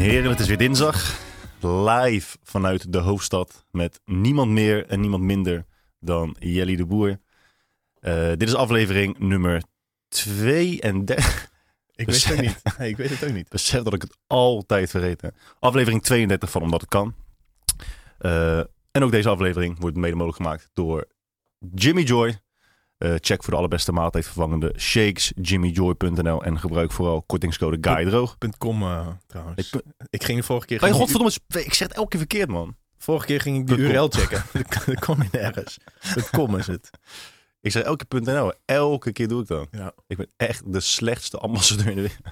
heren, het is weer dinsdag. Live vanuit de hoofdstad met niemand meer en niemand minder dan Jelly de Boer. Dit is aflevering nummer 32. Ik weet het ook niet. Nee, ik weet het ook niet. Besef dat ik het altijd vergeet. Hè. Aflevering 32 van Omdat Het Kan. En ook deze aflevering wordt mede mogelijk gemaakt door Jimmy Joy. Check voor de allerbeste maaltijdvervangende shakes, jimmyjoy.nl en gebruik vooral kortingscode GUYDROOG. .com trouwens. Ik ging de vorige keer... Oh ja, godverdomme, ik zeg het elke keer verkeerd, man. Vorige keer ging ik de URL checken. Dat kwam je nergens. .com is het. Ik zeg elke keer .nl. Elke keer doe ik dat. Ja. Ik ben echt de slechtste ambassadeur in de wereld.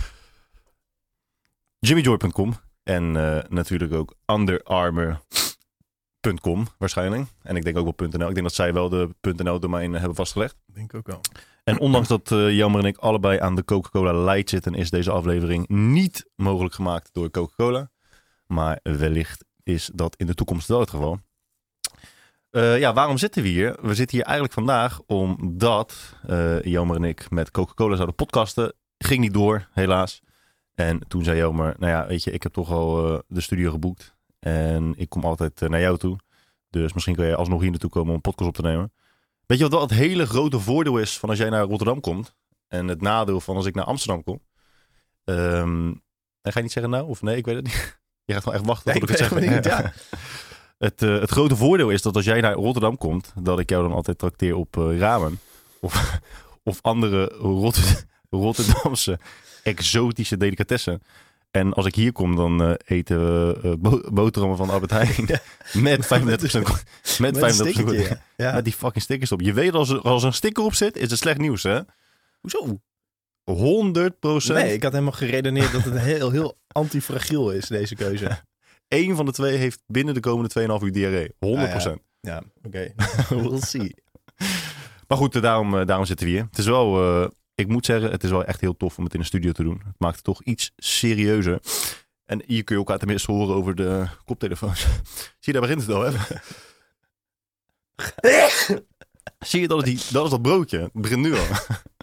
jimmyjoy.com en natuurlijk ook underarmour.com waarschijnlijk. En ik denk ook wel .nl. Ik denk dat zij wel de .nl domein hebben vastgelegd. Ik denk ook wel. En ondanks dat Jelmer en ik allebei aan de Coca-Cola Light zitten, is deze aflevering niet mogelijk gemaakt door Coca-Cola. Maar wellicht is dat in de toekomst wel het geval. Waarom zitten we hier? We zitten hier eigenlijk vandaag omdat Jelmer en ik met Coca-Cola zouden podcasten. Ging niet door, helaas. En toen zei Jelmer, nou ja, weet je, ik heb toch al de studio geboekt. En ik kom altijd naar jou toe. Dus misschien kan je alsnog hier naartoe komen om een podcast op te nemen. Weet je wat wel het hele grote voordeel is van als jij naar Rotterdam komt? En het nadeel van als ik naar Amsterdam kom? Ga je niet zeggen nou? Of nee, ik weet het niet. Je gaat gewoon echt wachten tot ik het zeg. Niet, ja. Het grote voordeel is dat als jij naar Rotterdam komt, dat ik jou dan altijd trakteer op ramen. Of andere Rotterdamse exotische delicatessen. En als ik hier kom, dan eten we boterhammen van Albert Heijn. Ja. Met 35%. Met 35%. Ja. Met die fucking stickers op. Je weet als er een sticker op zit, is het slecht nieuws, hè? Hoezo? 100%. Nee, ik had helemaal geredeneerd dat het heel antifragiel is, deze keuze. Eén van de twee heeft binnen de komende 2,5 uur diarree. 100%. Ja, oké. We'll see. Maar goed, daarom zitten we hier. Het is wel... ik moet zeggen, het is wel echt heel tof om het in een studio te doen. Het maakt het toch iets serieuzer. En hier kun je elkaar tenminste horen over de koptelefoons. Zie je, daar begint het al, hè? Zie je, dat is dat broodje. Het begint nu al.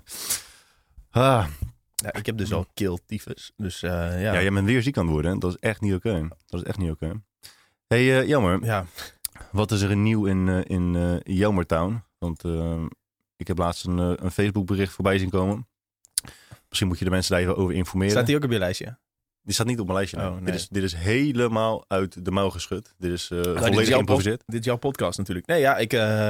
Ja, ik heb dus al keeltyfus. Dus ja, jij bent weer ziek aan het worden. Hè? Dat is echt niet oké. Dat is echt niet oké. Hey, Jelmer. Ja. Wat is er nieuw in Jelmertown? Want... ik heb laatst een Facebook bericht voorbij zien komen. Misschien moet je de mensen daar even over informeren. Staat die ook op je lijstje? Die staat niet op mijn lijstje. Oh, nee. Dit is helemaal uit de mouw geschud. Dit is volledig geïmproviseerd. Dit is jouw podcast natuurlijk. Nee, ja,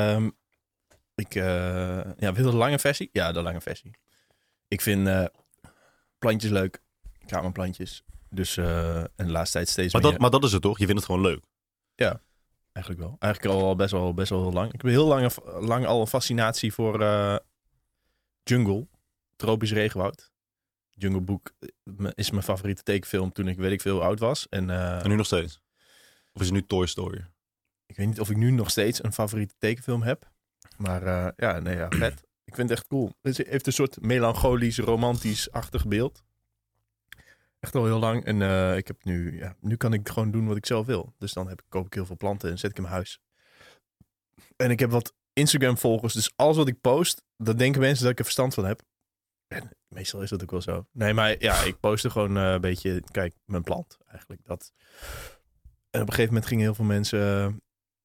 wil je de lange versie? Ja, de lange versie. Ik vind plantjes leuk. Kamerplantjes. Dus en de laatste tijd steeds meer. Maar dat is het toch? Je vindt het gewoon leuk? Ja. Eigenlijk wel. Eigenlijk al best wel heel lang. Ik heb heel lang al een fascinatie voor jungle. Tropisch regenwoud. Jungle Book is mijn favoriete tekenfilm toen ik weet ik veel oud was. En nu nog steeds? Of is het nu Toy Story? Ik weet niet of ik nu nog steeds een favoriete tekenfilm heb. Maar vet. Ik vind het echt cool. Het heeft een soort melancholisch, romantisch-achtig beeld. Echt al heel lang. En ik heb nu kan ik gewoon doen wat ik zelf wil. Dus dan koop ik heel veel planten en zet ik in mijn huis. En ik heb wat Instagram volgers. Dus alles wat ik post, dan denken mensen dat ik er verstand van heb. En meestal is dat ook wel zo. Nee, maar ja, ik postte gewoon een beetje, kijk, mijn plant eigenlijk. Dat. En op een gegeven moment gingen heel veel mensen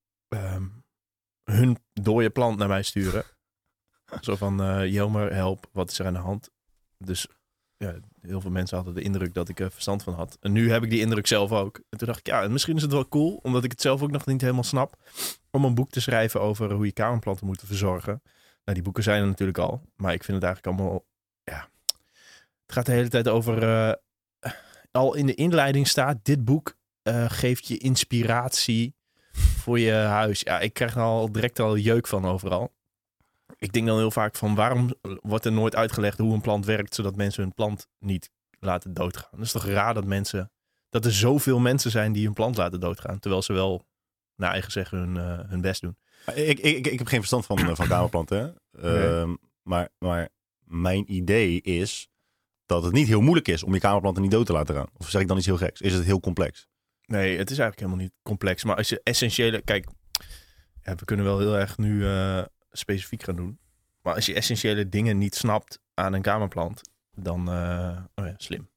hun dode plant naar mij sturen. Zo van, Jelmer, help, wat is er aan de hand? Dus ja, heel veel mensen hadden de indruk dat ik er verstand van had. En nu heb ik die indruk zelf ook. En toen dacht ik, ja, misschien is het wel cool, omdat ik het zelf ook nog niet helemaal snap, om een boek te schrijven over hoe je kamerplanten moet verzorgen. Nou, die boeken zijn er natuurlijk al. Maar ik vind het eigenlijk allemaal, ja, het gaat de hele tijd over, al in de inleiding staat, dit boek geeft je inspiratie voor je huis. Ja, ik krijg er al direct al jeuk van overal. Ik denk dan heel vaak van, waarom wordt er nooit uitgelegd hoe een plant werkt, zodat mensen hun plant niet laten doodgaan? Het is toch raar dat er zoveel mensen zijn die hun plant laten doodgaan, terwijl ze wel naar eigen zeggen hun best doen. Ik heb geen verstand van kamerplanten. Nee. Maar mijn idee is dat het niet heel moeilijk is om je kamerplanten niet dood te laten gaan. Of zeg ik dan iets heel geks? Is het heel complex? Nee, het is eigenlijk helemaal niet complex. Maar als je essentiële... Kijk, ja, we kunnen wel heel erg nu specifiek gaan doen. Maar als je essentiële dingen niet snapt aan een kamerplant, dan slim.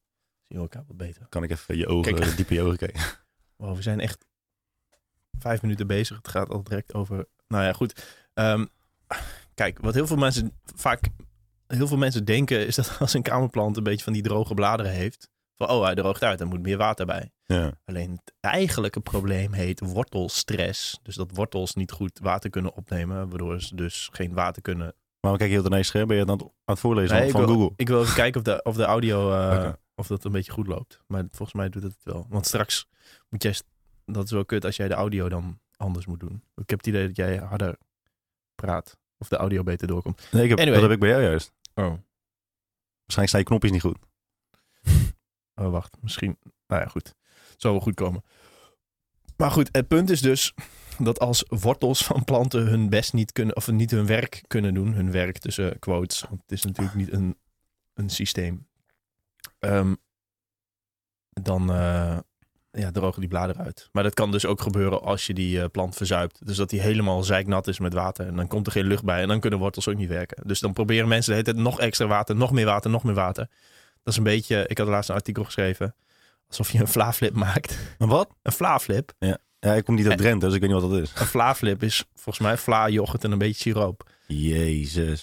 Zien we elkaar wat beter. Kan ik even je ogen, Kijk. diep in je ogen kijken? Wow, we zijn echt 5 minuten bezig. Het gaat al direct over... Nou ja, goed. Kijk, wat heel veel mensen denken... is dat als een kamerplant een beetje van die droge bladeren heeft... van hij droogt uit, er moet meer water bij. Ja. Alleen het eigenlijke probleem heet wortelstress. Dus dat wortels niet goed water kunnen opnemen... waardoor ze dus geen water kunnen... Maar kijk je heel ineens scherp. Ben je het aan het voorlezen Nee, van Google? Ik wil even kijken of de audio... Oké. of dat een beetje goed loopt. Maar volgens mij doet het wel. Want straks moet jij... Dat is wel kut als jij de audio dan anders moet doen. Ik heb het idee dat jij harder praat. Of de audio beter doorkomt. Nee, Anyway. dat heb ik bij jou juist. Oh. Waarschijnlijk staan je knopjes niet goed. Oh, wacht. Misschien... Nou ja, goed. Het zal wel goed komen. Maar goed, het punt is dus... dat als wortels van planten hun best niet kunnen... of niet hun werk kunnen doen... hun werk tussen quotes... want het is natuurlijk niet een systeem... dan drogen die bladeren uit. Maar dat kan dus ook gebeuren als je die plant verzuipt. Dus dat die helemaal zeiknat is met water. En dan komt er geen lucht bij. En dan kunnen wortels ook niet werken. Dus dan proberen mensen de hele tijd nog extra water. Nog meer water, nog meer water. Dat is een beetje... Ik had laatst een artikel geschreven. Alsof je een vlaaflip maakt. Een wat? Een vlaaflip. Ja, ik kom niet uit Drenthe, dus ik weet niet wat dat is. Een vlaaflip is volgens mij vla, yoghurt en een beetje siroop. Jezus.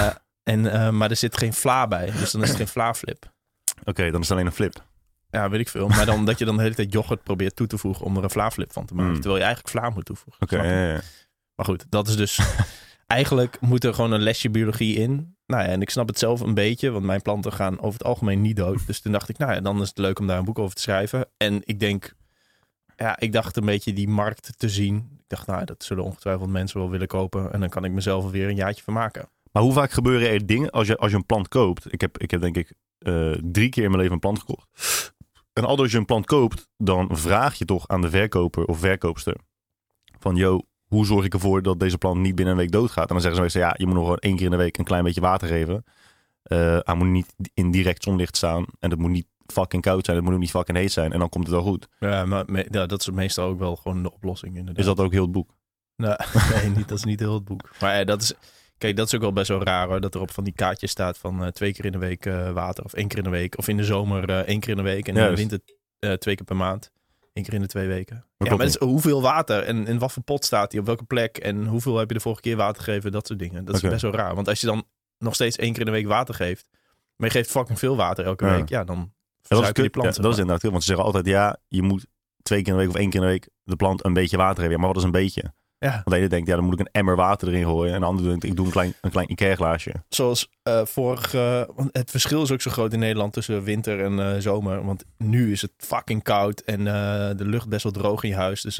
Maar er zit geen vla bij. Dus dan is het geen vlaaflip. Oké, dan is het alleen een flip. Ja, weet ik veel. Maar dan dat je dan de hele tijd yoghurt probeert toe te voegen om er een vlaaflip van te maken. Terwijl je eigenlijk vla moet toevoegen. Oké, Snap je? ja. Maar goed, dat is dus... Eigenlijk moet er gewoon een lesje biologie in. Nou ja, en ik snap het zelf een beetje. Want mijn planten gaan over het algemeen niet dood. Dus toen dacht ik, nou ja, dan is het leuk om daar een boek over te schrijven. En ik denk... Ja, ik dacht een beetje die markt te zien. Ik dacht, nou, dat zullen ongetwijfeld mensen wel willen kopen. En dan kan ik mezelf er weer een jaartje van maken. Maar hoe vaak gebeuren er dingen als je een plant koopt? Ik heb denk ik 3 keer in mijn leven een plant gekocht. En als je een plant koopt, dan vraag je toch aan de verkoper of verkoopster van, hoe zorg ik ervoor dat deze plant niet binnen een week doodgaat? En dan zeggen ze, ja, je moet nog gewoon 1 keer in de week een klein beetje water geven. Hij moet niet in direct zonlicht staan. En het moet niet fucking koud zijn. Het moet ook niet fucking heet zijn. En dan komt het wel goed. Ja, maar dat is meestal ook wel gewoon de oplossing inderdaad. Is dat ook heel het boek? Nou, nee, dat is niet heel het boek. Maar dat is... Kijk, dat is ook wel best wel raar hoor. Dat er op van die kaartjes staat van 2 keer in de week water. Of 1 keer in de week. Of in de zomer 1 keer in de week. En in de winter 2 keer per maand. 1 keer in de 2 weken. Maar het is hoeveel water en in wat voor pot staat die, op welke plek en hoeveel heb je de vorige keer water gegeven, dat soort dingen. Dat is best wel raar. Want als je dan nog steeds 1 keer in de week water geeft, maar je geeft fucking veel water elke week, dan verzuipen die planten. Dat is inderdaad heel, want ze zeggen altijd, je moet 2 keer in de week of 1 keer in de week de plant een beetje water geven. Ja, maar wat is een beetje? Ja. Want de ene denkt, dan moet ik een emmer water erin gooien. En de andere denkt, ik doe een klein Ikea-glaasje. Zoals want het verschil is ook zo groot in Nederland tussen winter en zomer. Want nu is het fucking koud en de lucht best wel droog in je huis. Dus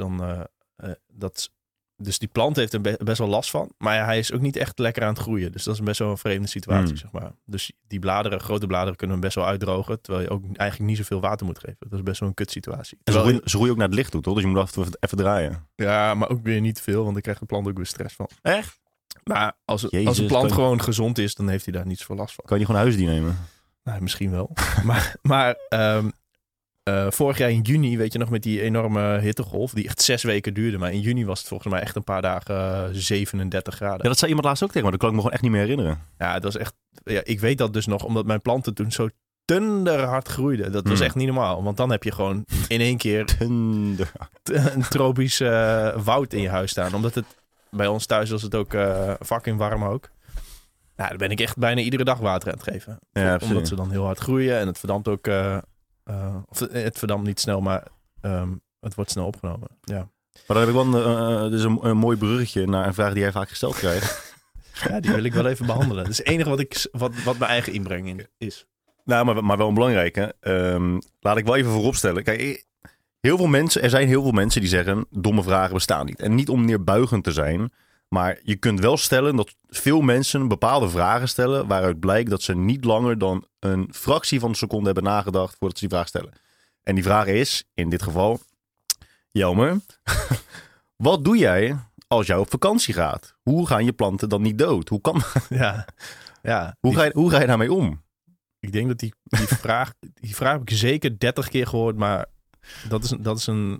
dus die plant heeft er best wel last van. Maar hij is ook niet echt lekker aan het groeien. Dus dat is best wel een vreemde situatie, zeg maar. Dus die bladeren, grote bladeren kunnen hem best wel uitdrogen. Terwijl je ook eigenlijk niet zoveel water moet geven. Dat is best wel een kutsituatie. En ze groeien ook naar het licht toe, toch? Dus je moet af en toe even draaien. Ja, maar ook weer niet te veel. Want dan krijgt de plant ook weer stress van. Echt? Maar als een plant gewoon gezond is, dan heeft hij daar niet zoveel last van. Kan je gewoon een huisdier nemen? Nou, misschien wel. maar vorig jaar in juni, weet je nog, met die enorme hittegolf, die echt 6 weken duurde. Maar in juni was het volgens mij echt een paar dagen 37 graden. Ja, dat zei iemand laatst ook tegen me. Dat kan ik me gewoon echt niet meer herinneren. Ja, het was echt... Ja, ik weet dat dus nog, omdat mijn planten toen zo thunderhard groeiden. Dat was echt niet normaal. Want dan heb je gewoon in één keer een tropisch woud in je huis staan. Omdat het bij ons thuis was het ook fucking warm ook. Nou, dan ben ik echt bijna iedere dag water aan het geven. Ja, omdat ze dan heel hard groeien en het verdampt ook... of het verdampt niet snel, maar het wordt snel opgenomen. Ja. Maar dan heb ik wel dus een mooi bruggetje naar een vraag die jij vaak gesteld krijgt. Ja, die wil ik wel even behandelen. Dat is het enige wat mijn eigen inbreng in is. Nou, maar wel een belangrijke. Laat ik wel even vooropstellen. Kijk, er zijn heel veel mensen die zeggen, domme vragen bestaan niet. En niet om neerbuigend te zijn, maar je kunt wel stellen dat veel mensen bepaalde vragen stellen waaruit blijkt dat ze niet langer dan een fractie van een seconde hebben nagedacht voordat ze die vraag stellen. En die vraag is, in dit geval, Jelmer, wat doe jij als jij op vakantie gaat? Hoe gaan je planten dan niet dood? Hoe kan Ja. Hoe ga je daarmee om? Ik denk dat die vraag heb ik zeker 30 keer gehoord, maar dat is een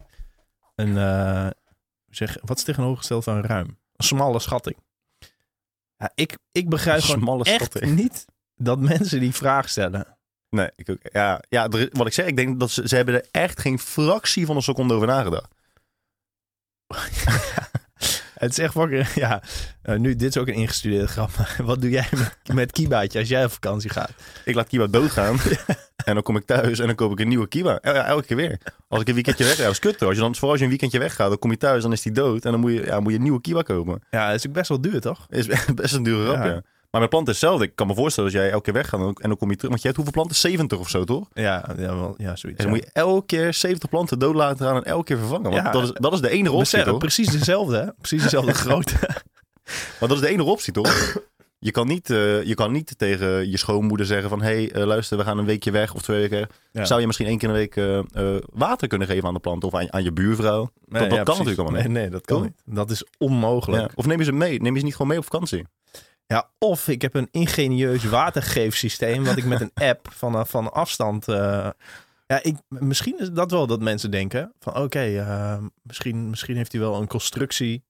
wat is tegenovergesteld van ruim? Een smalle schatting. Ja, ik begrijp gewoon echt niet dat mensen die vraag stellen. Nee, ik ook. Ja, wat ik zeg, ik denk dat ze hebben er echt geen fractie van een seconde over nagedacht. Het is echt fucking... Ja, nu, dit is ook een ingestudeerde grap. Wat doe jij met Kibaatje als jij op vakantie gaat? Ik laat Kiba doodgaan. En dan kom ik thuis en dan koop ik een nieuwe Kiba. Elke keer weer. Als ik een weekendje weg ga, dat is kut. Vooral als je een weekendje weggaat, dan kom je thuis, dan is die dood. En dan moet je een nieuwe Kiba kopen. Ja, dat is ook best wel duur, toch? Is best een dure rap, ja. Maar met planten is hetzelfde. Ik kan me voorstellen dat jij elke keer weggaat en dan kom je terug. Want je hebt hoeveel planten? 70 of zo, toch? Ja, zoiets. En dan moet je elke keer 70 planten dood laten gaan en elke keer vervangen. Want dat is de enige optie, toch? Precies dezelfde, hè? Precies dezelfde grootte. Maar dat is de enige optie, toch? Je kan niet tegen je schoonmoeder zeggen van... luister, we gaan een weekje weg of 2 weken. Ja. Zou je misschien 1 keer in de week water kunnen geven aan de plant? Of aan je buurvrouw? Dat kan natuurlijk allemaal niet. Nee, dat kan niet. Dat is onmogelijk. Ja. Of neem je ze mee. Neem je ze niet gewoon mee op vakantie? Ja, of ik heb een ingenieus watergeefsysteem... wat ik met een app van afstand... misschien is dat wel dat mensen denken... van misschien heeft hij wel een constructie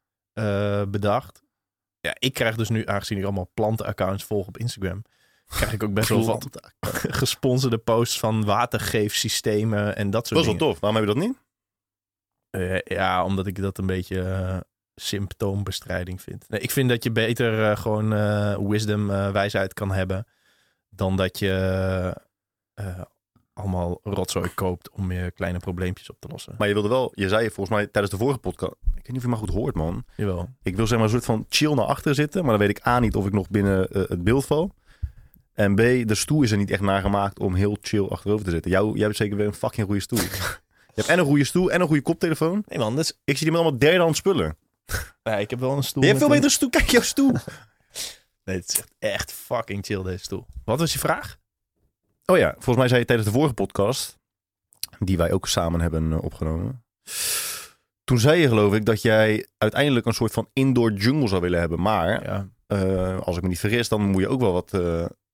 bedacht... Ja, ik krijg dus nu, aangezien ik allemaal plantenaccounts volg op Instagram... krijg ik ook best wel wat gesponsorde posts van watergeefsystemen en dat soort dingen. Dat is wel tof. Waarom heb je dat niet? Omdat ik dat een beetje symptoombestrijding vind. Nee, ik vind dat je beter gewoon wisdom, wijsheid kan hebben... dan dat je allemaal rotzooi koopt om je kleine probleempjes op te lossen. Maar je zei volgens mij tijdens de vorige podcast... Ik weet niet of je maar goed hoort, man. Jawel. Ik wil zeg maar een soort van chill naar achter zitten... maar dan weet ik A niet of ik nog binnen het beeld val. En B, de stoel is er niet echt naar gemaakt om heel chill achterover te zitten. Jij hebt zeker weer een fucking goede stoel. Je hebt en een goede stoel en een goede koptelefoon. Nee man, ik zie die met allemaal derdehands spullen. Ja, ik heb wel een stoel. Je hebt veel beter stoel. Kijk, jouw stoel. Nee, het is echt fucking chill deze stoel. Wat was je vraag? Oh ja, volgens mij zei je tijdens de vorige podcast... die wij ook samen hebben opgenomen... Toen zei je geloof ik dat jij uiteindelijk een soort van indoor jungle zou willen hebben. Maar als ik me niet vergis, dan moet je ook wel wat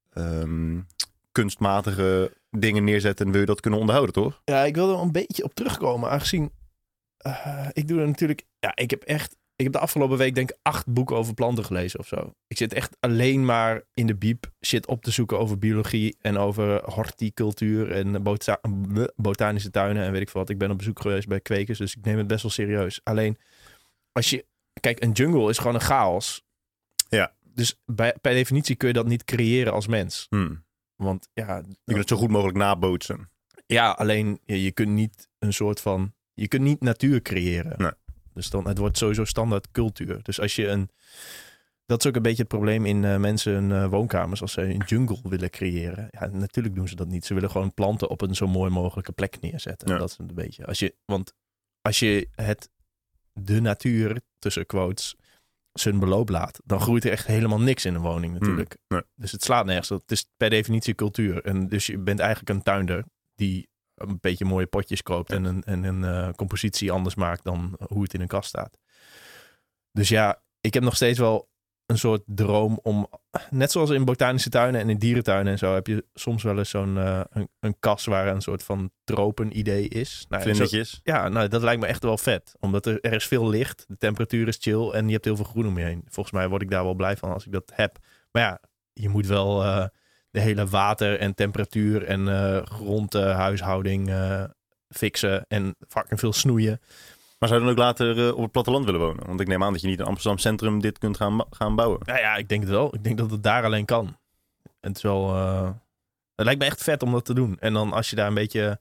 kunstmatige dingen neerzetten. En wil je dat kunnen onderhouden, toch? Ja, ik wil er een beetje op terugkomen. Aangezien ik doe er natuurlijk... Ja, ik heb de afgelopen week denk ik 8 boeken over planten gelezen of zo. Ik zit echt alleen maar in de biep shit op te zoeken over biologie en over horticultuur en botanische tuinen en weet ik veel wat. Ik ben op bezoek geweest bij kwekers, dus ik neem het best wel serieus. Alleen, kijk, een jungle is gewoon een chaos. Ja. Dus per definitie kun je dat niet creëren als mens. Want ja... Je kunt het zo goed mogelijk nabootsen. Ja, alleen je kunt niet een soort van... Je kunt niet natuur creëren. Nee. Dus het wordt sowieso standaard cultuur. Dus als je dat is ook een beetje het probleem in mensen hun woonkamers. Als ze een jungle willen creëren. Ja, natuurlijk doen ze dat niet. Ze willen gewoon planten op een zo mooi mogelijke plek neerzetten. Ja. Dat is een beetje. Want als je de natuur, tussen quotes, zijn beloop laat, dan groeit er echt helemaal niks in een woning natuurlijk. Nee. Dus het slaat nergens. Het is per definitie cultuur. En dus je bent eigenlijk een tuinder die een beetje mooie potjes koopt en een compositie anders maakt dan hoe het in een kast staat. Dus ja, ik heb nog steeds wel een soort droom om, net zoals in botanische tuinen en in dierentuinen en zo, heb je soms wel eens zo'n een kas waar een soort van tropen-idee is. Vlindertjes. Dat lijkt me echt wel vet. Omdat er is veel licht, de temperatuur is chill en je hebt heel veel groen om je heen. Volgens mij word ik daar wel blij van als ik dat heb. Maar ja, je moet wel de hele water en temperatuur en grondhuishouding fixen en fucking veel snoeien. Maar zou je dan ook later op het platteland willen wonen? Want ik neem aan dat je niet in Amsterdam Centrum dit kunt gaan bouwen. Ja, ik denk het wel. Ik denk dat het daar alleen kan. En het is wel... Het lijkt me echt vet om dat te doen. En dan als je daar een beetje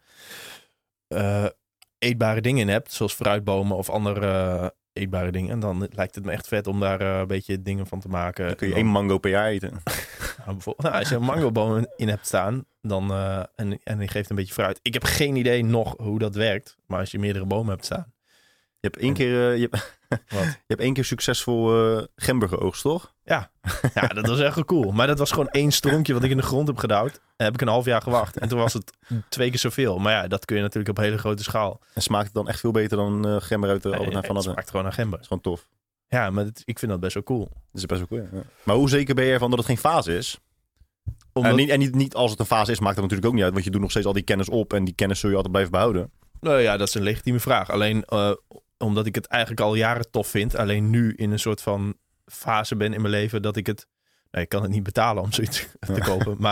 eetbare dingen in hebt, zoals fruitbomen of andere eetbare dingen, dan lijkt het me echt vet om daar een beetje dingen van te maken. Dan kun je 1 mango per jaar eten. Als je een mangoboom in hebt staan, dan, en die geeft een beetje fruit. Ik heb geen idee nog hoe dat werkt, maar als je meerdere bomen hebt staan. Je hebt 1 keer, je hebt 1 keer succesvol gember geoogst, toch? Ja, dat was echt cool. Maar dat was gewoon 1 stronkje wat ik in de grond heb gedouwd. En heb ik een half jaar gewacht. En toen was het 2 keer zoveel. Maar ja, dat kun je natuurlijk op hele grote schaal. En smaakt het dan echt veel beter dan gember uit de Albert Heijn van het smaakt gewoon naar gember. Dat is gewoon tof. Ja, maar ik vind dat best wel cool. Dat is best wel cool, ja. Maar hoe zeker ben je ervan dat het geen fase is? Omdat... Niet als het een fase is, maakt het natuurlijk ook niet uit. Want je doet nog steeds al die kennis op. En die kennis zul je altijd blijven behouden. Nou ja, dat is een legitieme vraag. Alleen omdat ik het eigenlijk al jaren tof vind. Alleen nu in een soort van fase ben in mijn leven dat ik het... Nee, ik kan het niet betalen om zoiets te kopen. Maar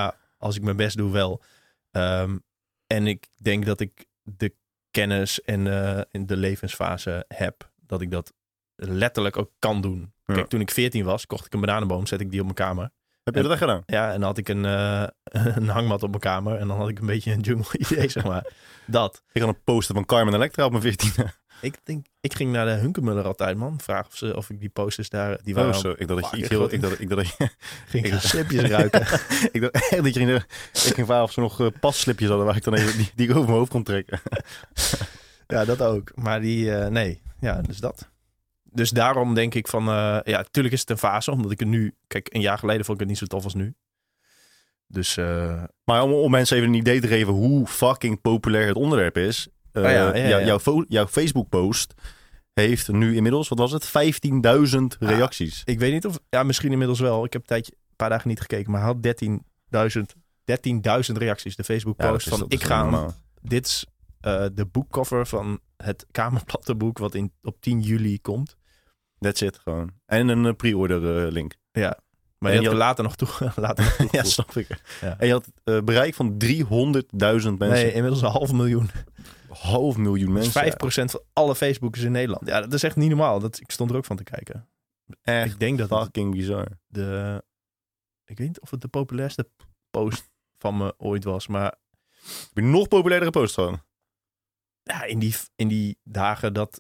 als ik mijn best doe wel. En ik denk dat ik de kennis en in de levensfase heb. Dat ik dat letterlijk ook kan doen. Ja. Kijk, toen ik 14 was, kocht ik een bananenboom. Zet ik die op mijn kamer. Heb je dat echt gedaan? Ja, en dan had ik een hangmat op mijn kamer. En dan had ik een beetje een jungle idee, zeg maar. Dat. Ik had een poster van Carmen Electra op mijn 14e. Ik ging naar de Hunkemuller altijd, man. Vraag of ik die posters daar... Die waren zo. Ik dacht dat je iets fucking heel... groot. Ik dacht dat je... Ging slipjes ruiken. Ik dacht echt dat je... Ik ging vragen of ze nog passlipjes hadden waar ik dan even die ik over mijn hoofd kon trekken. Ja, dat ook. Maar nee. Ja, dus dat. Dus daarom denk ik van... ja, natuurlijk is het een fase. Omdat ik het nu... Kijk, een jaar geleden vond ik het niet zo tof als nu. Dus... Maar om mensen even een idee te geven hoe fucking populair het onderwerp is. Jouw Facebook post heeft nu inmiddels, wat was het? 15.000 reacties. Ik weet niet of... Ja, misschien inmiddels wel. Ik heb een paar dagen niet gekeken. Maar hij had 13.000 reacties. De Facebook post van... Ik ga... normaal. Dit is de boekcover van het Kamerplattenboek wat op 10 juli komt. That's it, gewoon. En een pre-order link. Ja, maar En je had er later nog toe. Ja, snap ik. Ja. En je had bereik van 300.000 mensen. Nee, inmiddels 500.000. 500.000 mensen. Dus 5% van alle Facebookers in Nederland. Ja, dat is echt niet normaal. Ik stond er ook van te kijken. Echt ik denk dat het fucking bizar. ik weet niet of het de populairste post van me ooit was, maar... Heb je nog populairdere posts gewoon? Ja, in die dagen dat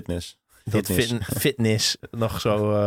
fitness nog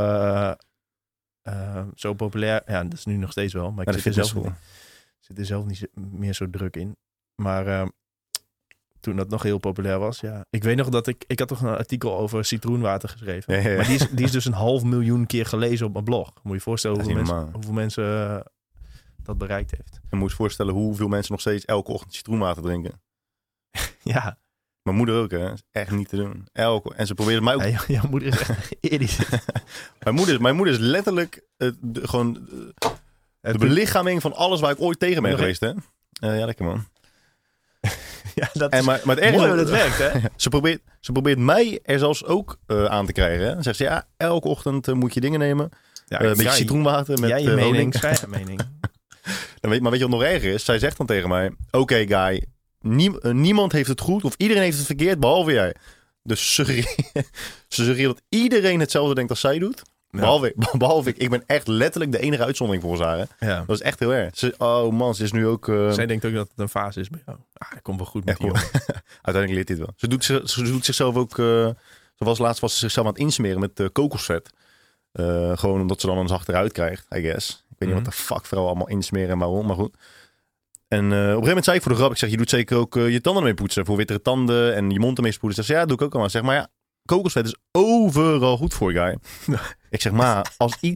zo populair... Ja, dat is nu nog steeds wel. Maar ik zit er zelf niet meer zo druk in. Maar toen dat nog heel populair was, ja. Ik weet nog dat ik had toch een artikel over citroenwater geschreven. Ja. Maar die is dus 500.000 keer gelezen op mijn blog. Moet je je voorstellen hoeveel mensen dat bereikt heeft. Je moet je voorstellen hoeveel mensen nog steeds elke ochtend citroenwater drinken. Ja. Mijn moeder ook, hè. Dat is echt niet te doen. En ze probeert mij ook... Ja, jouw moeder is echt irrisch. Mijn moeder is letterlijk gewoon de belichaming van alles waar ik ooit tegen ben geweest, hè. Ja, lekker man. Ja, dat is maar het ergste, mooi hoe dat werkt, hè. Ze probeert mij er zelfs ook aan te krijgen, hè. Dan zegt ze, ja, elke ochtend moet je dingen nemen. Ja, een beetje citroenwater met je mening. honing. Je mening. Maar weet je wat nog erger is? Zij zegt dan tegen mij, oké, guy, niemand heeft het goed of iedereen heeft het verkeerd, behalve jij. Dus ze suggereert dat iedereen hetzelfde denkt als zij doet. Ja. Behalve ik. Ik ben echt letterlijk de enige uitzondering voor haar. Ja. Dat is echt heel erg. Ze is nu ook... Zij denkt ook dat het een fase is bij jou. Dat komt wel goed met die Uiteindelijk leert dit wel. Ze doet zichzelf ook... Laatst was ze zichzelf aan het insmeren met kokosvet. Gewoon omdat ze dan eens achteruit krijgt, I guess. Ik weet niet wat de fuck vrouwen allemaal insmeren en waarom, maar goed. En op een gegeven moment zei ik voor de grap, ik zeg, je doet zeker ook je tanden ermee poetsen voor wittere tanden en je mond ermee spoelen. Ze zegt, ja, dat doe ik ook allemaal. Zeg maar ja, kokosvet is overal goed voor, guy. Ik zeg, maar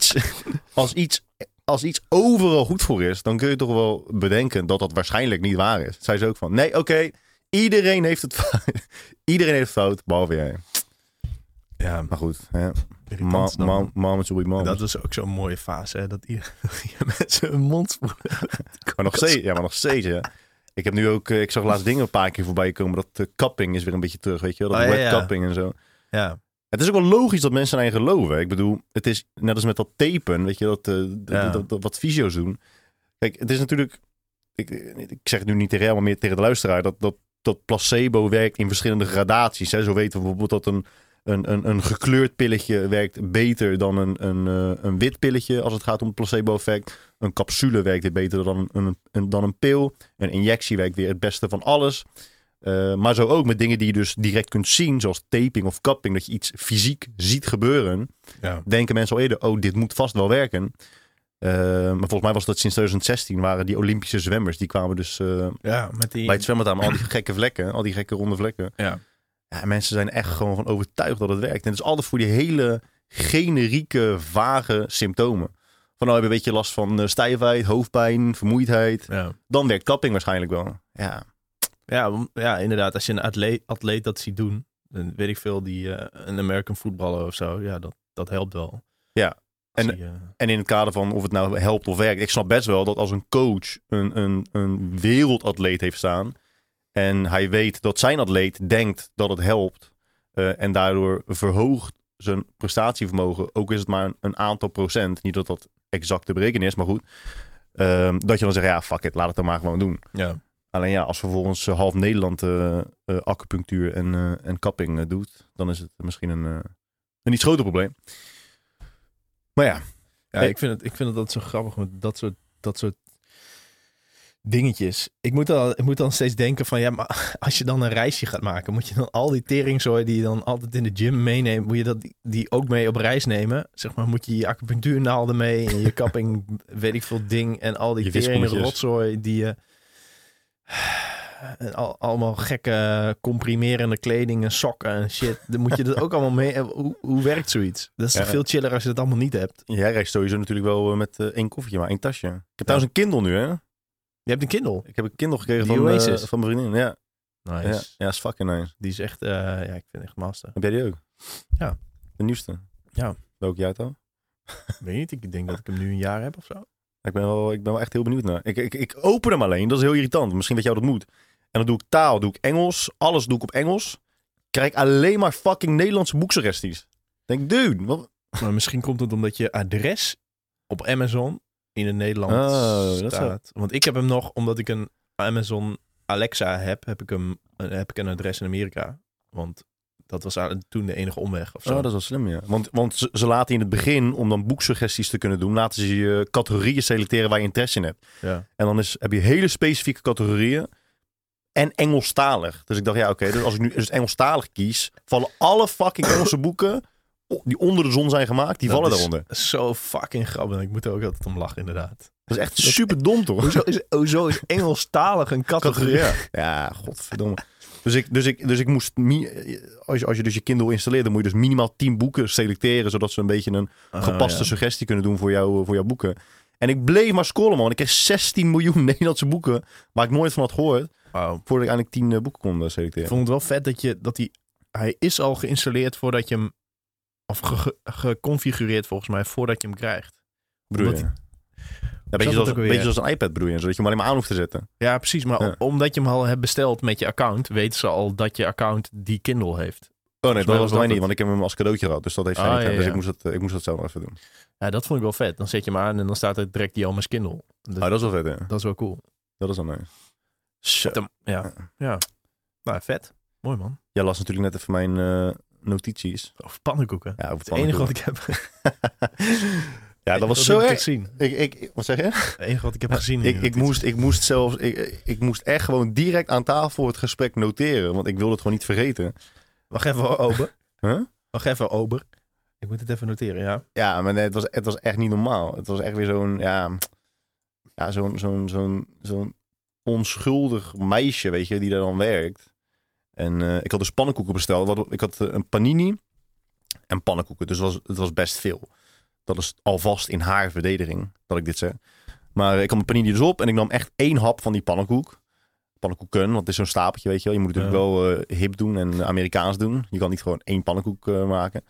als iets overal goed voor is, dan kun je toch wel bedenken dat dat waarschijnlijk niet waar is. Zei ze ook van, nee, oké, iedereen heeft het fout. Iedereen heeft het fout, behalve jij. Ja, maar goed. Ja. Mama's will be mama's. Dat was ook zo'n mooie fase, hè? Dat mensen hun mond spoelen. maar nog steeds, ja. Ik heb nu ook, ik zag laatst dingen een paar keer voorbij komen. Dat cupping is weer een beetje terug, weet je wel. Dat wet cupping en zo. Ja. Het is ook wel logisch dat mensen erin geloven. Ik bedoel, het is net als met dat tapen, weet je, dat wat fysio's doen. Kijk, het is natuurlijk, ik zeg het nu niet tegen jou, maar meer tegen de luisteraar, dat placebo werkt in verschillende gradaties. Hè. Zo weten we bijvoorbeeld dat een gekleurd pilletje werkt beter dan een wit pilletje als het gaat om het placebo-effect. Een capsule werkt weer beter dan een pil. Een injectie werkt weer het beste van alles. Maar zo ook met dingen die je dus direct kunt zien, zoals taping of cupping, dat je iets fysiek ziet gebeuren. Ja. Denken mensen al eerder, dit moet vast wel werken. Maar volgens mij was dat sinds 2016 waren die Olympische zwemmers. Die kwamen dus bij het zwemmen aan al die gekke vlekken, al die gekke ronde vlekken. Ja. Ja, mensen zijn echt gewoon van overtuigd dat het werkt. En het is altijd voor die hele generieke, vage symptomen. Van nou heb je een beetje last van stijfheid, hoofdpijn, vermoeidheid. Ja. Dan werkt cupping waarschijnlijk wel. Ja, inderdaad. Als je een atleet dat ziet doen, dan weet ik veel, een American footballer of zo. Ja, dat helpt wel. Ja. En in het kader van of het nou helpt of werkt. Ik snap best wel dat als een coach een wereldatleet heeft staan. En hij weet dat zijn atleet denkt dat het helpt. En daardoor verhoogt zijn prestatievermogen. Ook is het maar een aantal procent. Niet dat dat exact te berekenen is, maar goed. Dat je dan zegt, ja, fuck it, laat het dan maar gewoon doen. Ja. Alleen ja, als vervolgens half Nederland acupunctuur en kapping doet, dan is het misschien een iets groter probleem. Maar ja. Ja, ik vind het altijd zo grappig met dat soort dingetjes. Ik moet dan steeds denken van, ja, maar als je dan een reisje gaat maken, moet je dan al die teringzooi die je dan altijd in de gym meeneemt, moet je die ook mee op reis nemen? Zeg maar, moet je je acupunctuurnaalden mee en je kapping, weet ik veel ding, en al die tering rotzooi die je... allemaal gekke comprimerende kleding en sokken en shit. Dan moet je dat ook allemaal mee. Hoe werkt zoiets? Dat is toch veel chiller als je dat allemaal niet hebt. Jij reist sowieso natuurlijk wel met één koffertje, maar één tasje. Ik heb trouwens een Kindle nu, hè? Je hebt een Kindle? Ik heb een Kindle gekregen van mijn vriendin. Ja. Nice. Ja, is fucking nice. Die is echt, ik vind echt master. Heb jij die ook? Ja. De nieuwste? Ja. Welk jaar dan? Weet niet, ik denk dat ik hem nu een jaar heb of zo. Ik ben wel echt heel benieuwd naar. Ik open hem alleen, dat is heel irritant. Misschien weet jij dat moet. En dan doe ik taal, doe ik Engels, alles doe ik op Engels. Krijg alleen maar fucking Nederlandse boeksuggesties. Denk, dude, wat? Maar misschien komt het omdat je adres op Amazon in het Nederlands staat. Want ik heb hem nog, omdat ik een Amazon Alexa heb ik een adres in Amerika. Want dat was toen de enige omweg of zo. Oh, dat is wel slim, ja. Want ze laten in het begin, om dan boeksuggesties te kunnen doen, laten ze je categorieën selecteren waar je interesse in hebt. Ja. En dan heb je hele specifieke categorieën. En Engelstalig. Dus ik dacht, ja, oké. Dus als ik nu dus Engelstalig kies, vallen alle fucking Engelse boeken die onder de zon zijn gemaakt, die vallen daaronder. Zo fucking grappig. Ik moet er ook altijd om lachen, inderdaad. Dat is echt super dom, toch? Hoezo is Engelstalig een categorie? Ja, godverdomme. Dus ik moest, als je dus je Kindle installeert, dan moet je dus minimaal 10 boeken selecteren, zodat ze een beetje een gepaste suggestie kunnen doen voor jouw boeken. En ik bleef maar scrollen, man. Ik kreeg 16 miljoen Nederlandse boeken, waar ik nooit van had gehoord. Wow. Voordat ik eindelijk 10 boeken kon selecteren. Ik vond het wel vet dat hij is al geïnstalleerd voordat je hem, of geconfigureerd volgens mij, voordat je hem krijgt. Bedoel je? Een beetje zoals een iPad bedoel je, zodat je hem alleen maar aan hoeft te zetten. Ja, precies. Maar omdat je hem al hebt besteld met je account, weten ze al dat je account die Kindle heeft. Oh nee, dat was mij niet, want ik heb hem als cadeautje gehad. Dus dat heeft zij niet. Ja, dus ik moest dat zelf nog even doen. Ja, dat vond ik wel vet. Dan zet je hem aan en dan staat er direct die Almas Kindle. Dus, dat is wel vet, hè? Dat is wel cool. Dat is wel nice. Ja. Nou, vet. Mooi, man. Jij las natuurlijk net even mijn notities. Over pannenkoeken. Ja, over het enige wat ik heb... Ja, dat was zo erg. Wat zeg je? Het enige wat ik heb gezien. Ik moest echt gewoon direct aan tafel het gesprek noteren. Want ik wilde het gewoon niet vergeten. Wacht even, Ober. Huh? Wacht even, Ober. Ik moet het even noteren, ja. Ja, maar nee, het was echt niet normaal. Het was echt weer zo'n onschuldig meisje, weet je, die daar dan werkt. En ik had dus pannenkoeken besteld. Ik had een panini en pannenkoeken. Dus het was best veel. Dat is alvast in haar verdediging dat ik dit zeg. Maar ik had mijn panini dus op en ik nam echt 1 hap van die pannenkoeken, want het is zo'n stapeltje, weet je wel. Je moet natuurlijk wel hip doen en Amerikaans doen. Je kan niet gewoon 1 pannenkoek maken.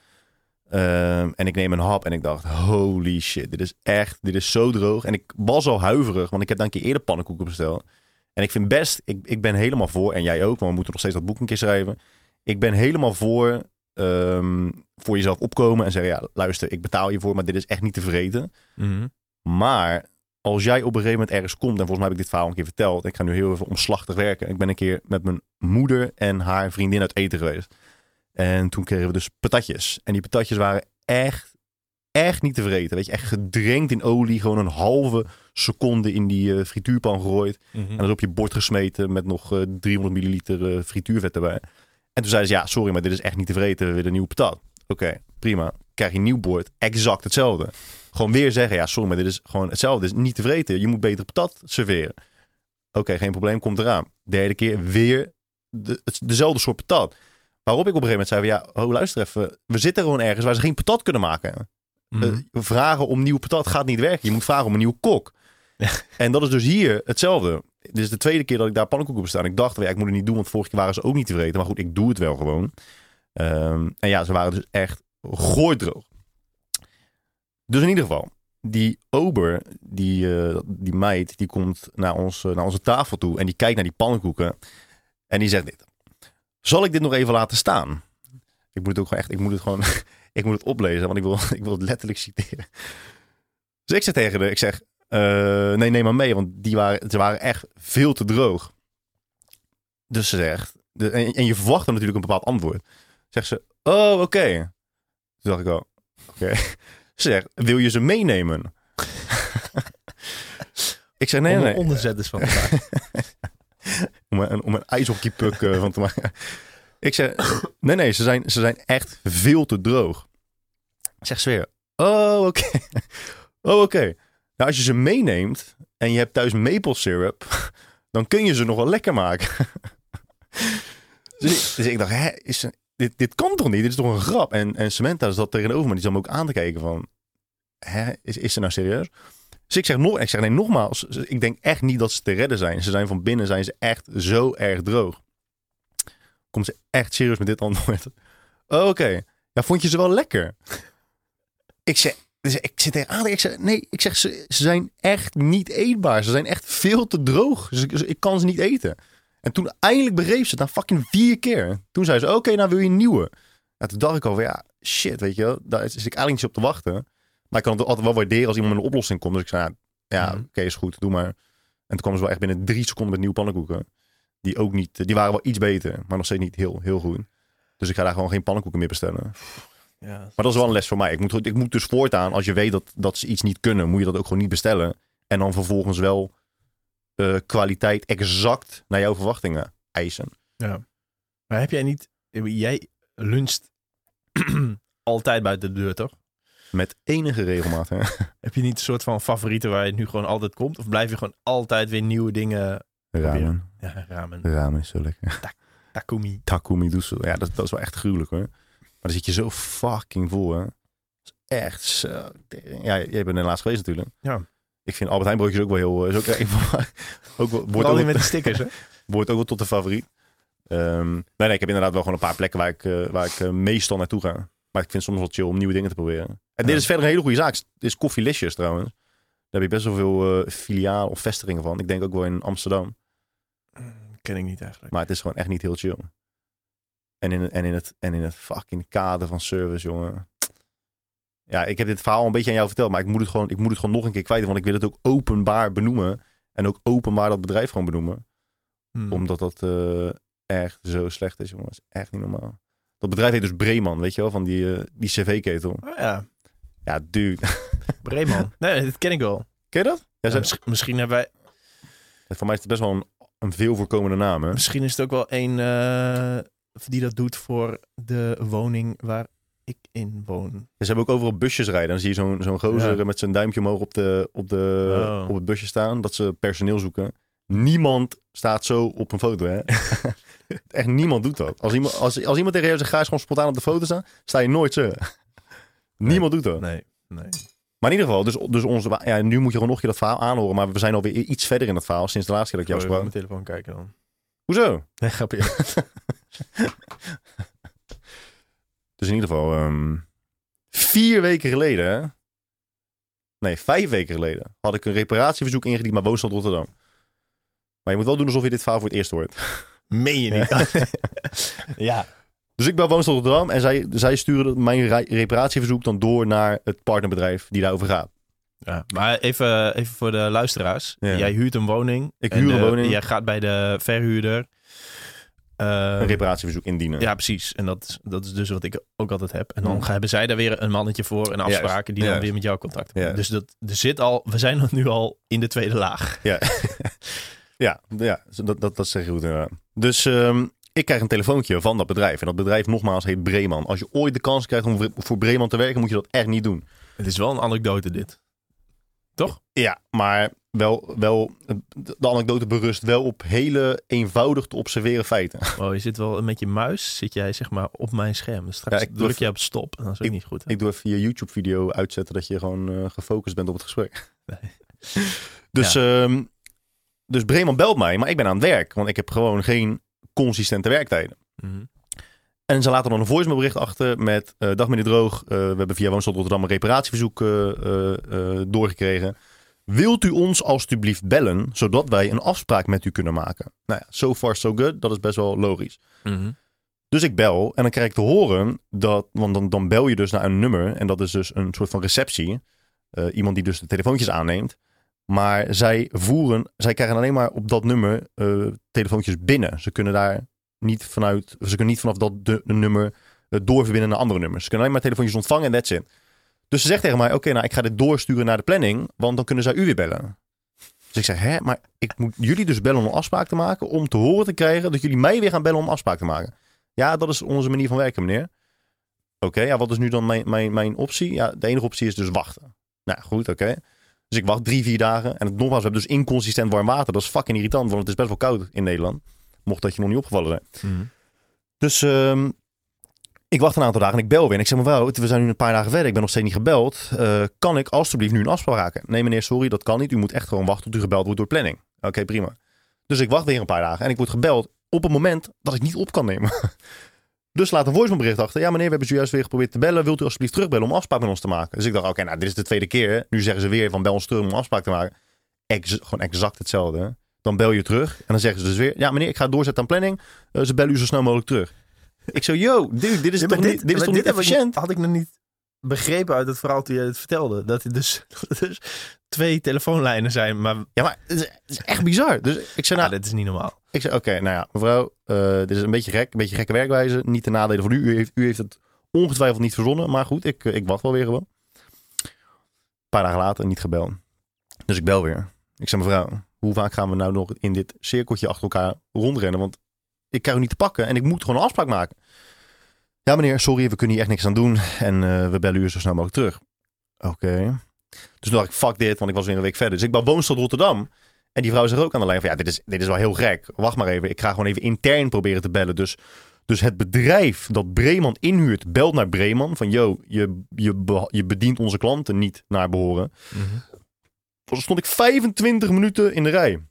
En ik neem een hap en ik dacht, holy shit, dit is zo droog. En ik was al huiverig, want ik heb dan een keer eerder pannenkoeken besteld. En ik vind best, ik ben helemaal voor, en jij ook, want we moeten nog steeds dat boek een keer schrijven. Ik ben helemaal voor jezelf opkomen en zeggen, ja, luister, ik betaal je voor, maar dit is echt niet te vreten. Mm-hmm. Maar als jij op een gegeven moment ergens komt, en volgens mij heb ik dit verhaal een keer verteld, ik ga nu heel even omslachtig werken. Ik ben een keer met mijn moeder en haar vriendin uit eten geweest. En toen kregen we dus patatjes. En die patatjes waren echt niet te vreten. Weet je, echt gedrenkt in olie. Gewoon een halve seconde in die frituurpan gegooid. Mm-hmm. En dan op je bord gesmeten met nog 300 milliliter frituurvet erbij. En toen zeiden ze, ja, sorry, maar dit is echt niet te vreten. We willen een nieuwe patat. Oké, prima. Krijg je een nieuw bord. Exact hetzelfde. Gewoon weer zeggen, ja, sorry, maar dit is gewoon hetzelfde. Dit is niet te vreten. Je moet beter patat serveren. Oké, geen probleem, komt eraan. Derde keer weer dezelfde soort patat. Waarop ik op een gegeven moment zei van, ja, luister even. We zitten gewoon ergens waar ze geen patat kunnen maken. Mm-hmm. Vragen om nieuwe patat gaat niet werken. Je moet vragen om een nieuwe kok. En dat is dus hier hetzelfde. Dit is de tweede keer dat ik daar pannenkoeken bestaan. Ik dacht, ja, ik moet het niet doen, want vorige keer waren ze ook niet tevreden. Maar goed, ik doe het wel gewoon. En ja, ze waren dus echt gooidroog. Dus in ieder geval, die ober, die meid, die komt naar onze tafel toe. En die kijkt naar die pannenkoeken. En die zegt dit. Zal ik dit nog even laten staan? Ik moet het ook gewoon echt, ik moet het oplezen, want ik wil het letterlijk citeren. Dus ik zeg tegen haar, nee, neem maar mee, want ze waren echt veel te droog. Dus ze zegt... En je verwacht dan natuurlijk een bepaald antwoord. Zegt ze, oh, oké. Toen dacht ik al, oké. Ze zegt, wil je ze meenemen? Ik zeg, nee. Om een onderzet is van te maken. om een ijshockeypuck van te maken. Ik zeg, nee, ze zijn echt veel te droog. Ik zeg, zweer, oh, oké. Oh, oké. Nou, als je ze meeneemt en je hebt thuis maple syrup, dan kun je ze nog wel lekker maken. Dus ik dacht, hè, dit kan toch niet? Dit is toch een grap? En Samantha zat tegenover me, die zat me ook aan te kijken van, hè, is ze nou serieus? Dus ik zeg nee, nogmaals, ik denk echt niet dat ze te redden zijn. Ze zijn van binnen, zijn ze echt zo erg droog. Komt ze echt serieus met dit antwoord? Oh, oké. Ja, vond je ze wel lekker? Ik zit er aan. Ik zeg, ze zijn echt niet eetbaar. Ze zijn echt veel te droog. Dus ik kan ze niet eten. En toen eindelijk begreep ze het, na fucking 4 keer. Toen zei ze, oké, nou wil je een nieuwe? Ja, toen dacht ik al, ja, shit, weet je wel. Daar zit ik eigenlijk niet op te wachten. Maar ik kan het altijd wel waarderen als iemand met een oplossing komt. Dus ik zei, oké, is goed, doe maar. En toen kwamen ze wel echt binnen 3 seconden met nieuwe pannenkoeken. Die waren wel iets beter, maar nog steeds niet heel, heel goed. Dus ik ga daar gewoon geen pannenkoeken meer bestellen. Ja, maar dat is wel een les voor mij. Ik moet dus voortaan, als je weet dat ze iets niet kunnen, moet je dat ook gewoon niet bestellen. En dan vervolgens wel kwaliteit exact naar jouw verwachtingen eisen. Ja. Maar heb jij niet... Jij luncht altijd buiten de deur, toch? Met enige regelmaat, hè? Heb je niet een soort van favorieten waar je nu gewoon altijd komt? Of blijf je gewoon altijd weer nieuwe dingen Ramen. Ja, ramen. Ramen is zo lekker. Takumi. Takumi doesel. Ja, dat is wel echt gruwelijk, hoor. Maar dan zit je zo fucking vol, hè? Dat is echt zo... Ja, jij bent er laatst geweest natuurlijk. Ja. Ik vind Albert Heijn broodjes ook wel heel... Is ook wel, Vooral niet met de stickers, hè? Wordt ook wel tot de favoriet. Nee, ik heb inderdaad wel gewoon een paar plekken waar ik meestal naartoe ga. Maar ik vind het soms wel chill om nieuwe dingen te proberen. En dit is verder een hele goede zaak. Dit is Koffielicious trouwens. Daar heb je best wel veel filialen of vestigingen van. Ik denk ook wel in Amsterdam. Ken ik niet eigenlijk. Maar het is gewoon echt niet heel chill. En in het fucking kader van service, jongen. Ja, ik heb dit verhaal een beetje aan jou verteld. Maar ik moet het gewoon nog een keer kwijt. Want ik wil het ook openbaar benoemen. En ook openbaar dat bedrijf gewoon benoemen. Omdat dat echt zo slecht is, jongen. Dat is echt niet normaal. Dat bedrijf heet dus Breeman, weet je wel? Van die cv-ketel. Oh ja. Ja, dude. Breeman. Nee, dat ken ik wel. Ken je dat? Ja, misschien hebben wij... Voor mij is het best wel een veel voorkomende naam, hè? Misschien is het ook wel een die dat doet voor de woning waar ik in woon. Ze hebben ook overal busjes rijden. Dan zie je zo'n gozer met zijn duimpje omhoog op het busje staan. Dat ze personeel zoeken. Niemand staat zo op een foto, hè? Echt niemand doet dat. Als iemand tegen jou zegt, ga eens gewoon spontaan op de foto staan, sta je nooit zo. Niemand doet dat. Nee. Maar in ieder geval, dus nu moet je gewoon nog een keer dat verhaal aanhoren. Maar we zijn alweer iets verder in het verhaal sinds de laatste keer dat ik jou sprak. Even op mijn telefoon kijken dan. Hoezo? Nee, grapje. Dus in ieder geval, 4 weken geleden, hè? Nee, 5 weken geleden had ik een reparatieverzoek ingediend bij Woonstad Rotterdam. Maar je moet wel doen alsof je dit verhaal voor het eerst hoort. Meen je niet? Ja. Dus ik bel Woonstad Rotterdam en zij sturen mijn reparatieverzoek dan door naar het partnerbedrijf die daarover gaat. Ja, maar even voor de luisteraars. Ja. Jij huurt een woning. Ik huur een woning. Jij gaat bij de verhuurder een reparatieverzoek indienen. Ja, precies. En dat is dus wat ik ook altijd heb. En dan hebben zij daar weer een mannetje voor en afspraken die dan weer met jou contact hebben. Dus we zijn nu al in de tweede laag. Ja, dat zeg je goed inderdaad. Dus ik krijg een telefoontje van dat bedrijf. En dat bedrijf nogmaals heet Breeman. Als je ooit de kans krijgt om voor Breeman te werken, moet je dat echt niet doen. Het is wel een anekdote dit. Toch? Ja, maar wel de anekdote berust wel op hele eenvoudig te observeren feiten. Oh, je zit wel met je muis, zit jij zeg maar op mijn scherm. Dus straks druk je op stop en dat is ook niet goed. Hè? Ik doe even je YouTube-video uitzetten dat je gewoon gefocust bent op het gesprek. Nee. Dus Breeman belt mij, maar ik ben aan het werk. Want ik heb gewoon geen consistente werktijden. Mm-hmm. En ze laten dan een voicemailbericht achter met... Dag meneer Droog, we hebben via Woonstad Rotterdam een reparatieverzoek doorgekregen. Wilt u ons alstublieft bellen, zodat wij een afspraak met u kunnen maken? Nou ja, so far so good. Dat is best wel logisch. Mm-hmm. Dus ik bel en dan krijg ik te horen dat... Want dan bel je dus naar een nummer en dat is dus een soort van receptie. Iemand die dus de telefoontjes aanneemt. Maar zij krijgen alleen maar op dat nummer telefoontjes binnen. Ze kunnen niet vanaf dat nummer doorverbinden naar andere nummers. Ze kunnen alleen maar telefoontjes ontvangen en that's it. Dus ze zegt tegen mij, oké, ik ga dit doorsturen naar de planning, want dan kunnen zij u weer bellen. Dus ik zeg, maar ik moet jullie dus bellen om een afspraak te maken, om te horen te krijgen dat jullie mij weer gaan bellen om een afspraak te maken. Ja, dat is onze manier van werken, meneer. Oké, wat is nu dan mijn optie? Ja, de enige optie is dus wachten. Nou, goed, oké. Dus ik wacht 3-4 dagen. En nogmaals, we hebben dus inconsistent warm water. Dat is fucking irritant, want het is best wel koud in Nederland. Mocht dat je nog niet opgevallen zijn. Mm. Dus ik wacht een aantal dagen en ik bel weer. En ik zeg, mevrouw, we zijn nu een paar dagen verder. Ik ben nog steeds niet gebeld. Kan ik alstublieft nu een afspraak maken? Nee, meneer, sorry, dat kan niet. U moet echt gewoon wachten tot u gebeld wordt door planning. Oké, prima. Dus ik wacht weer een paar dagen en ik word gebeld op het moment dat ik niet op kan nemen. Dus laat een voicemailbericht achter. Ja, meneer, we hebben zojuist weer geprobeerd te bellen. Wilt u alsjeblieft terugbellen om een afspraak met ons te maken? Dus ik dacht, oké, dit is de tweede keer. Hè? Nu zeggen ze weer van bel ons terug om een afspraak te maken. Gewoon exact hetzelfde. Hè? Dan bel je terug en dan zeggen ze dus weer, ja, meneer, ik ga doorzetten aan planning. Ze bellen u zo snel mogelijk terug. Ik zo, dude, dit is toch niet efficiënt? Had ik nog niet begrepen uit het verhaal toen je het vertelde. Dat er dus 2 telefoonlijnen zijn. Maar... Ja, maar het is echt bizar. Dus ik zei, dit is niet normaal. Ik zei, oké, nou ja, mevrouw, dit is een beetje gek. Een beetje gekke werkwijze. Niet de nadelen van u. U heeft het ongetwijfeld niet verzonnen. Maar goed, ik wacht wel weer gewoon. Een paar dagen later, niet gebeld. Dus ik bel weer. Ik zei, mevrouw, hoe vaak gaan we nou nog in dit cirkeltje achter elkaar rondrennen? Want ik krijg u niet te pakken en ik moet gewoon een afspraak maken. Ja, meneer, sorry, we kunnen hier echt niks aan doen. En we bellen u zo snel mogelijk terug. Oké. Dus toen dacht ik, fuck dit, want ik was weer een week verder. Dus ik bel Woonstad Rotterdam. En die vrouw zegt ook aan de lijn van, ja, dit is wel heel gek. Wacht maar even, ik ga gewoon even intern proberen te bellen. Dus het bedrijf dat Breeman inhuurt, belt naar Breeman. Van, je bedient onze klanten niet naar behoren. Mm-hmm. Dus stond ik 25 minuten in de rij.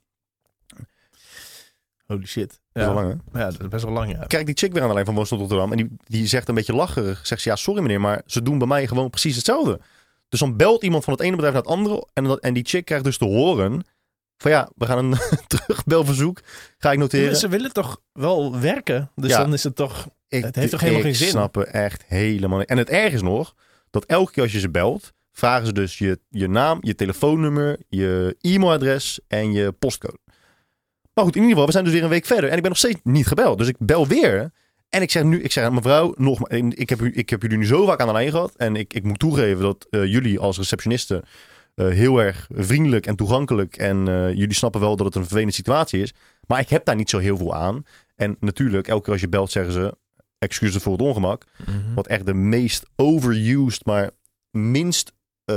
Holy shit. Dat is wel lang, hè? Ja, dat is best wel lang, ja. Kijk die chick weer aan de lijn van Woonstad Rotterdam. En die zegt een beetje lacherig. Zegt ze, ja, sorry meneer, maar ze doen bij mij gewoon precies hetzelfde. Dus dan belt iemand van het ene bedrijf naar het andere. En die chick krijgt dus te horen van, ja, we gaan een terugbelverzoek. Ga ik noteren. Ja, ze willen toch wel werken? Dus dan is het toch... Het heeft toch helemaal geen zin? Ik snap echt helemaal niet. En het erg is nog, dat elke keer als je ze belt, vragen ze dus je naam, je telefoonnummer, je e-mailadres en je postcode. Maar goed, in ieder geval, we zijn dus weer een week verder. En ik ben nog steeds niet gebeld. Dus ik bel weer. En ik zeg mevrouw, ik heb jullie nu zo vaak aan de lijn gehad. En ik moet toegeven dat jullie als receptionisten heel erg vriendelijk en toegankelijk. En jullie snappen wel dat het een vervelende situatie is. Maar ik heb daar niet zo heel veel aan. En natuurlijk, elke keer als je belt zeggen ze, excuses voor het ongemak. Mm-hmm. Wat echt de meest overused, maar minst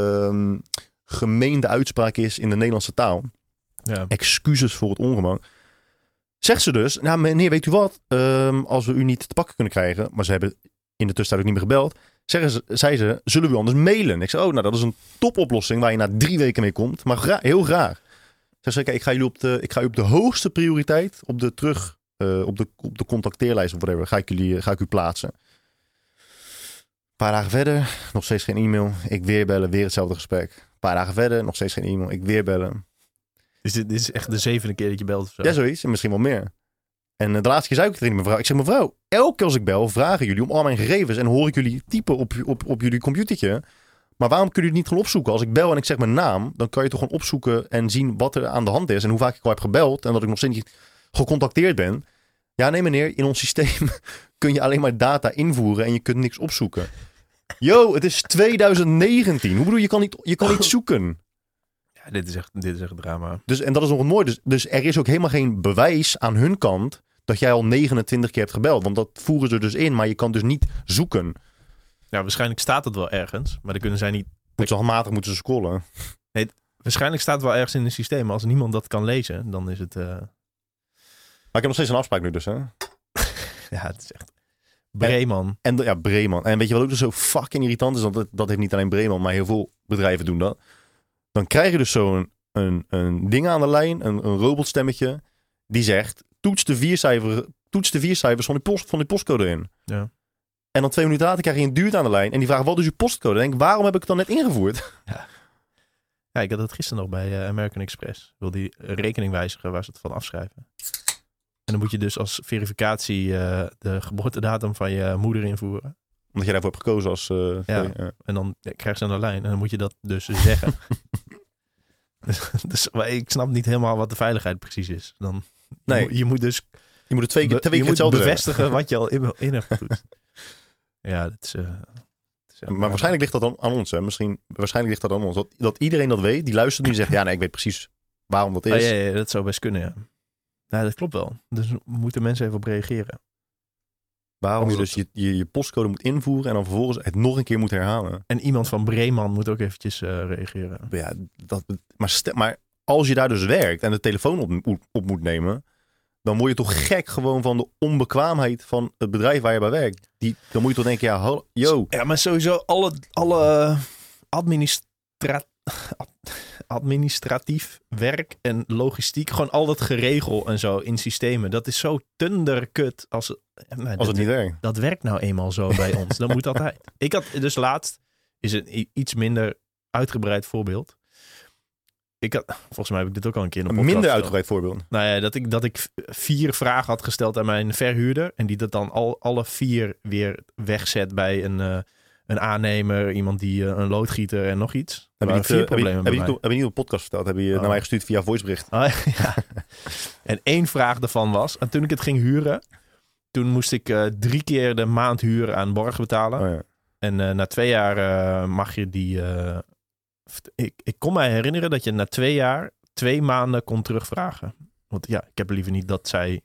gemeende uitspraak is in de Nederlandse taal. Ja. Excuses voor het ongemak. Zegt ze dus, nou meneer, weet u wat? Als we u niet te pakken kunnen krijgen, maar ze hebben in de tussentijd ook niet meer gebeld, zei ze, zullen we u anders mailen? Ik zei, dat is een topoplossing waar je na 3 weken mee komt, maar heel graag. Zeg ze, kijk, ik ga u op de hoogste prioriteit, op de contacteerlijst of whatever, ga ik u plaatsen. Een paar dagen verder, nog steeds geen e-mail. Ik weer bellen, weer hetzelfde gesprek. Een paar dagen verder, nog steeds geen e-mail. Ik weer bellen. Dus dit is echt de 7e keer dat je belt of zo? Ja, zoiets. En misschien wel meer. En de laatste keer zei ik tegen mevrouw. Ik zeg, mevrouw, elke keer als ik bel, vragen jullie om al mijn gegevens. En hoor ik jullie typen op jullie computertje. Maar waarom kunnen jullie het niet gewoon opzoeken? Als ik bel en ik zeg mijn naam, dan kan je toch gewoon opzoeken en zien wat er aan de hand is. En hoe vaak ik al heb gebeld en dat ik nog steeds niet gecontacteerd ben. Ja, nee meneer, in ons systeem kun je alleen maar data invoeren en je kunt niks opzoeken. Yo, het is 2019. Hoe bedoel je, je kan niet zoeken. Ja, dit is echt drama. Dus, en dat is nog mooi. Dus er is ook helemaal geen bewijs aan hun kant dat jij al 29 keer hebt gebeld. Want dat voeren ze dus in, maar je kan dus niet zoeken. Ja, waarschijnlijk staat het wel ergens, maar dan kunnen zij niet... Handmatig moeten ze scrollen. Nee, waarschijnlijk staat het wel ergens in het systeem. Maar als niemand dat kan lezen, dan is het... Maar ik heb nog steeds een afspraak nu dus, hè? Ja, het is echt... Breeman. Ja, Breeman. En weet je wat ook dus zo fucking irritant is? Want dat heeft niet alleen Breeman, maar heel veel bedrijven doen dat. Dan krijg je dus zo'n een ding aan de lijn, een robotstemmetje, die zegt, toets de 4 cijfers van die postcode in. Ja. En dan 2 minuten later krijg je een duurt aan de lijn en die vraagt, wat is uw postcode? En denk, waarom heb ik het dan net ingevoerd? Ja, ik had het gisteren nog bij American Express. Ik wil die rekening wijzigen waar ze het van afschrijven. En dan moet je dus als verificatie de geboortedatum van je moeder invoeren. Omdat jij daarvoor hebt gekozen als... En dan krijg je ze aan de lijn en dan moet je dat dus zeggen. Dus maar ik snap niet helemaal wat de veiligheid precies is. Dan, Nee. je moet dus Je moet het twee keer je moet hetzelfde bevestigen wat je al in hebt getoetst. Ja, dat is... Maar waarschijnlijk ligt dat dan aan ons. Hè? Waarschijnlijk ligt dat aan ons. Dat iedereen dat weet. Die luistert nu en zegt... Ja, nee, ik weet precies waarom dat is. Ja, dat zou best kunnen, ja. Nou, dat klopt wel. Dus moeten mensen even op reageren. Waarom je dus je postcode moet invoeren... en dan vervolgens het nog een keer moet herhalen. En iemand van Breeman moet ook eventjes reageren. Ja, maar als je daar dus werkt... en de telefoon op moet nemen... dan word je toch gek gewoon van de onbekwaamheid... van het bedrijf waar je bij werkt. Dan moet je toch denken... Ja, maar sowieso alle administratief werk en logistiek... gewoon al dat geregel en zo in systemen... dat is zo thunderkut als het niet werkt. Dat werkt nou eenmaal zo bij ons. Dat moet altijd. Ik had dus laatst... is een iets minder uitgebreid voorbeeld... volgens mij heb ik dit ook al een keer in een podcast minder uitgebreid voorbeeld. Nou ja, dat ik 4 vragen had gesteld aan mijn verhuurder. En die dat dan alle 4 weer wegzet bij een aannemer. Iemand die een loodgieter en nog iets. Er waren 4 problemen bij mij. Heb je niet op podcast verteld? Heb je naar mij gestuurd via voicebericht? Ja. En 1 vraag daarvan was... En toen ik het ging huren... Toen moest ik 3 keer de maand huur aan borg betalen. Oh ja. En na 2 jaar mag je die... Ik kon mij herinneren dat je na 2 jaar 2 maanden kon terugvragen. Want ja, ik heb liever niet dat zij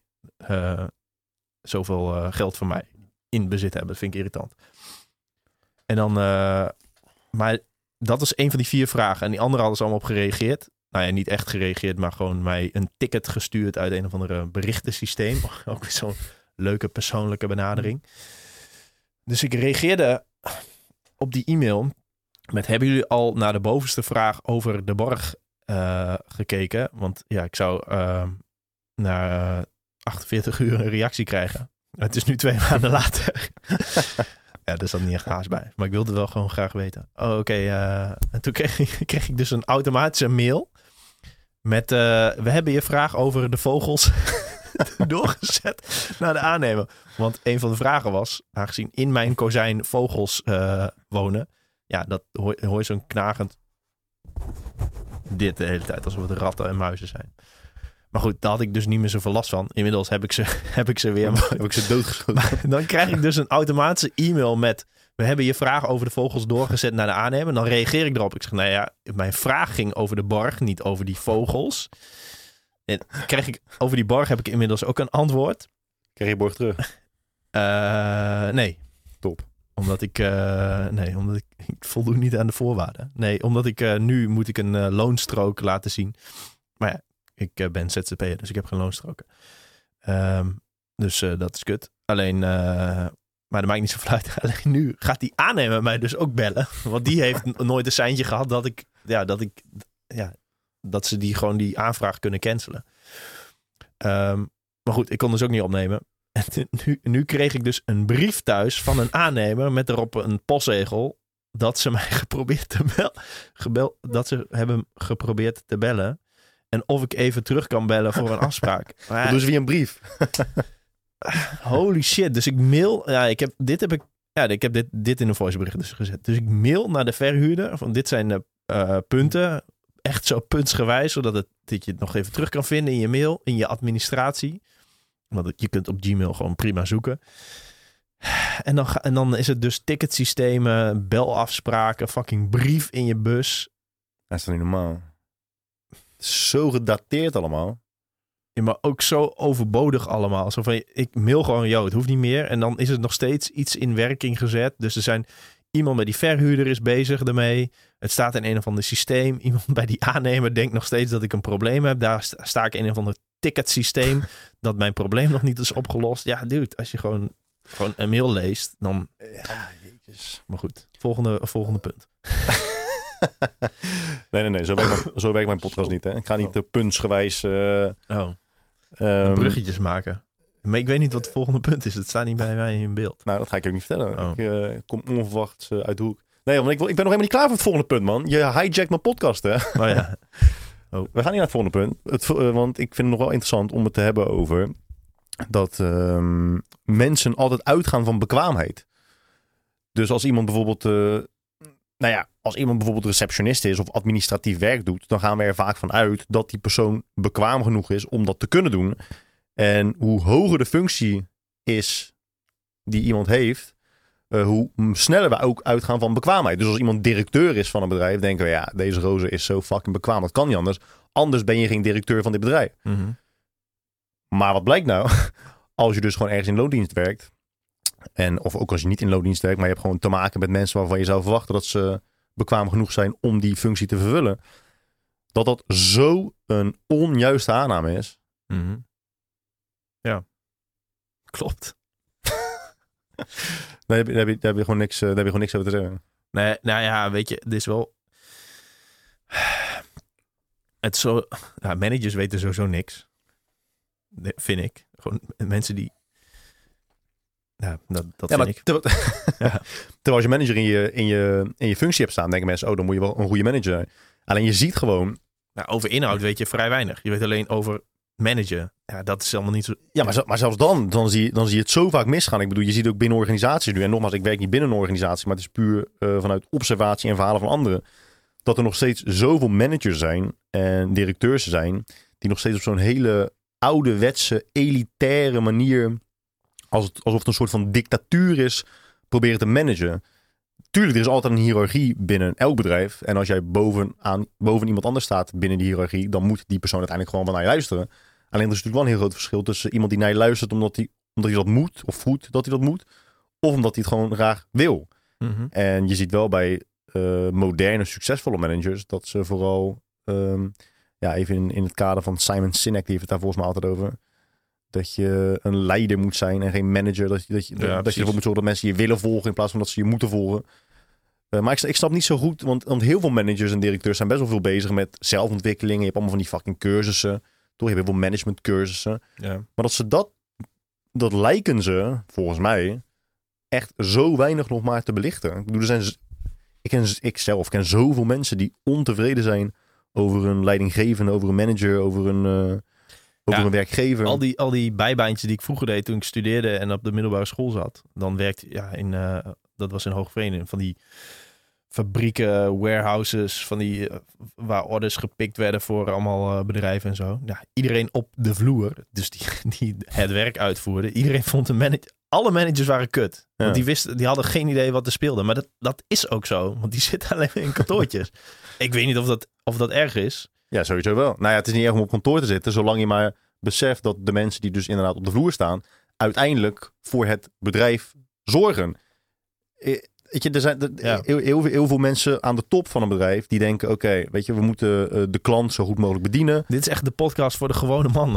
zoveel geld van mij in bezit hebben. Dat vind ik irritant. En dan... maar dat was 1 van die 4 vragen. En die andere hadden ze allemaal op gereageerd. Nou ja, niet echt gereageerd, maar gewoon mij een ticket gestuurd uit een of andere berichtensysteem. Ook weer zo'n leuke persoonlijke benadering. Dus ik reageerde op die e-mail... met hebben jullie al naar de bovenste vraag over de borg gekeken? Want ja, ik zou na 48 uur een reactie krijgen. Het is nu 2 maanden later. Ja, er zat niet echt haast bij. Maar ik wilde wel gewoon graag weten. Oh, oké. En toen kreeg ik dus een automatische mail. Met, we hebben je vraag over de vogels doorgezet naar de aannemer. Want een van de vragen was, aangezien in mijn kozijn vogels wonen... Ja, dat hoor je zo'n knagend... dit de hele tijd, alsof het ratten en muizen zijn. Maar goed, daar had ik dus niet meer zoveel last van. Inmiddels heb ik ze weer... Heb ik ze doodgeschoten. Dan krijg ik dus een automatische e-mail met... we hebben je vraag over de vogels doorgezet naar de aannemer. Dan reageer ik erop. Ik zeg, nou ja, mijn vraag ging over de borg, niet over die vogels. En over die borg heb ik inmiddels ook een antwoord. Krijg je borg terug? Nee. Top. Omdat ik voldoe niet aan de voorwaarden. Nee, omdat nu moet ik een loonstrook laten zien. Maar ja, ik ben ZZP'er, dus ik heb geen loonstroken. Dus dat is kut. Alleen, maar dat maakt niet zoveel uit. Alleen nu gaat die aannemer mij dus ook bellen. Want die heeft nooit een seintje gehad dat ze die aanvraag kunnen cancelen. Maar goed, ik kon dus ook niet opnemen. En nu kreeg ik dus een brief thuis van een aannemer met erop een postzegel dat ze mij hebben geprobeerd te bellen. En of ik even terug kan bellen voor een afspraak. Maar dus via een brief. Holy shit. Dus ik mail... Ja, ik heb dit in een voicebericht dus gezet. Dus ik mail naar de verhuurder. Van dit zijn de punten. Echt zo puntsgewijs. Zodat je het nog even terug kan vinden in je mail. In je administratie. Want je kunt op Gmail gewoon prima zoeken. En dan is het dus ticketsystemen, belafspraken, fucking brief in je bus. Dat is toch niet normaal? Het is zo gedateerd allemaal. Ja, maar ook zo overbodig allemaal. Zo van, ik mail gewoon, het hoeft niet meer. En dan is het nog steeds iets in werking gezet. Dus iemand bij die verhuurder is bezig ermee. Het staat in een of ander systeem. Iemand bij die aannemer denkt nog steeds dat ik een probleem heb. Daar sta ik in een of ander ticketsysteem dat mijn probleem nog niet is opgelost. Ja, dude, als je gewoon een mail leest, dan... Ja, jeetjes. Maar goed, volgende punt. Nee. Zo werkt mijn podcast niet. Hè. Ik ga niet puntsgewijs... bruggetjes maken. Maar ik weet niet wat het volgende punt is. Het staat niet bij mij in beeld. Nou, dat ga ik ook niet vertellen. Oh. Ik kom onverwachts uit de hoek. Nee, want ik ben nog helemaal niet klaar voor het volgende punt, man. Je hijjackt mijn podcast, hè? Oh ja. Oh. We gaan niet naar het volgende punt. Want ik vind het nog wel interessant om het te hebben over... dat mensen altijd uitgaan van bekwaamheid. Dus als iemand bijvoorbeeld nou ja, als iemand bijvoorbeeld receptionist is of administratief werk doet, dan gaan we er vaak van uit dat die persoon bekwaam genoeg is om dat te kunnen doen. En hoe hoger de functie is die iemand heeft, hoe sneller we ook uitgaan van bekwaamheid. Dus als iemand directeur is van een bedrijf, denken we, ja, deze gozer is zo fucking bekwaam. Dat kan niet anders. Anders ben je geen directeur van dit bedrijf. Mm-hmm. Maar wat blijkt nou? Als je dus gewoon ergens in loondienst werkt, of ook als je niet in loondienst werkt, maar je hebt gewoon te maken met mensen waarvan je zou verwachten dat ze bekwaam genoeg zijn om die functie te vervullen, dat zo een onjuiste aanname is. Mm-hmm. Ja, klopt. Daar heb je gewoon niks over te zeggen. Nee, nou ja, weet je, dit is wel... Het is zo... Ja, managers weten sowieso niks. Vind ik. Gewoon mensen die... Ja, dat vind ik. Terwijl als je manager in je functie hebt staan, denken mensen, dan moet je wel een goede manager zijn. Alleen je ziet gewoon... Nou, over inhoud weet je vrij weinig. Je weet alleen over managen. Ja, dat is allemaal niet zo... Ja, maar zelfs dan zie je het zo vaak misgaan. Ik bedoel, je ziet ook binnen organisaties nu. En nogmaals, ik werk niet binnen een organisatie, maar het is puur vanuit observatie en verhalen van anderen. Dat er nog steeds zoveel managers zijn en directeurs zijn, die nog steeds op zo'n hele ouderwetse, elitaire manier, alsof het een soort van dictatuur is, proberen te managen. Tuurlijk, er is altijd een hiërarchie binnen elk bedrijf. En als jij boven iemand anders staat binnen die hiërarchie, dan moet die persoon uiteindelijk gewoon naar je luisteren. Alleen er is natuurlijk wel een heel groot verschil tussen iemand die naar je luistert omdat hij dat moet, of voelt dat hij dat moet, of omdat hij het gewoon graag wil. Mm-hmm. En je ziet wel bij moderne, succesvolle managers dat ze vooral, even in het kader van Simon Sinek, die heeft het daar volgens mij altijd over, dat je een leider moet zijn en geen manager. Dat je ervoor moet zorgen dat mensen je willen volgen in plaats van dat ze je moeten volgen. Maar ik snap niet zo goed, want heel veel managers en directeurs zijn best wel veel bezig met zelfontwikkeling. Je hebt allemaal van die fucking cursussen. Toch, je hebt heel veel management cursussen. Ja. Maar dat ze dat lijken ze, volgens mij, echt zo weinig nog maar te belichten. Ik bedoel, ik zelf ken zoveel mensen die ontevreden zijn over een leidinggevende, over een manager, over een werkgever. Al die bijbaantjes die ik vroeger deed toen ik studeerde en op de middelbare school zat. Dan werkte dat was in Hoogveen, van die fabrieken, warehouses, van die waar orders gepikt werden voor allemaal bedrijven en zo. Ja, iedereen op de vloer, dus die het werk uitvoerde. Iedereen vond alle managers waren kut. Ja. Want die hadden geen idee wat er speelde. Maar dat is ook zo, want die zitten alleen maar in kantoortjes. Ik weet niet of dat erg is. Ja, sowieso wel. Nou ja, het is niet erg om op kantoor te zitten, zolang je maar beseft dat de mensen die dus inderdaad op de vloer staan, uiteindelijk voor het bedrijf zorgen. Weet je, er zijn heel veel mensen aan de top van een bedrijf die denken, oké, weet je, we moeten de klant zo goed mogelijk bedienen. Dit is echt de podcast voor de gewone man.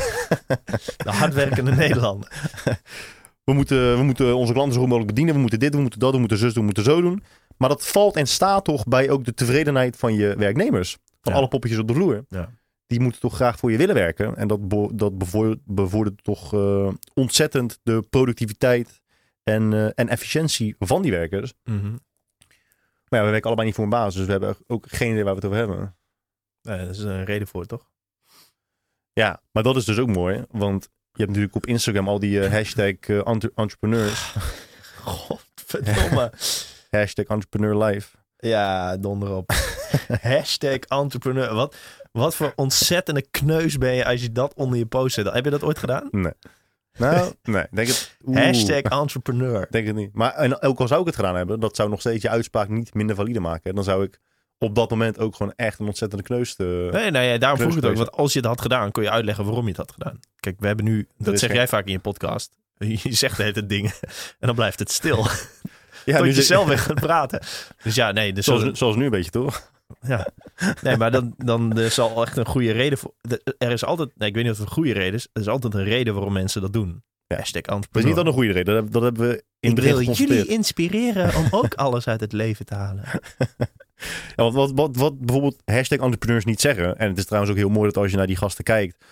De hardwerkende Nederlander. We moeten onze klanten zo goed mogelijk bedienen. We moeten dit, we moeten dat, we moeten zus doen, we moeten zo doen. Maar dat valt en staat toch bij ook de tevredenheid van je werknemers. Van alle poppetjes op de vloer. Ja. Die moeten toch graag voor je willen werken. En dat bevordert toch ontzettend de productiviteit en efficiëntie van die werkers. Mm-hmm. Maar ja, we werken allebei niet voor een baas. Dus we hebben ook geen idee waar we het over hebben. Dat is een reden voor, toch? Ja, maar dat is dus ook mooi. Want je hebt natuurlijk op Instagram al die hashtag entrepreneurs. Godverdomme. Hashtag entrepreneur life. Ja, donder op. Hashtag entrepreneur. Wat voor ontzettende kneus ben je als je dat onder je post zet. Heb je dat ooit gedaan? Nee. Nou, nee. Denk het, Hashtag entrepreneur. Denk het niet. Maar ook al zou ik het gedaan hebben, dat zou nog steeds je uitspraak niet minder valide maken. Dan zou ik op dat moment ook gewoon echt een ontzettende kneus Nee, daarom vroeg ik het ook. Want als je het had gedaan, kon je uitleggen waarom je het had gedaan. Kijk, we hebben nu, dat zeg jij vaak in je podcast. Je zegt de hele tijd dingen en dan blijft het stil. Ja, tot je zelf weer gaat praten. Dus ja, nee. Dus zoals nu een beetje, toch? Ja. Nee, maar dan er zal echt een goede reden voor. Er is altijd, ik weet niet of het een goede reden is. Er is altijd een reden waarom mensen dat doen. Ja. Hashtag Dat entrepreneur. is niet dan een goede reden. Dat hebben we in Ik het wil begin jullie inspireren om ook alles uit het leven te halen. Ja, wat bijvoorbeeld hashtag entrepreneurs niet zeggen. En het is trouwens ook heel mooi dat als je naar die gasten kijkt.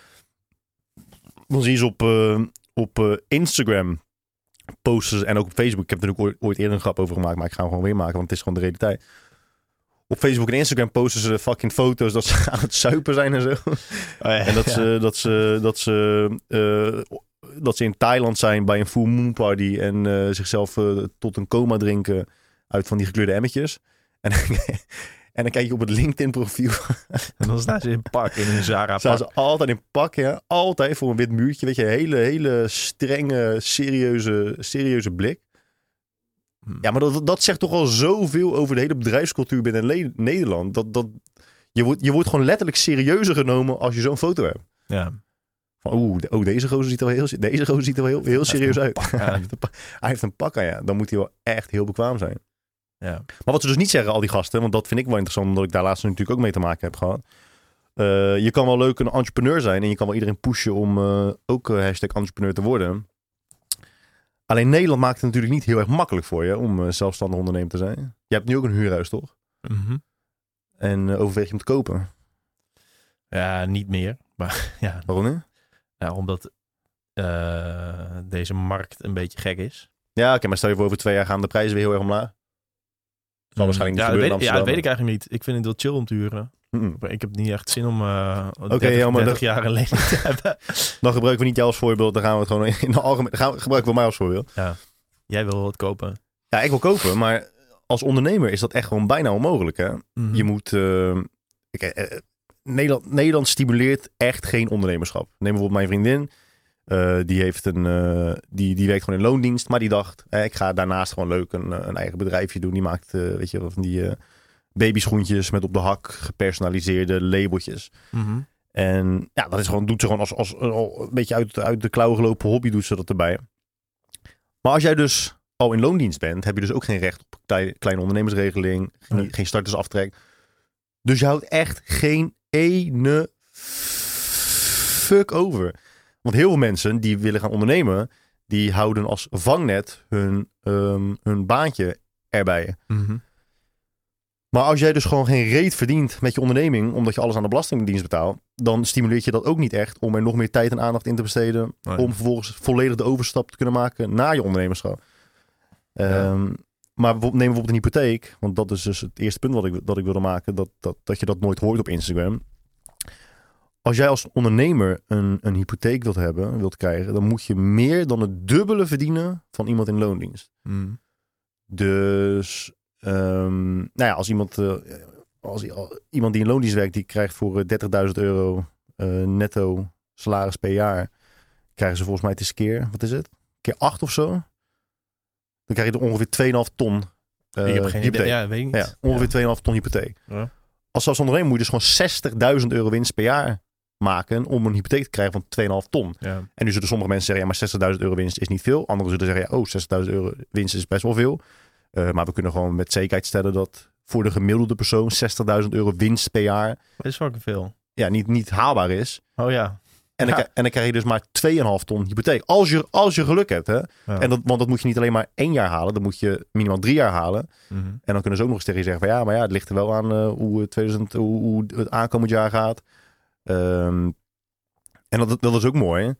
Dan zie je ze op Instagram posten en ook op Facebook. Ik heb er natuurlijk ooit eerder een grap over gemaakt. Maar ik ga hem gewoon weer maken, want het is gewoon de realiteit. Op Facebook en Instagram posten ze fucking foto's dat ze aan het zuipen zijn en zo. Oh ja, en dat ze in Thailand zijn bij een full moon party en zichzelf tot een coma drinken uit van die gekleurde emmetjes. En dan kijk je op het LinkedIn profiel. En dan staan ze in pak, in een Zara Staan pak. ze altijd in pak, ja. Altijd voor een wit muurtje. Weet je, hele strenge, serieuze blik. Ja, maar dat zegt toch al zoveel over de hele bedrijfscultuur binnen Nederland. Je wordt gewoon letterlijk serieuzer genomen als je zo'n foto hebt. Ja. Van, deze gozer ziet er wel heel serieus uit. Hij heeft een pak aan, ja. Dan moet hij wel echt heel bekwaam zijn. Ja. Maar wat ze dus niet zeggen, al die gasten, want dat vind ik wel interessant, omdat ik daar laatst natuurlijk ook mee te maken heb gehad. Je kan wel leuk een entrepreneur zijn en je kan wel iedereen pushen om ook hashtag entrepreneur te worden. Alleen Nederland maakt het natuurlijk niet heel erg makkelijk voor je om zelfstandig ondernemer te zijn. Je hebt nu ook een huurhuis, toch? Mm-hmm. En overweeg je hem te kopen? Ja, niet meer. Maar ja, Waarom niet? nou, omdat deze markt een beetje gek is. Ja, oké, maar stel je voor over 2 jaar gaan de prijzen weer heel erg omlaag. Zal waarschijnlijk niet gebeuren in dat Amsterdam. weet ik eigenlijk niet. Ik vind het wel chill om te huren. Mm-mm. Maar ik heb niet echt zin om 30 maar jaar een lening te hebben. Dan gebruiken we niet jou als voorbeeld. Dan gaan we het gewoon in de algemeen. Gebruiken we mij als voorbeeld. Ja. Jij wil wat kopen. Ja, ik wil kopen, maar als ondernemer is dat echt gewoon bijna onmogelijk. Hè? Mm-hmm. Je moet. Nederland stimuleert echt geen ondernemerschap. Neem bijvoorbeeld mijn vriendin. Die werkt gewoon in loondienst. Maar die dacht, ik ga daarnaast gewoon leuk een eigen bedrijfje doen. Die maakt, weet je, van die babyschoentjes met op de hak gepersonaliseerde labeltjes. Mm-hmm. En ja, dat is gewoon, doet ze gewoon als een beetje uit de klauwen gelopen hobby, doet ze dat erbij. Maar als jij dus al in loondienst bent, heb je dus ook geen recht op kleine ondernemersregeling, geen startersaftrek. Dus je houdt echt geen ene fuck over. Want heel veel mensen die willen gaan ondernemen, die houden als vangnet hun baantje erbij. Mm-hmm. Maar als jij dus gewoon geen reet verdient met je onderneming, omdat je alles aan de belastingdienst betaalt, dan stimuleert je dat ook niet echt om er nog meer tijd en aandacht in te besteden, om vervolgens volledig de overstap te kunnen maken naar je ondernemerschap. Maar neem bijvoorbeeld een hypotheek, want dat is dus het eerste punt dat ik wilde maken, dat je dat nooit hoort op Instagram. Als jij als ondernemer een hypotheek wilt krijgen, dan moet je meer dan het dubbele verdienen van iemand in loondienst. Mm. Dus als iemand die in loondienst werkt, die krijgt voor €30.000 netto salaris per jaar, krijgen ze volgens mij het is keer 8 of zo. Dan krijg je er ongeveer 2,5 ton ik heb geen idee. Ja, weet ik niet. Ja, ongeveer 2,5 ton hypotheek. Ja. Als ondernemer moet je dus gewoon €60.000 winst per jaar maken om een hypotheek te krijgen van 2,5 ton. Ja. En nu zullen sommige mensen zeggen, ja, maar €60.000 winst is niet veel. Anderen zullen zeggen, ja, €60.000 winst is best wel veel. Maar we kunnen gewoon met zekerheid stellen dat voor de gemiddelde persoon €60.000 winst per jaar Dat is fucking veel. ja, niet haalbaar is. Oh ja. En dan krijg je dus maar 2,5 ton hypotheek. Als je geluk hebt. Hè? Ja. Want dat moet je niet alleen maar 1 jaar halen. Dan moet je minimaal 3 jaar halen. Mm-hmm. En dan kunnen ze ook nog eens tegen je zeggen van ja, het ligt er wel aan hoe het aankomend jaar gaat. En dat is ook mooi.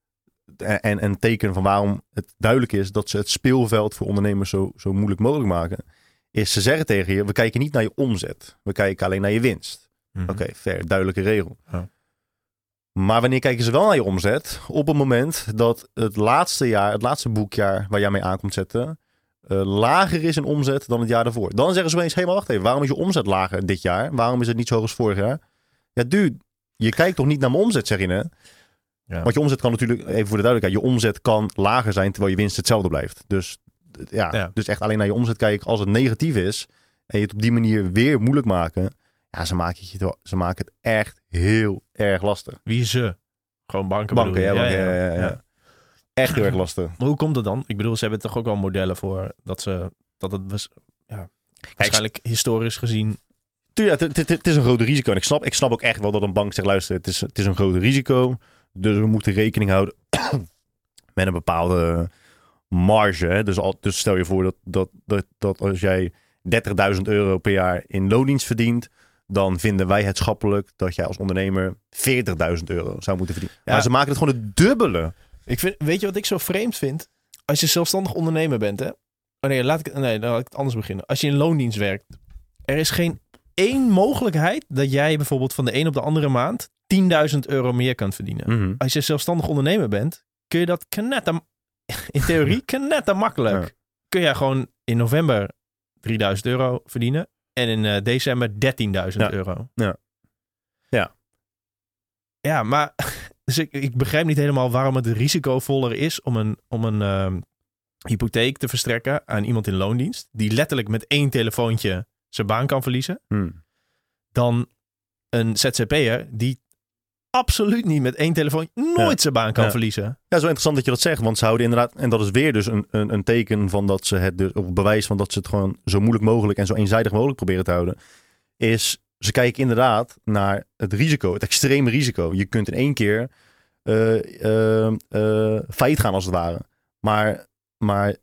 En een teken van waarom het duidelijk is dat ze het speelveld voor ondernemers zo moeilijk mogelijk maken. Is ze zeggen tegen je, we kijken niet naar je omzet. We kijken alleen naar je winst. Mm-hmm. Oké, fair, duidelijke regel. Ja. Maar wanneer kijken ze wel naar je omzet? Op het moment dat het laatste boekjaar waar jij mee aan komt zetten, lager is in omzet dan het jaar daarvoor. Dan zeggen ze opeens, maar wacht even, waarom is je omzet lager dit jaar? Waarom is het niet zo hoog als vorig jaar? Ja, dude, je kijkt toch niet naar mijn omzet, zeg je hè? Ja. Want je omzet kan natuurlijk, even voor de duidelijkheid, je omzet kan lager zijn terwijl je winst hetzelfde blijft. Dus dus echt alleen naar je omzet kijken als het negatief is en je het op die manier weer moeilijk maken. Ja, ze maken het echt heel erg lastig. Wie ze? Gewoon banken. Banken, ja. Echt heel erg lastig. Maar hoe komt het dan? Ik bedoel, ze hebben toch ook wel modellen voor dat het was, waarschijnlijk historisch gezien. Het is een groot risico. En ik snap ook echt wel dat een bank zegt, luister, het is een groot risico. Dus we moeten rekening houden met een bepaalde marge. Hè? Dus stel je voor dat als jij €30.000 per jaar in loondienst verdient, dan vinden wij het schappelijk dat jij als ondernemer €40.000 zou moeten verdienen. Ja. Maar ze maken het gewoon het dubbele. Weet je wat ik zo vreemd vind? Als je zelfstandig ondernemer bent, hè? Dan laat ik het anders beginnen. Als je in loondienst werkt, er is geen één mogelijkheid dat jij bijvoorbeeld van de een op de andere maand €10.000 meer kan verdienen. Mm-hmm. Als je zelfstandig ondernemer bent, kun je dat in theorie makkelijk. Ja. Kun jij gewoon in november €3.000 verdienen. En in december 13.000 euro. Ja. Ja. Ja, maar dus ik begrijp niet helemaal waarom het risicovoller is om een hypotheek te verstrekken aan iemand in loondienst. Die letterlijk met 1 telefoontje zijn baan kan verliezen. Dan een ZZP'er die absoluut niet met 1 telefoon nooit zijn baan kan verliezen. Ja, zo interessant dat je dat zegt. Want ze houden inderdaad, en dat is weer dus een teken van dat ze het, of bewijs van dat ze het gewoon zo moeilijk mogelijk en zo eenzijdig mogelijk proberen te houden. Is, ze kijken inderdaad naar het risico, het extreme risico. Je kunt in 1 keer failliet gaan als het ware. Maar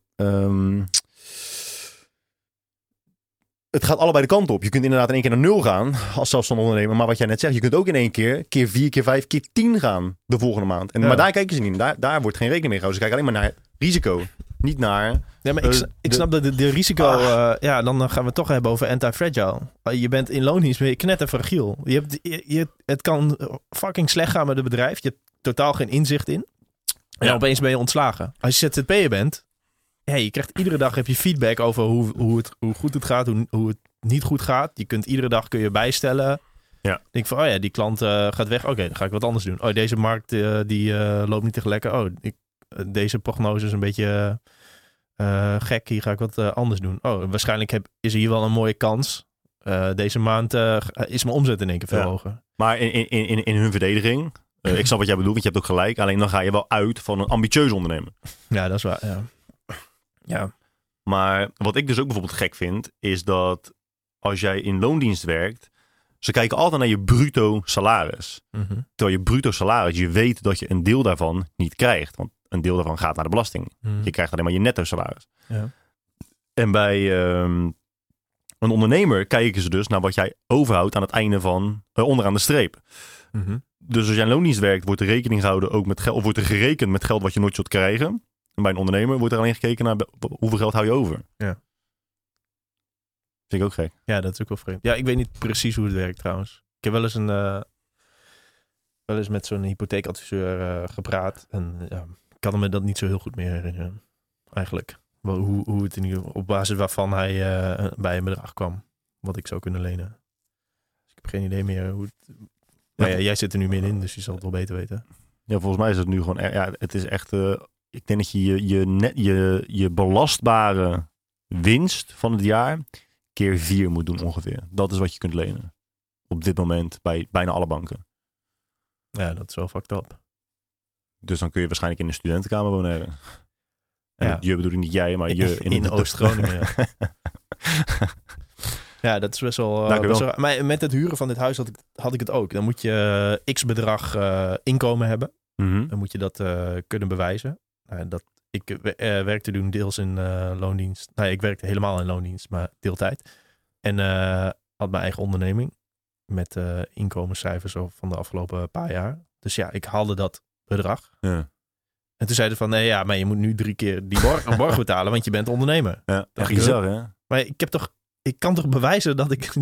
het gaat allebei de kant op. Je kunt inderdaad in 1 keer naar 0 gaan als zelfstandig ondernemer. Maar wat jij net zegt, je kunt ook in 1 keer 4, keer 5, keer 10 gaan de volgende maand. Maar daar kijken ze niet. Daar wordt geen rekening mee gehouden. Ze kijken alleen maar naar risico. Niet naar... Ja, maar ik snap dat de risico... dan gaan we het toch hebben over anti-fragile. Je bent in loondienst, ben je knetterfragiel. Het kan fucking slecht gaan met het bedrijf. Je hebt totaal geen inzicht in. En opeens ben je ontslagen. Als je ZZP'er bent... Ja, je krijgt iedere dag heb je feedback over hoe goed het gaat, hoe het niet goed gaat. Je kunt iedere dag kun je bijstellen. Ja. Denk van, die klant gaat weg. Oké, dan ga ik wat anders doen. Oh, deze markt die loopt niet echt lekker. Oh, deze prognose is een beetje gek. Hier ga ik wat anders doen. Oh, waarschijnlijk is er hier wel een mooie kans. Deze maand is mijn omzet in 1 keer veel hoger. Maar in hun verdediging, ik snap wat jij bedoelt, want je hebt ook gelijk. Alleen dan ga je wel uit van een ambitieus ondernemer. Ja, dat is waar, ja. Maar wat ik dus ook bijvoorbeeld gek vind, is dat als jij in loondienst werkt, ze kijken altijd naar je bruto salaris. Mm-hmm. Terwijl je bruto salaris, je weet dat je een deel daarvan niet krijgt. Want een deel daarvan gaat naar de belasting. Mm-hmm. Je krijgt alleen maar je netto salaris. Ja. En bij een ondernemer kijken ze dus naar wat jij overhoudt aan het einde van onderaan de streep. Mm-hmm. Dus als jij in loondienst werkt, wordt er rekening gehouden ook met geld, of wordt er gerekend met geld wat je nooit zult krijgen. En bij een ondernemer wordt er alleen gekeken naar hoeveel geld hou je over. Ja. Vind ik ook gek. Ja, dat is ook wel vreemd. Ja, ik weet niet precies hoe het werkt trouwens. Ik heb wel eens met zo'n hypotheekadviseur gepraat. En ik kan me dat niet zo heel goed meer herinneren. Eigenlijk. Hoe het in ieder geval, op basis waarvan hij bij een bedrag kwam. Wat ik zou kunnen lenen. Dus ik heb geen idee meer hoe het... Maar jij zit er nu middenin, dus je zal het wel beter weten. Ja, volgens mij is het nu gewoon... het is echt... ik denk dat je belastbare winst van het jaar keer 4 moet doen ongeveer. Dat is wat je kunt lenen. Op dit moment bij bijna alle banken. Ja, dat is wel fucked up. Dus dan kun je waarschijnlijk in een studentenkamer wonen. En je bedoel ik niet jij, maar je... In Oost-Groningen. Ja, dat is best wel... Maar met het huren van dit huis had ik het ook. Dan moet je x bedrag inkomen hebben. Mm-hmm. Dan moet je dat kunnen bewijzen. Ik werkte toen deels in loondienst. Nee, ik werkte helemaal in loondienst, maar deeltijd. En had mijn eigen onderneming met inkomenscijfers van de afgelopen paar jaar. Dus ja, ik haalde dat bedrag. Ja. En toen zeiden ze van, nee, maar je moet nu 3 keer die borg betalen, want je bent ondernemer. Ja, echt bizar, hè? Maar ik kan toch bewijzen dat ik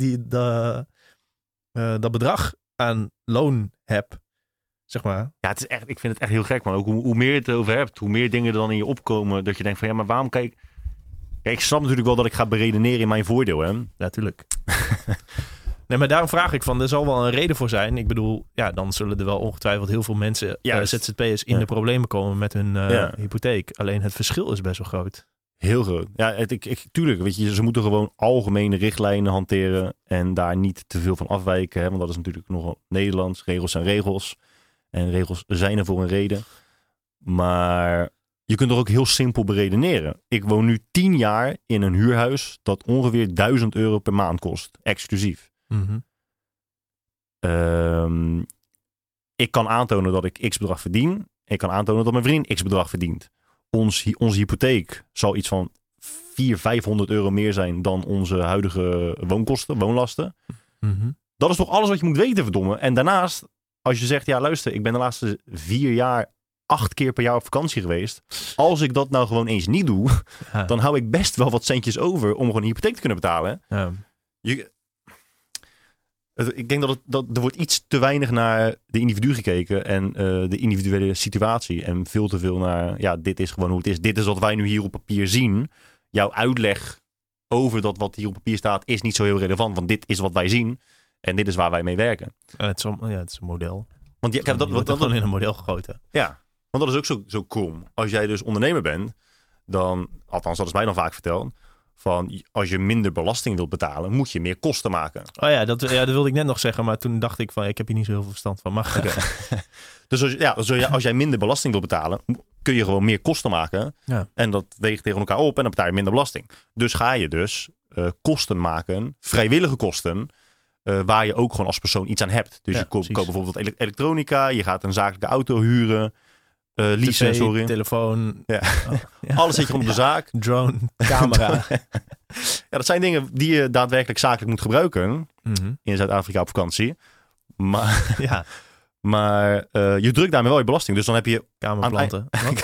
dat bedrag aan loon heb. Zeg maar. Ja, het is echt, ik vind het echt heel gek, man. Ook hoe meer je het over hebt, hoe meer dingen er dan in je opkomen, dat je denkt van, maar waarom kijk... Ja, ik snap natuurlijk wel dat ik ga beredeneren in mijn voordeel, hè? Ja, natuurlijk. Nee, maar daarom vraag ik van, er zal wel een reden voor zijn. Ik bedoel, dan zullen er wel ongetwijfeld heel veel mensen, ZZP'ers, in de problemen komen met hun hypotheek. Alleen het verschil is best wel groot. Heel groot. Ja, tuurlijk, weet je, ze moeten gewoon algemene richtlijnen hanteren en daar niet te veel van afwijken, hè? Want dat is natuurlijk nogal Nederlands. Regels zijn regels. En regels zijn er voor een reden. Maar je kunt er ook heel simpel beredeneren. Ik woon nu 10 jaar in een huurhuis dat ongeveer €1000 per maand kost. Exclusief. Mm-hmm. Ik kan aantonen dat ik x bedrag verdien. Ik kan aantonen dat mijn vriend x bedrag verdient. Onze hypotheek zal iets van €400-500 meer zijn dan onze huidige woonlasten. Mm-hmm. Dat is toch alles wat je moet weten, verdomme. En daarnaast... Als je zegt, luister, ik ben de laatste 4 jaar 8 keer per jaar op vakantie geweest. Als ik dat nou gewoon eens niet doe, dan hou ik best wel wat centjes over om gewoon een hypotheek te kunnen betalen. Ja. Ik denk dat er wordt iets te weinig naar de individu gekeken en de individuele situatie. En veel te veel naar, dit is gewoon hoe het is. Dit is wat wij nu hier op papier zien. Jouw uitleg over dat wat hier op papier staat is niet zo heel relevant. Want dit is wat wij zien en dit is waar wij mee werken. Het is een model. Want Je wordt gewoon in een model gegoten. Ja, want dat is ook zo krom. Als jij dus ondernemer bent, dan, althans dat is mij dan vaak verteld, van als je minder belasting wilt betalen, moet je meer kosten maken. Oh ja, dat wilde ik net nog zeggen, maar toen dacht ik van, ik heb hier niet zo heel veel verstand van. Maar Dus als jij minder belasting wilt betalen, kun je gewoon meer kosten maken. Ja. En dat weegt tegen elkaar op en dan betaal je minder belasting. Dus ga je dus kosten maken, vrijwillige kosten, waar je ook gewoon als persoon iets aan hebt. Dus je koopt bijvoorbeeld elektronica, je gaat een zakelijke auto huren, leasen, TV, telefoon. Ja. Alles zit je gewoon op de zaak. Drone, camera. Dat zijn dingen die je daadwerkelijk zakelijk moet gebruiken in Zuid-Afrika op vakantie. Maar, maar je drukt daarmee wel je belasting. Dus dan heb je Kamerplanten.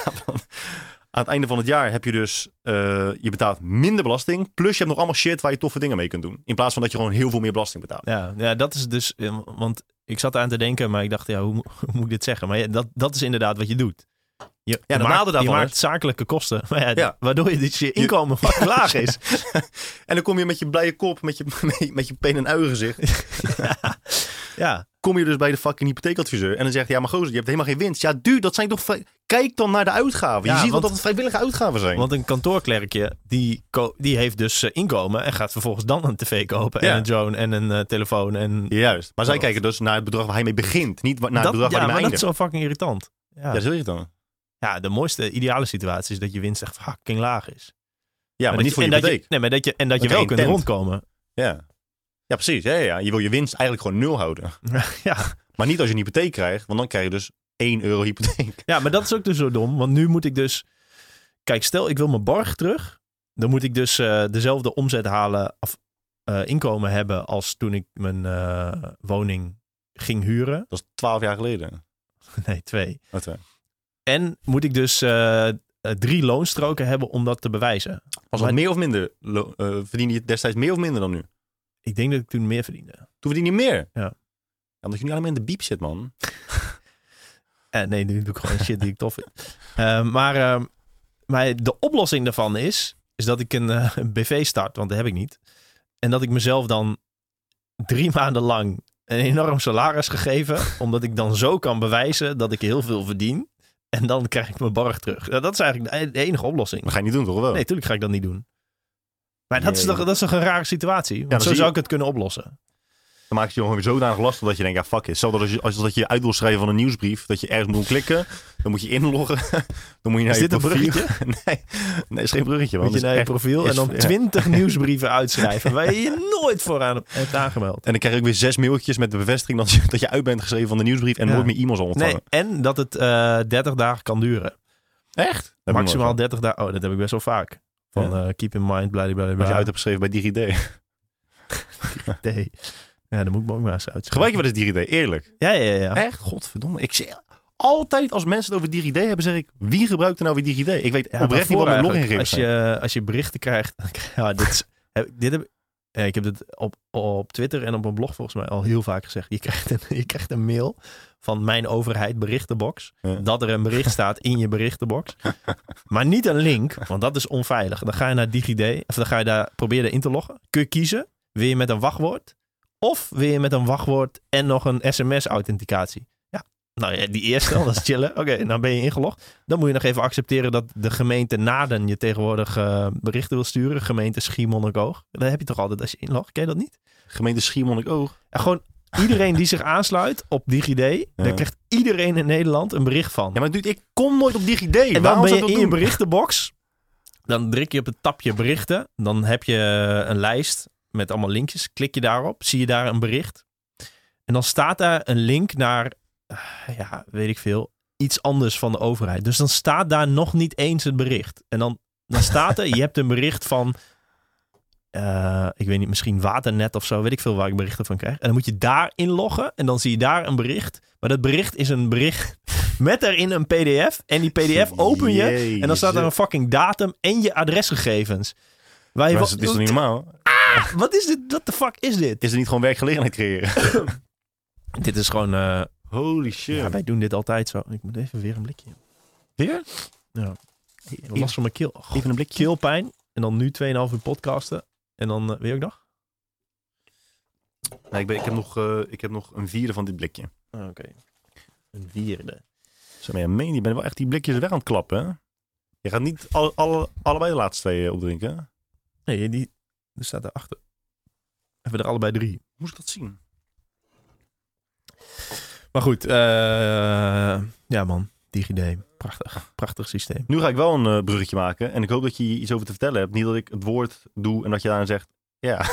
Aan het einde van het jaar heb je dus, je betaalt minder belasting. Plus je hebt nog allemaal shit waar je toffe dingen mee kunt doen. In plaats van dat je gewoon heel veel meer belasting betaalt. Ja, dat is dus, want ik zat aan te denken, maar ik dacht, hoe moet ik dit zeggen? Maar dat is inderdaad wat je doet. Je maakt zakelijke kosten, waardoor je dus je inkomen wat laag is. En dan kom je met je blije kop, met je pen- en ui gezicht. Ja. Kom je dus bij de fucking hypotheekadviseur en dan zegt hij, ja maar gozer, je hebt helemaal geen winst. Ja dude, dat zijn toch... Kijk dan naar de uitgaven. Je ziet dat het vrijwillige uitgaven zijn. Want een kantoorklerkje, die heeft dus inkomen en gaat vervolgens dan een tv kopen en een drone en een telefoon. En... Juist, maar zij kijken dus naar het bedrag waar hij mee begint, niet naar het bedrag waar hij mee eindigt. Dat is zo fucking irritant. Ja, dat is dan. Ja, de mooiste ideale situatie is dat je winst echt fucking laag is. Ja, maar niet voor je hypotheek. Dat je wel kunt rondkomen. Ja, precies. Ja. Je wil je winst eigenlijk gewoon nul houden. Ja. Maar niet als je een hypotheek krijgt, want dan krijg je dus €1 hypotheek. Ja, maar dat is ook dus zo dom. Want nu moet ik dus... Kijk, stel ik wil mijn borg terug. Dan moet ik dus dezelfde omzet halen of inkomen hebben als toen ik mijn woning ging huren. Dat is 12 jaar geleden. Nee, 2. Oh, 2. En moet ik dus 3 loonstroken hebben om dat te bewijzen. Was dat meer of minder? Verdiende je destijds meer of minder dan nu? Ik denk dat ik toen meer verdiende. Toen verdien je meer? Ja. Omdat je niet allemaal in de biep zit, man. Nee, nu doe ik gewoon shit die ik tof vind. Maar de oplossing daarvan is dat ik een BV start, want dat heb ik niet. En dat ik mezelf dan 3 maanden lang een enorm salaris gegeven, omdat ik dan zo kan bewijzen dat ik heel veel verdien. En dan krijg ik mijn borg terug. Dat is eigenlijk de enige oplossing. Dat ga je niet doen, toch wel? Nee, natuurlijk ga ik dat niet doen. Maar dat is toch een rare situatie? Want zo zou ik het kunnen oplossen. Dan maak je gewoon zodanig lastig dat je denkt, ja fuck it. Stel als dat je uit wil schrijven van een nieuwsbrief, dat je ergens moet klikken, dan moet je inloggen. Dan moet je naar is je dit profiel. Een bruggetje? Nee, is geen bruggetje. Moet je naar je profiel en dan 20 nieuwsbrieven uitschrijven waar je je nooit vooraan hebt aangemeld. En dan krijg ik weer 6 mailtjes met de bevestiging dat je uit bent geschreven van de nieuwsbrief en nooit meer e-mails zal ontvangen. Nee, en dat het 30 dagen kan duren. Echt? Maximaal 30 dagen. Oh, dat heb ik best wel vaak. Van keep in mind, blablabla. Wat je uit hebt geschreven bij DigiD. DigiD. Ja, dan moet ik me ook maar eens uitschrijven. Gebruik je wel eens DigiD, eerlijk? Ja. Echt? Godverdomme. Ik zeg altijd als mensen het over DigiD hebben, zeg ik, wie gebruikt er nou weer DigiD? Ik weet oprecht niet wat mijn logingegevens zijn. Als je berichten krijgt... Ik heb dit op Twitter en op een blog volgens mij al heel vaak gezegd. Je krijgt een mail van mijn overheid berichtenbox. Ja. Dat er een bericht staat in je berichtenbox. Maar niet een link, want dat is onveilig. Dan ga je naar DigiD, of dan ga je daar proberen in te loggen. Kun je kiezen, wil je met een wachtwoord? Of wil je met een wachtwoord en nog een sms-authenticatie? Ja, nou ja, die eerste, dat is chillen. Oké, dan ben je ingelogd. Dan moet je nog even accepteren dat de gemeente Naarden je tegenwoordig berichten wil sturen. Gemeente Schiermonnikoog. Dat heb je toch altijd als je inlogt? Ken je dat niet? Gemeente Schiermonnikoog? Ja, gewoon iedereen die zich aansluit op DigiD, daar krijgt iedereen in Nederland een bericht van. Ja, maar dude, ik kom nooit op DigiD. En dan ben je in je berichtenbox. Dan druk je op het tapje berichten. Dan heb je een lijst met allemaal linkjes. Klik je daarop, zie je daar een bericht. En dan staat daar een link naar, weet ik veel, iets anders van de overheid. Dus dan staat daar nog niet eens het bericht. En dan staat er, je hebt een bericht van, ik weet niet, misschien Waternet of zo, weet ik veel waar ik berichten van krijg. En dan moet je daar inloggen en dan zie je daar een bericht. Maar dat bericht is een bericht met erin een pdf. En die pdf open je en dan staat er een fucking datum en je adresgegevens. Maar het is toch niet normaal? Wat is dit? What the fuck is dit? Is er niet gewoon werkgelegenheid creëren? Dit is gewoon... holy shit. Ja, wij doen dit altijd zo. Ik moet even weer een blikje. Weer? Ja. Last van mijn keel. Even een blikje. Keelpijn. En dan nu 2,5 uur podcasten. En dan, wil je ook nog? Nee, ik heb nog een vierde van dit blikje. Oké. Een vierde. Zeg maar, je bent wel echt die blikjes weg aan het klappen, hè? Je gaat niet allebei de laatste twee opdrinken, hè? Nee, er staat erachter. Hebben we er allebei 3. Moest ik dat zien? Maar goed, ja man, DigiD. Prachtig systeem. Nu ga ik wel een bruggetje maken. En ik hoop dat je iets over te vertellen hebt. Niet dat ik het woord doe en dat je daarna zegt... Ja.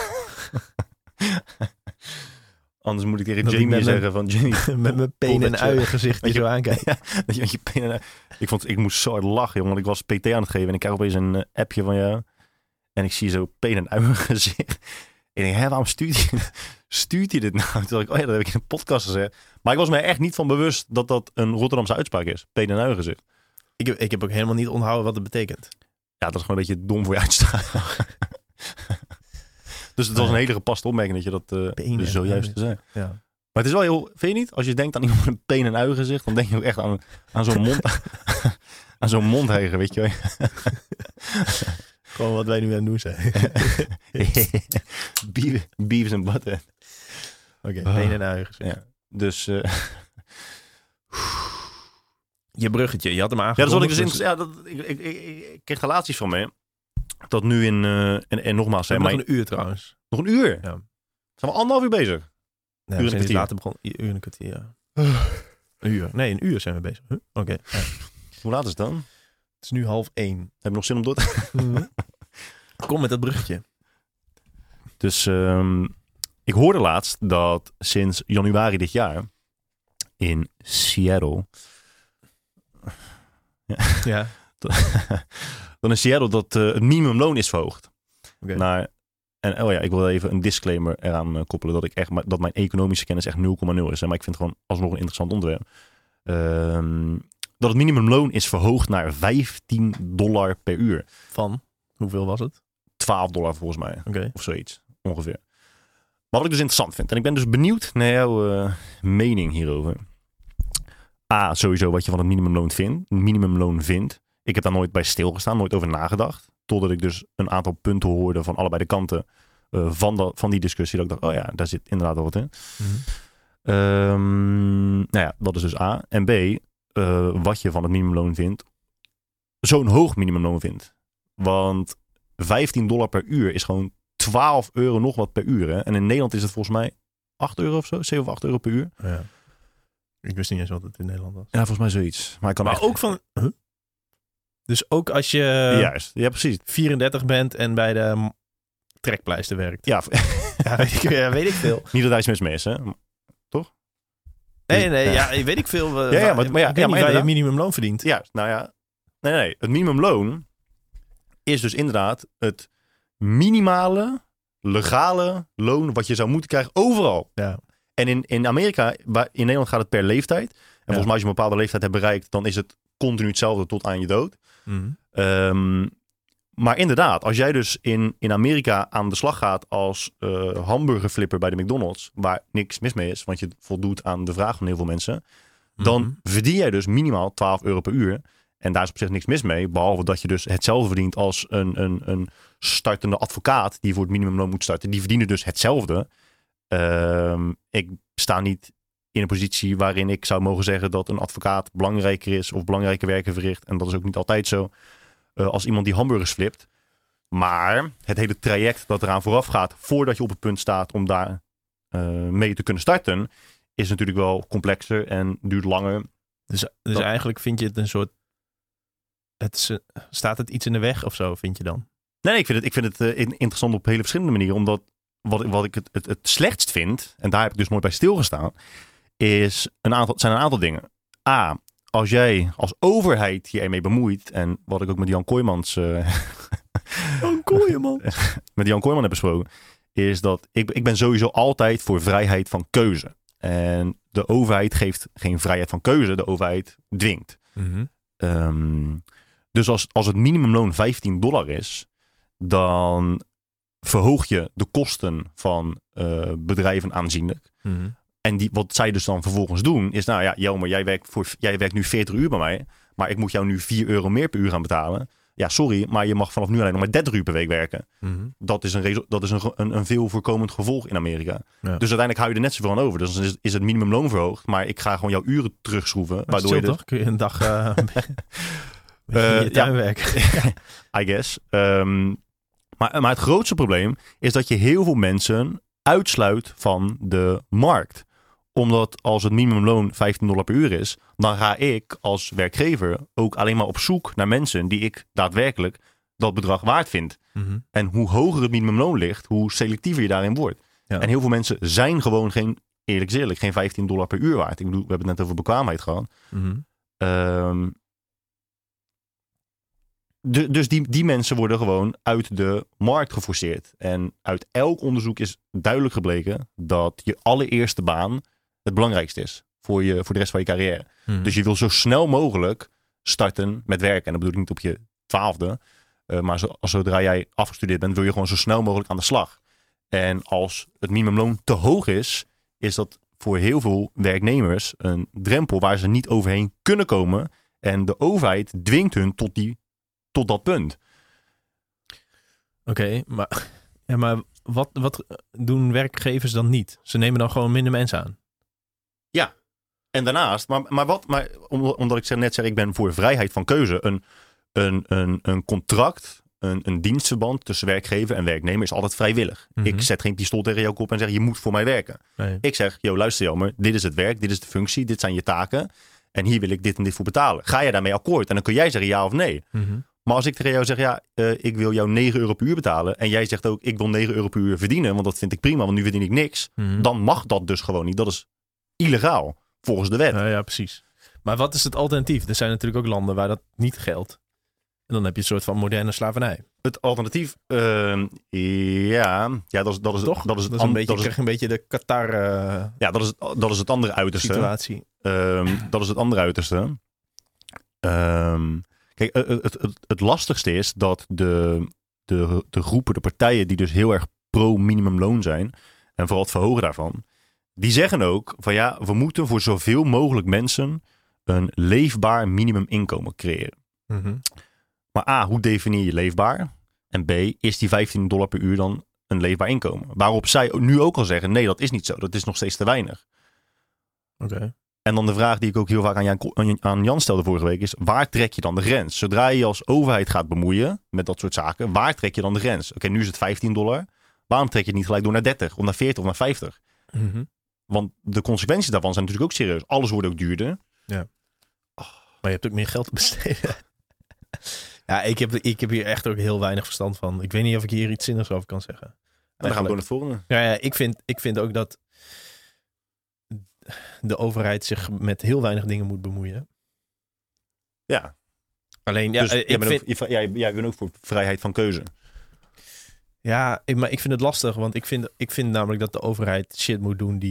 Anders moet ik tegen Dat Jamie ik zeggen van... Jamie, met mijn pen en uien gezicht zo aankijken. Ja, dat je met je pen en uien... Ik moest zo hard lachen, jongen. Want ik was PT aan het geven. En ik krijg opeens een appje van jou. En ik zie zo pen en uien gezicht. En ik denk, waarom stuurt hij dit nou? Toen dacht ik, dat heb ik in een podcast gezegd. Maar ik was me echt niet van bewust dat dat een Rotterdamse uitspraak is. Pen en uien gezicht. Ik heb ook helemaal niet onthouden wat het betekent. Ja, dat is gewoon een beetje dom voor je uitstraling. Dus het was een hele gepaste opmerking dat je dat dus zo juist zei. Ja. Maar het is wel heel... Vind je niet? Als je denkt aan iemand met een pen en uien gezicht, dan denk je ook echt aan zo'n mond... aan zo'n mondheiger, weet je wel. Gewoon wat wij nu aan het doen zijn. Beavis en butter. Oké, pen en uien gezicht. Ja, dus... Je bruggetje, je had hem Ja, aangekondigd. dat is wat ik kreeg relaties van me. Dat nu en nogmaals... We hebben nog een uur trouwens. Nog een uur? Ja. Zijn we 1,5 uur bezig? Nee, Uur we en zijn een later begonnen. Uur en een kwartier, ja. Een uur. Nee, een uur zijn we bezig. Huh? Oké. Ja. Hoe laat is het dan? Het is nu 12:30. Heb je nog zin om door te... Kom met dat bruggetje. Dus ik hoorde laatst dat sinds januari dit jaar in Seattle... Ja. Dan in Seattle dat het minimumloon is verhoogd. Okay. Naar, en ik wil even een disclaimer eraan koppelen dat mijn economische kennis echt 0,0 is. Hè, maar ik vind het gewoon alsnog een interessant onderwerp. Dat het minimumloon is verhoogd naar $15 per uur. Van? Hoeveel was het? $12 volgens mij. Okay. Of zoiets, ongeveer. Maar wat ik dus interessant vind. En ik ben dus benieuwd naar jouw mening hierover. A, sowieso wat je van het minimumloon vindt. Ik heb daar nooit bij stilgestaan, nooit over nagedacht. Totdat ik dus een aantal punten hoorde van allebei de kanten van die discussie. Dat ik dacht, daar zit inderdaad wel wat in. Mm-hmm. Dat is dus A. En B, wat je van het minimumloon vindt. Zo'n hoog minimumloon vindt. Want $15 per uur is gewoon €12 nog wat per uur. Hè? En in Nederland is het volgens mij €8 of zo. €7 of €8 per uur. Ja. Ik wist niet eens wat het in Nederland was. Ja, volgens mij zoiets. Maar ook van... Huh? Dus ook als je... Juist, ja precies. 34 bent en bij de trekpleister werkt. Ja, weet ik veel. Niet dat daar iets mis mee is, hè? Toch? Nee, weet ik veel. Maar waar je minimumloon verdient. Ja, nou ja. Nee. Het minimumloon is dus inderdaad het minimale, legale loon wat je zou moeten krijgen overal. Ja. En in Amerika, in Nederland gaat het per leeftijd. En volgens mij als je een bepaalde leeftijd hebt bereikt, dan is het continu hetzelfde tot aan je dood. Mm-hmm. Maar inderdaad, als jij dus in Amerika aan de slag gaat als hamburgerflipper bij de McDonald's, waar niks mis mee is, want je voldoet aan de vraag van heel veel mensen, dan verdien jij dus minimaal €12 per uur. En daar is op zich niks mis mee, behalve dat je dus hetzelfde verdient als een startende advocaat die voor het minimumloon moet starten. Die verdienen dus hetzelfde. Ik sta niet in een positie waarin ik zou mogen zeggen dat een advocaat belangrijker is of belangrijke werken verricht. En dat is ook niet altijd zo als iemand die hamburgers flipt. Maar het hele traject dat eraan vooraf gaat voordat je op het punt staat om daar mee te kunnen starten, is natuurlijk wel complexer en duurt langer. Dus eigenlijk vind je het een soort... staat het iets in de weg of zo, vind je dan? Nee, ik vind het interessant op hele verschillende manieren. Omdat wat ik het slechtst vind, en daar heb ik dus nooit bij stilgestaan, zijn een aantal dingen. A, als jij als overheid je ermee bemoeit, en wat ik ook met Jan Kooijmans met Jan Kooijman heb besproken, is dat ik ben sowieso altijd voor vrijheid van keuze. En de overheid geeft geen vrijheid van keuze, de overheid dwingt. Mm-hmm. Dus als het minimumloon $15 is, dan verhoog je de kosten van bedrijven aanzienlijk. Mm-hmm. En wat zij dus dan vervolgens doen, is Jelmer, jij werkt nu 40 uur bij mij, maar ik moet jou nu €4 meer per uur gaan betalen. ja, sorry, maar je mag vanaf nu alleen nog maar 30 uur per week werken. Mm-hmm. Dat is een veel voorkomend gevolg in Amerika. Ja. Dus uiteindelijk hou je er net zoveel aan over. Dus dan is het minimumloon verhoogd, maar ik ga gewoon jouw uren terugschroeven. Waardoor je toch? Kun je een dag in je tuin werken? I guess. Maar het grootste probleem is dat je heel veel mensen uitsluit van de markt. Omdat als het minimumloon $15 per uur is, dan ga ik als werkgever ook alleen maar op zoek naar mensen die ik daadwerkelijk dat bedrag waard vind. Mm-hmm. En hoe hoger het minimumloon ligt, hoe selectiever je daarin wordt. Ja. En heel veel mensen zijn gewoon eerlijk is eerlijk, geen $15 per uur waard. Ik bedoel, we hebben het net over bekwaamheid gehad. Mm-hmm. Dus die mensen worden gewoon uit de markt geforceerd. En uit elk onderzoek is duidelijk gebleken dat je allereerste baan het belangrijkste is voor de rest van je carrière. Mm-hmm. Dus je wil zo snel mogelijk starten met werken. En dat bedoel ik niet op je 12e. Maar zodra jij afgestudeerd bent, wil je gewoon zo snel mogelijk aan de slag. En als het minimumloon te hoog is dat voor heel veel werknemers een drempel waar ze niet overheen kunnen komen. En de overheid dwingt hun tot dat punt. Oké, maar wat doen werkgevers dan niet? Ze nemen dan gewoon minder mensen aan. Ja, en daarnaast, omdat ik net zeg, ik ben voor vrijheid van keuze. Een contract, een dienstverband tussen werkgever en werknemer is altijd vrijwillig. Mm-hmm. Ik zet geen pistool tegen jou op en zeg je moet voor mij werken. Nee. Ik zeg, luister Jelmer, dit is het werk, dit is de functie, dit zijn je taken. En hier wil ik dit en dit voor betalen. Ga je daarmee akkoord? En dan kun jij zeggen ja of nee. Mm-hmm. Maar als ik tegen jou zeg, ik wil jou €9 per uur betalen. En jij zegt ook, ik wil €9 per uur verdienen. Want dat vind ik prima, want nu verdien ik niks. Mm-hmm. Dan mag dat dus gewoon niet. Dat is illegaal, volgens de wet. Ja, precies. Maar wat is het alternatief? Er zijn natuurlijk ook landen waar dat niet geldt. En dan heb je een soort van moderne slavernij. Het alternatief, dat is Toch? Dat is Dat is een beetje, je krijgt een beetje de Qatar ja, dat is het andere uiterste. situatie. Dat is het andere uiterste. Kijk, het lastigste is dat de groepen, de partijen die dus heel erg pro-minimumloon zijn, en vooral het verhogen daarvan, die zeggen ook van ja, we moeten voor zoveel mogelijk mensen een leefbaar minimuminkomen creëren. Mm-hmm. Maar A, hoe definieer je leefbaar? En B, is die $15 per uur dan een leefbaar inkomen? Waarop zij nu ook al zeggen, nee, dat is niet zo. Dat is nog steeds te weinig. Oké. En dan de vraag die ik ook heel vaak aan Jan stelde vorige week is, waar trek je dan de grens? Zodra je als overheid gaat bemoeien met dat soort zaken, waar trek je dan de grens? Oké, nu is het $15. Waarom trek je het niet gelijk door naar 30 of naar 40 of naar 50? Mm-hmm. Want de consequenties daarvan zijn natuurlijk ook serieus. Alles wordt ook duurder. Ja. Maar je hebt ook meer geld te besteden. Ja, ik heb hier echt ook heel weinig verstand van. Ik weet niet of ik hier iets zinnigs over kan zeggen. En dan gaan we door naar het volgende. Ja, ik vind ook dat de overheid zich met heel weinig dingen moet bemoeien. Ja. Alleen, ja, dus jij bent ook voor vrijheid van keuze. Ja, maar ik vind het lastig, want ik vind namelijk dat de overheid shit moet doen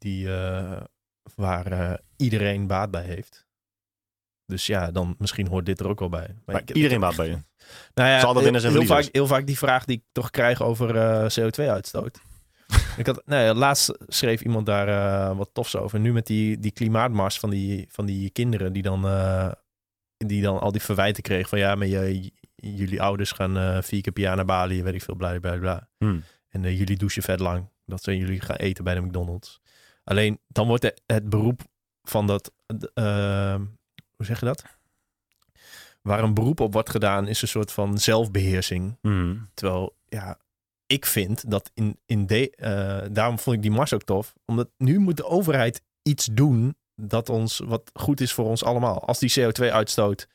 waar iedereen baat bij heeft. Dus ja, dan misschien hoort dit er ook wel bij. Maar iedereen baat bij je. Nou ja, Zal dat winners en verliezers? heel vaak die vraag die ik toch krijg over CO2-uitstoot. Laatst schreef iemand daar wat tofs over. Nu met die klimaatmars van die kinderen die dan al die verwijten kregen van ja, maar jullie ouders gaan 4 keer per jaar naar Bali, weet ik veel, bla bla bla. En jullie douchen vet lang. Dat zijn jullie gaan eten bij de McDonald's. Alleen dan wordt het beroep van dat, hoe zeg je dat? Waar een beroep op wordt gedaan is een soort van zelfbeheersing. Terwijl, ja, ik vind dat daarom vond ik die mars ook tof. Omdat nu moet de overheid iets doen wat goed is voor ons allemaal. Als die CO2-uitstoot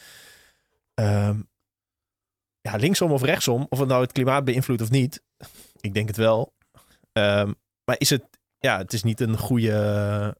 linksom of rechtsom, of het nou het klimaat beïnvloedt of niet. Ik denk het wel. Maar het is niet een goede,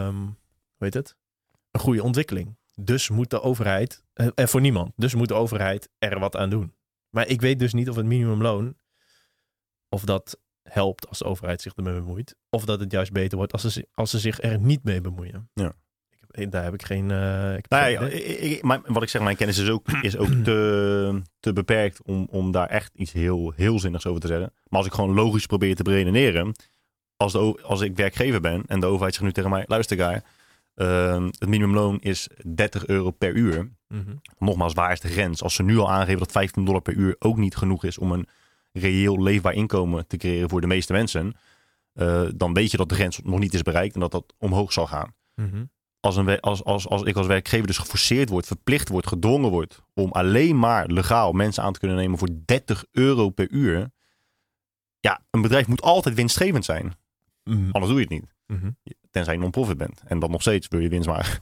een goede ontwikkeling. Dus moet de overheid, en voor niemand, dus moet de overheid er wat aan doen. Maar ik weet dus niet of het minimumloon, of dat helpt als de overheid zich ermee bemoeit, of dat het juist beter wordt als ze zich er niet mee bemoeien. Ja. Daar heb ik geen... wat ik zeg, mijn kennis is ook te beperkt om daar echt iets heel, heel zinnigs over te zeggen. Maar als ik gewoon logisch probeer te beredeneren, als ik werkgever ben en de overheid zegt nu tegen mij, luister Guy, Het minimumloon is €30 per uur. Mhm. Nogmaals, waar is de grens? Als ze nu al aangeven dat $15 per uur ook niet genoeg is om een reëel leefbaar inkomen te creëren voor de meeste mensen, dan weet je dat de grens nog niet is bereikt en dat dat omhoog zal gaan. Mhm. Als ik als werkgever dus geforceerd word, verplicht word, gedwongen word om alleen maar legaal mensen aan te kunnen nemen voor €30 per uur. Ja, een bedrijf moet altijd winstgevend zijn. Mhm. Anders doe je het niet. Mhm. Tenzij je non-profit bent. En dan nog steeds wil je winst maken.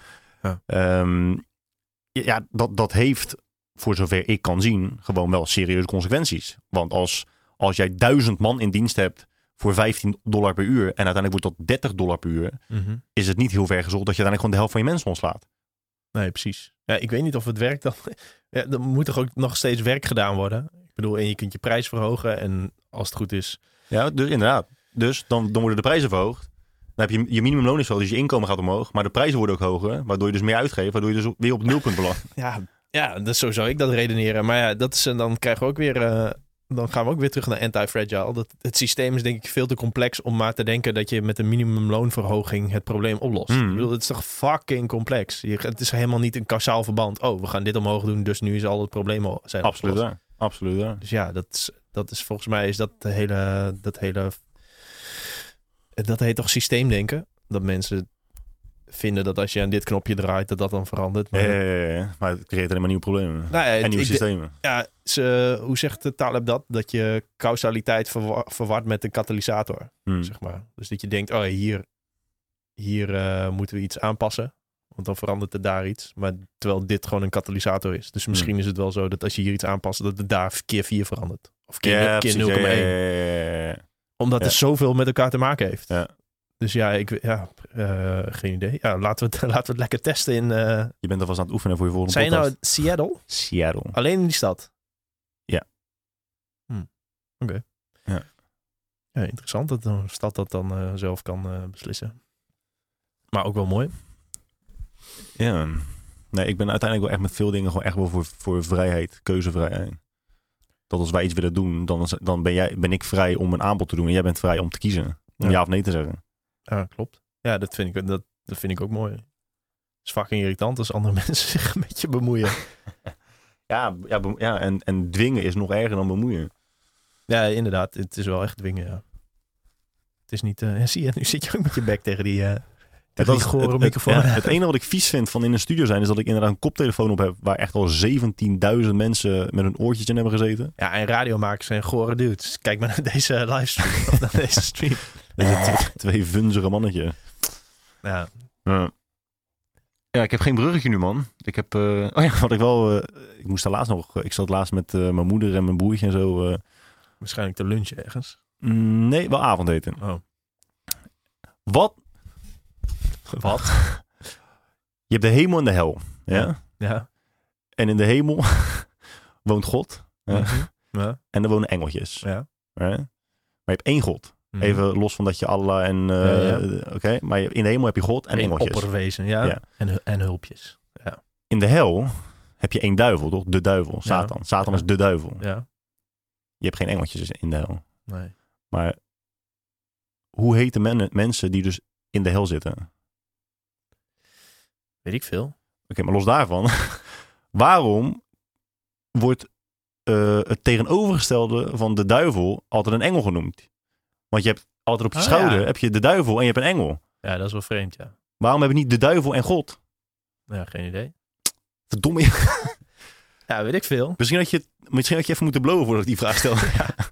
Ja. Dat heeft, voor zover ik kan zien, gewoon wel serieuze consequenties. Want als jij 1000 man in dienst hebt voor $15 per uur en uiteindelijk wordt dat $30 per uur, Mhm. is het niet heel ver gezocht dat je uiteindelijk gewoon de helft van je mensen ontslaat. Nee, precies. Ja, ik weet niet of het werkt dan. Ja, er moet toch ook nog steeds werk gedaan worden. Ik bedoel, en je kunt je prijs verhogen en als het goed is. Ja, dus inderdaad. Dus dan worden de prijzen verhoogd. Dan heb je minimumloon is wel, dus je inkomen gaat omhoog. Maar de prijzen worden ook hoger, waardoor je dus meer uitgeeft. Waardoor je dus weer op het nulpunt belandt. Ja, dus zo zou ik dat redeneren. Maar ja, dat is, dan krijgen we ook weer... dan gaan we ook weer terug naar anti-fragile. Het systeem is denk ik veel te complex om maar te denken dat je met een minimumloonverhoging het probleem oplost. Ik bedoel, het is toch fucking complex. Het is helemaal niet een kausaal verband. Oh, we gaan dit omhoog doen, dus nu is al het probleem al zijn Absoluut opgelost. waar. Absoluut waar. Dus ja, dat is volgens mij is dat hele... Dat heet toch systeemdenken? Dat mensen vinden dat als je aan dit knopje draait, dat dan verandert. Maar, maar het creëert alleen maar nieuwe problemen. Nou ja, en nieuwe systemen. Hoe zegt Taleb dat? Dat je causaliteit verward met een katalysator. Zeg maar. Dus dat je denkt, oh hier moeten we iets aanpassen. Want dan verandert er daar iets. Maar terwijl dit gewoon een katalysator is. Dus misschien is het wel zo dat als je hier iets aanpast, dat het daar keer 4 verandert. Of keer 0,1. Omdat het zoveel met elkaar te maken heeft. Ja. Dus ja, geen idee. Ja, laten we het lekker testen in... Je bent alvast aan het oefenen voor je volgende podcast. Zijn nou Seattle? Seattle. Alleen in die stad? Ja. Oké. Ja. Ja, interessant dat een stad dat dan zelf kan beslissen. Maar ook wel mooi. Ja. Nee, ik ben uiteindelijk wel echt met veel dingen gewoon echt wel voor vrijheid, keuzevrijheid. Dat als wij iets willen doen, dan ben ik vrij om een aanbod te doen en jij bent vrij om te kiezen. Om ja of nee te zeggen. Ja, klopt. Ja, dat vind ik ook mooi. Het is fucking irritant als andere mensen zich een beetje bemoeien. En dwingen is nog erger dan bemoeien. Ja, inderdaad. Het is wel echt dwingen, ja. Het is niet... zie je, nu zit je ook met je bek tegen die... gore microfoon. Het enige wat ik vies vind van in een studio zijn, is dat ik inderdaad een koptelefoon op heb waar echt al 17.000 mensen met hun oortjes in hebben gezeten. Ja, en radiomakers zijn gore dudes. Kijk maar naar deze livestream. Of naar deze stream. Twee vunzige mannetjes. Ja. Ja, ik heb geen bruggetje nu, man. Ik heb... wat ik wel... ik moest daar laatst nog... Ik zat laatst met mijn moeder en mijn broertje en zo. Waarschijnlijk te lunchen ergens. Nee, wel avondeten. Oh. Wat? Je hebt de hemel en de hel. Ja. En in de hemel woont God. Ja. En er wonen engeltjes. Ja. Maar je hebt één God. Even los van dat je Allah en... Oké, maar in de hemel heb je God en engeltjes. Opperwezen, ja. En hulpjes. Ja. In de hel heb je één duivel, toch? De duivel, Satan. Ja. Satan is de duivel. Ja. Je hebt geen engeltjes in de hel. Nee. Maar hoe heten mensen die dus in de hel zitten? Weet ik veel. Oké, maar los daarvan. Waarom wordt het tegenovergestelde van de duivel altijd een engel genoemd? Want je hebt altijd op je schouder heb je de duivel en je hebt een engel. Ja, dat is wel vreemd, ja. Waarom hebben we niet de duivel en God? Ja, geen idee. Verdomme. Ja, weet ik veel. Misschien had je even moeten blowen voordat ik die vraag stelde.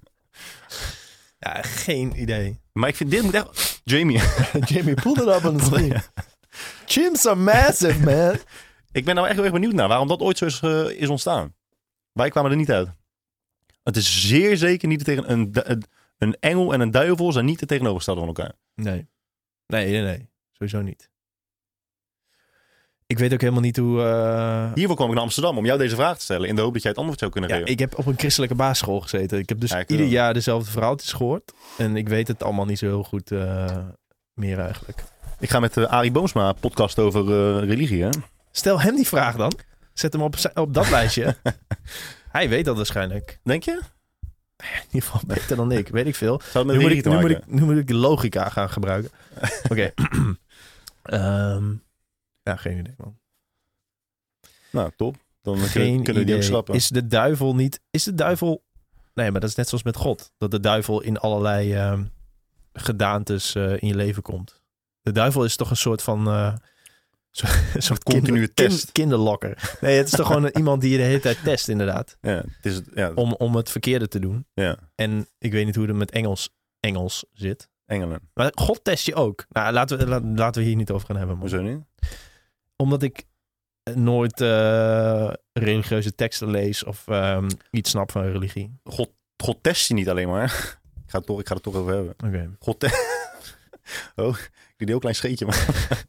Ja, geen idee. Maar ik vind dit moet echt... Jamie, pull it up on the screen. Chimps are massive, man. Ik ben nou echt heel erg benieuwd naar waarom dat ooit zo is ontstaan. Wij kwamen er niet uit. Het is zeer zeker niet tegen een engel en een duivel zijn niet het tegenovergestelde van elkaar. Nee. Sowieso niet. Ik weet ook helemaal niet hoe... Hiervoor kwam ik naar Amsterdam om jou deze vraag te stellen in de hoop dat jij het antwoord zou kunnen geven. Ik heb op een christelijke basisschool gezeten. Ik heb dus ieder jaar dezelfde verhaaltjes gehoord. En ik weet het allemaal niet zo heel goed meer eigenlijk. Ik ga met de Arie Boomsma podcast over religie, hè? Stel hem die vraag dan. Zet hem op dat lijstje. Hij weet dat waarschijnlijk. Denk je? In ieder geval beter dan ik. Weet ik veel. Zou het met religie te maken? Nu moet ik logica gaan gebruiken. Oké. Ja, geen idee, man. Nou, top. Dan Geen kunnen we die ook idee. schrappen. Is de duivel niet... Is de duivel... Nee, maar dat is net zoals met God. Dat de duivel in allerlei gedaantes in je leven komt. De duivel is toch een soort van... een soort continue test. Kinderlokker. Nee, het is toch gewoon iemand die je de hele tijd test, inderdaad. Ja, het is het, ja, Om het verkeerde te doen. ja, En ik weet niet hoe het met Engels zit. engelen. Maar God test je ook. Nou, laten we hier niet over gaan hebben. Man. Hoezo niet? Omdat ik nooit religieuze teksten lees of iets snap van religie. God test je niet alleen maar. Ik ga het er toch over hebben. Oké. Oh, ik doe een heel klein scheetje, man.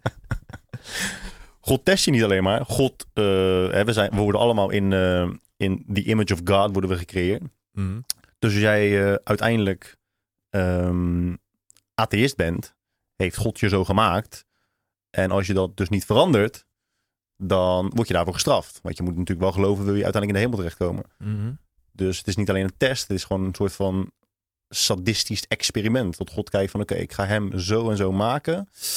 God test je niet alleen maar. God, we worden allemaal in the image of God worden we gecreëerd. Mhm. Dus als jij uiteindelijk atheïst bent, heeft God je zo gemaakt. En als je dat dus niet verandert, dan word je daarvoor gestraft. Want je moet natuurlijk wel geloven, wil je uiteindelijk in de hemel terechtkomen. Mhm. Dus het is niet alleen een test, het is gewoon een soort van sadistisch experiment. Dat God kijkt van oké, ik ga hem zo en zo maken.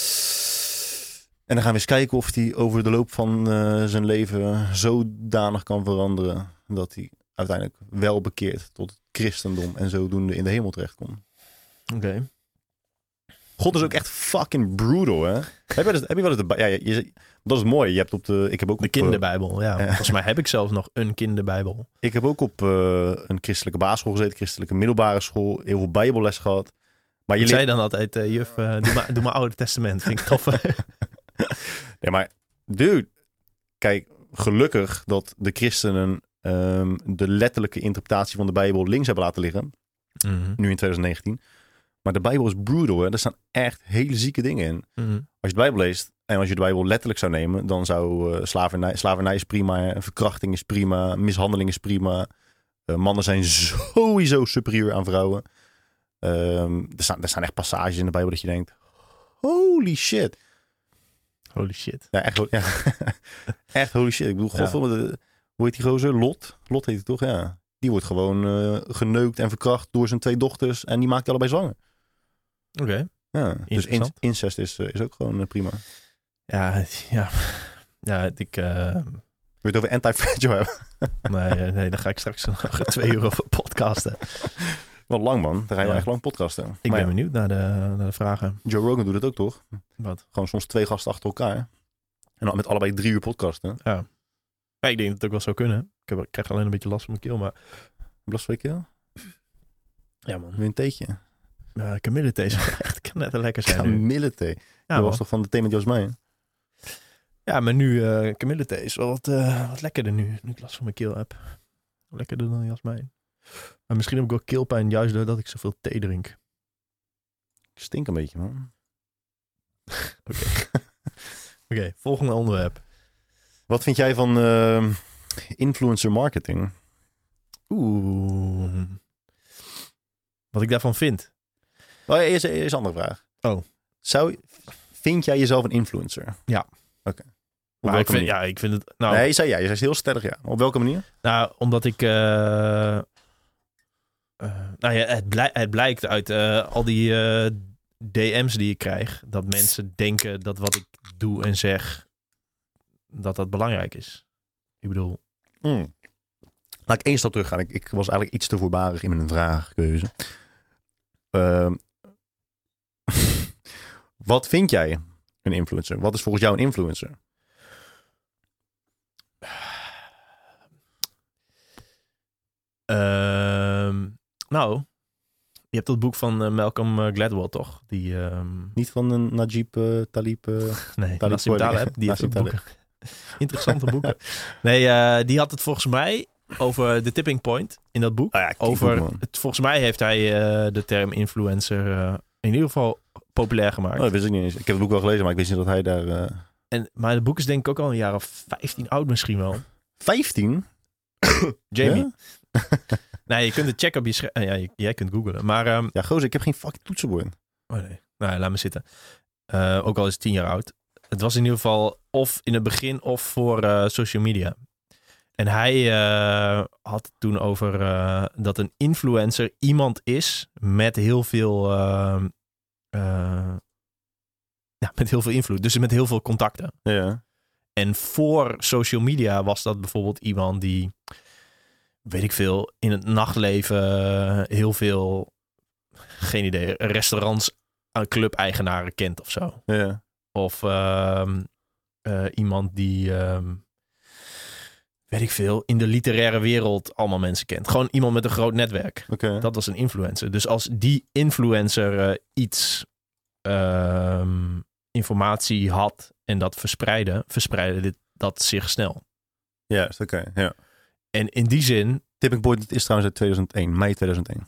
En dan gaan we eens kijken of hij over de loop van zijn leven zodanig kan veranderen dat hij uiteindelijk wel bekeert tot het christendom en zodoende in de hemel terechtkomt. Oké. God is ook echt fucking brutal, hè? Heb je wel eens dat is mooi. Je hebt ik heb ook De op, kinderbijbel, ja. Volgens mij heb ik zelfs nog een kinderbijbel. ik heb ook op een christelijke basisschool gezeten, christelijke middelbare school, heel veel bijbelles gehad. Maar Ik zei dan altijd, juf, doe maar Oude Testament. Vind ik tof. Nee, maar dude, kijk, gelukkig dat de christenen de letterlijke interpretatie van de Bijbel links hebben laten liggen. Mhm. Nu in 2019. Maar de Bijbel is brutal, hè. Er staan echt hele zieke dingen in. Mhm. Als je de Bijbel leest en als je de Bijbel letterlijk zou nemen, dan zou slavernij is prima, verkrachting is prima, mishandeling is prima. Mannen zijn sowieso superieur aan vrouwen. Er staan echt passages in de Bijbel dat je denkt, holy shit. Holy shit. Ja, echt, ja. Echt holy shit. Ik bedoel, Ja. hoe heet die gozer? Lot heet hij toch? Ja. Die wordt gewoon geneukt en verkracht door zijn 2 dochters en die maakt die allebei zwanger. Oké. Ja, dus Interessant. incest is ook gewoon prima. Ja. Ja, ik... Wil je het over anti-fragile hebben? nee, dan ga ik straks nog 2 uur over podcasten. Wel lang, man. Daar ga je wel Ja. echt lang podcasten. Ik Maar ben ja, benieuwd naar de vragen. Joe Rogan doet het ook, toch? Wat? Gewoon soms 2 gasten achter elkaar. En dan met allebei 3 uur podcasten. Ja, ik denk dat het ook wel zou kunnen. Ik krijg alleen een beetje last van mijn keel, maar... Blas van je keel? Ja, man. Wil je een theetje? Kamillethee zou echt knetterlekker zijn nu. Kamillethee. Ja, Dat was man. toch van de thee met Jasmijn? Ja, maar nu kamillethee is wel wat lekkerder nu ik last van mijn keel heb. Lekkerder dan jasmijn. Maar misschien heb ik wel keelpijn juist doordat ik zoveel thee drink. Ik stink een beetje, man. Oké, volgende onderwerp. Wat vind jij van influencer marketing? Oeh. Wat ik daarvan vind. Oh, eerst een andere vraag. Oh. Vind jij jezelf een influencer? Ja. Oké. Op Maar welke manier? ik vind het... Nou, Nee, je zei ja. Je zei heel stellig ja. Op welke manier? Nou, omdat ik... het blijkt uit al die DM's die ik krijg... dat mensen denken dat wat ik doe en zeg... dat belangrijk is. Ik bedoel... Laat ik één stap terug gaan. Ik was eigenlijk iets te voorbarig in mijn vraagkeuze. Wat vind jij een influencer? Wat is volgens jou een influencer? Nou, je hebt dat boek van Malcolm Gladwell, toch? Die, Niet van een Najib Talib? nee, Talib Nassim Kweli. Taleb. Die heeft Nassim ook boeken. Interessante boeken. Nee, die had het volgens mij over de tipping point in dat boek. Oh ja, Volgens mij heeft hij de term influencer in ieder geval populair gemaakt. Oh, dat wist ik niet eens. Ik heb het boek wel gelezen, maar ik wist niet dat hij daar... Maar het boek is denk ik ook al een jaar of 15 oud misschien wel. 15? Jamie. Nee, je kunt het checken op je scherm. Ja, jij kunt googlen. Maar... Ja, gozer, ik heb geen fucking toetsenbord. Oh nee. Nou, laat me zitten. Ook al is het 10 jaar oud. Het was in ieder geval of in het begin of voor social media. En hij had het toen over dat een influencer iemand is met heel veel... met heel veel invloed. Dus met heel veel contacten. Ja. En voor social media was dat bijvoorbeeld iemand die, weet ik veel, in het nachtleven heel veel, geen idee, restaurants, club-eigenaren kent of zo. Ja. Of iemand die, weet ik veel, in de literaire wereld allemaal mensen kent. Gewoon iemand met een groot netwerk. Okay. Dat was een influencer. Dus als die influencer iets informatie had en dat verspreidde dat zich snel. Juist, oké. Ja. En in die zin... Tipping Point is trouwens uit 2001, mei 2001.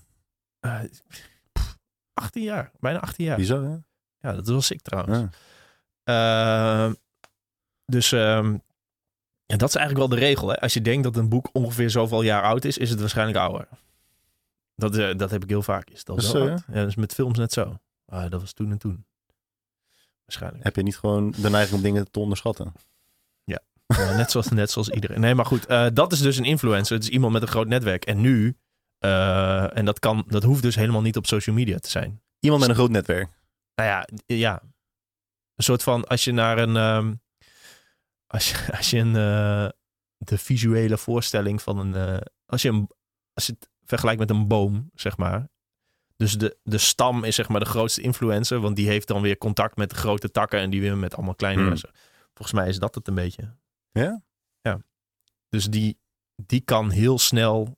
18 jaar, bijna 18 jaar. Bizar, hè? Ja, dat was ik trouwens. Ja. Dus ja, dat is eigenlijk wel de regel. Hè? Als je denkt dat een boek ongeveer zoveel jaar oud is het waarschijnlijk ouder. Dat heb ik heel vaak. Is dat zo, ja, dat is met films net zo. Dat was toen en toen. Waarschijnlijk. Heb je niet gewoon de neiging om dingen te onderschatten? Ja, net zoals iedereen. Nee, maar goed. Dat is dus een influencer. Het is iemand met een groot netwerk. En nu, en dat hoeft dus helemaal niet op social media te zijn. Iemand met een groot netwerk? Nou ja. Een soort van, als je naar een... Als je de visuele voorstelling van een... Als je het vergelijkt met een boom, zeg maar. Dus de stam is zeg maar de grootste influencer. Want die heeft dan weer contact met de grote takken. En die weer met allemaal kleine mensen. Volgens mij is dat het een beetje. Ja? Ja. Dus die kan heel snel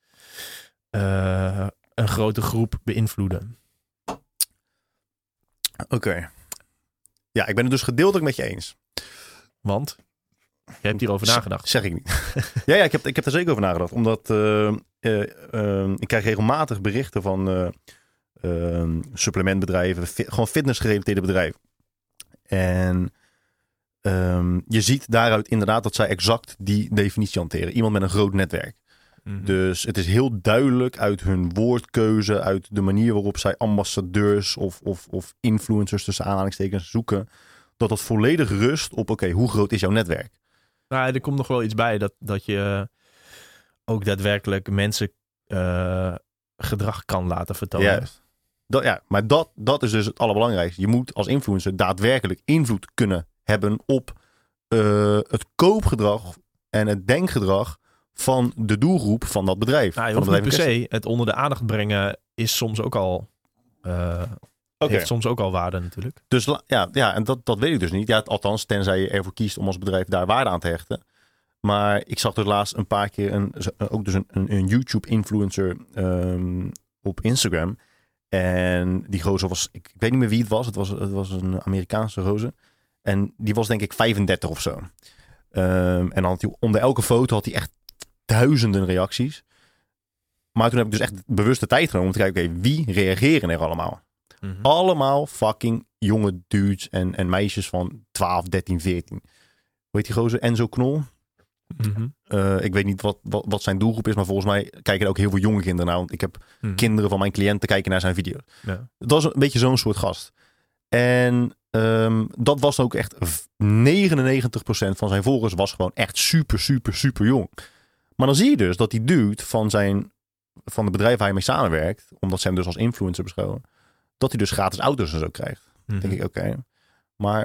een grote groep beïnvloeden. Oké. Ja, ik ben het dus gedeeltelijk met je eens. Want? Je hebt hierover nagedacht. Zeg ik niet. ja, ik heb er zeker over nagedacht. Omdat ik krijg regelmatig berichten van supplementbedrijven. Gewoon fitnessgerelateerde bedrijven. En je ziet daaruit inderdaad dat zij exact die definitie hanteren. Iemand met een groot netwerk. Mm-hmm. Dus het is heel duidelijk uit hun woordkeuze, uit de manier waarop zij ambassadeurs of influencers tussen aanhalingstekens zoeken, dat volledig rust op, oké, hoe groot is jouw netwerk? Nou, er komt nog wel iets bij dat je ook daadwerkelijk mensen gedrag kan laten vertonen. Juist. Maar dat is dus het allerbelangrijkste. Je moet als influencer daadwerkelijk invloed kunnen hebben op het koopgedrag en het denkgedrag van de doelgroep van dat bedrijf. Nou, je hoeft niet per se. Het onder de aandacht brengen is soms ook al... heeft soms ook al waarde natuurlijk. Dus ja, en dat weet ik dus niet. Ja, althans, tenzij je ervoor kiest om als bedrijf daar waarde aan te hechten. Maar ik zag dus laatst een paar keer een YouTube-influencer op Instagram. En die gozer was... Ik weet niet meer wie het was. Het was een Amerikaanse gozer. En die was denk ik 35 of zo. En dan had hij onder elke foto had hij echt duizenden reacties. Maar toen heb ik dus echt bewust de tijd genomen om te kijken, oké, wie reageren er allemaal? Mm-hmm. Allemaal fucking jonge dudes en meisjes van 12, 13, 14. Hoe heet die gozer? Enzo Knol. Mm-hmm. Ik weet niet wat zijn doelgroep is, maar volgens mij kijken er ook heel veel jonge kinderen naar. Want ik heb kinderen van mijn cliënten kijken naar zijn video's. Ja. Dat is een beetje zo'n soort gast. En dat was ook echt 99% van zijn volgers was gewoon echt super, super, super jong. Maar dan zie je dus dat die dude van de bedrijf waar hij mee samenwerkt, omdat ze hem dus als influencer beschouwen, dat hij dus gratis auto's en zo krijgt. Mm-hmm. Denk ik, oké. Maar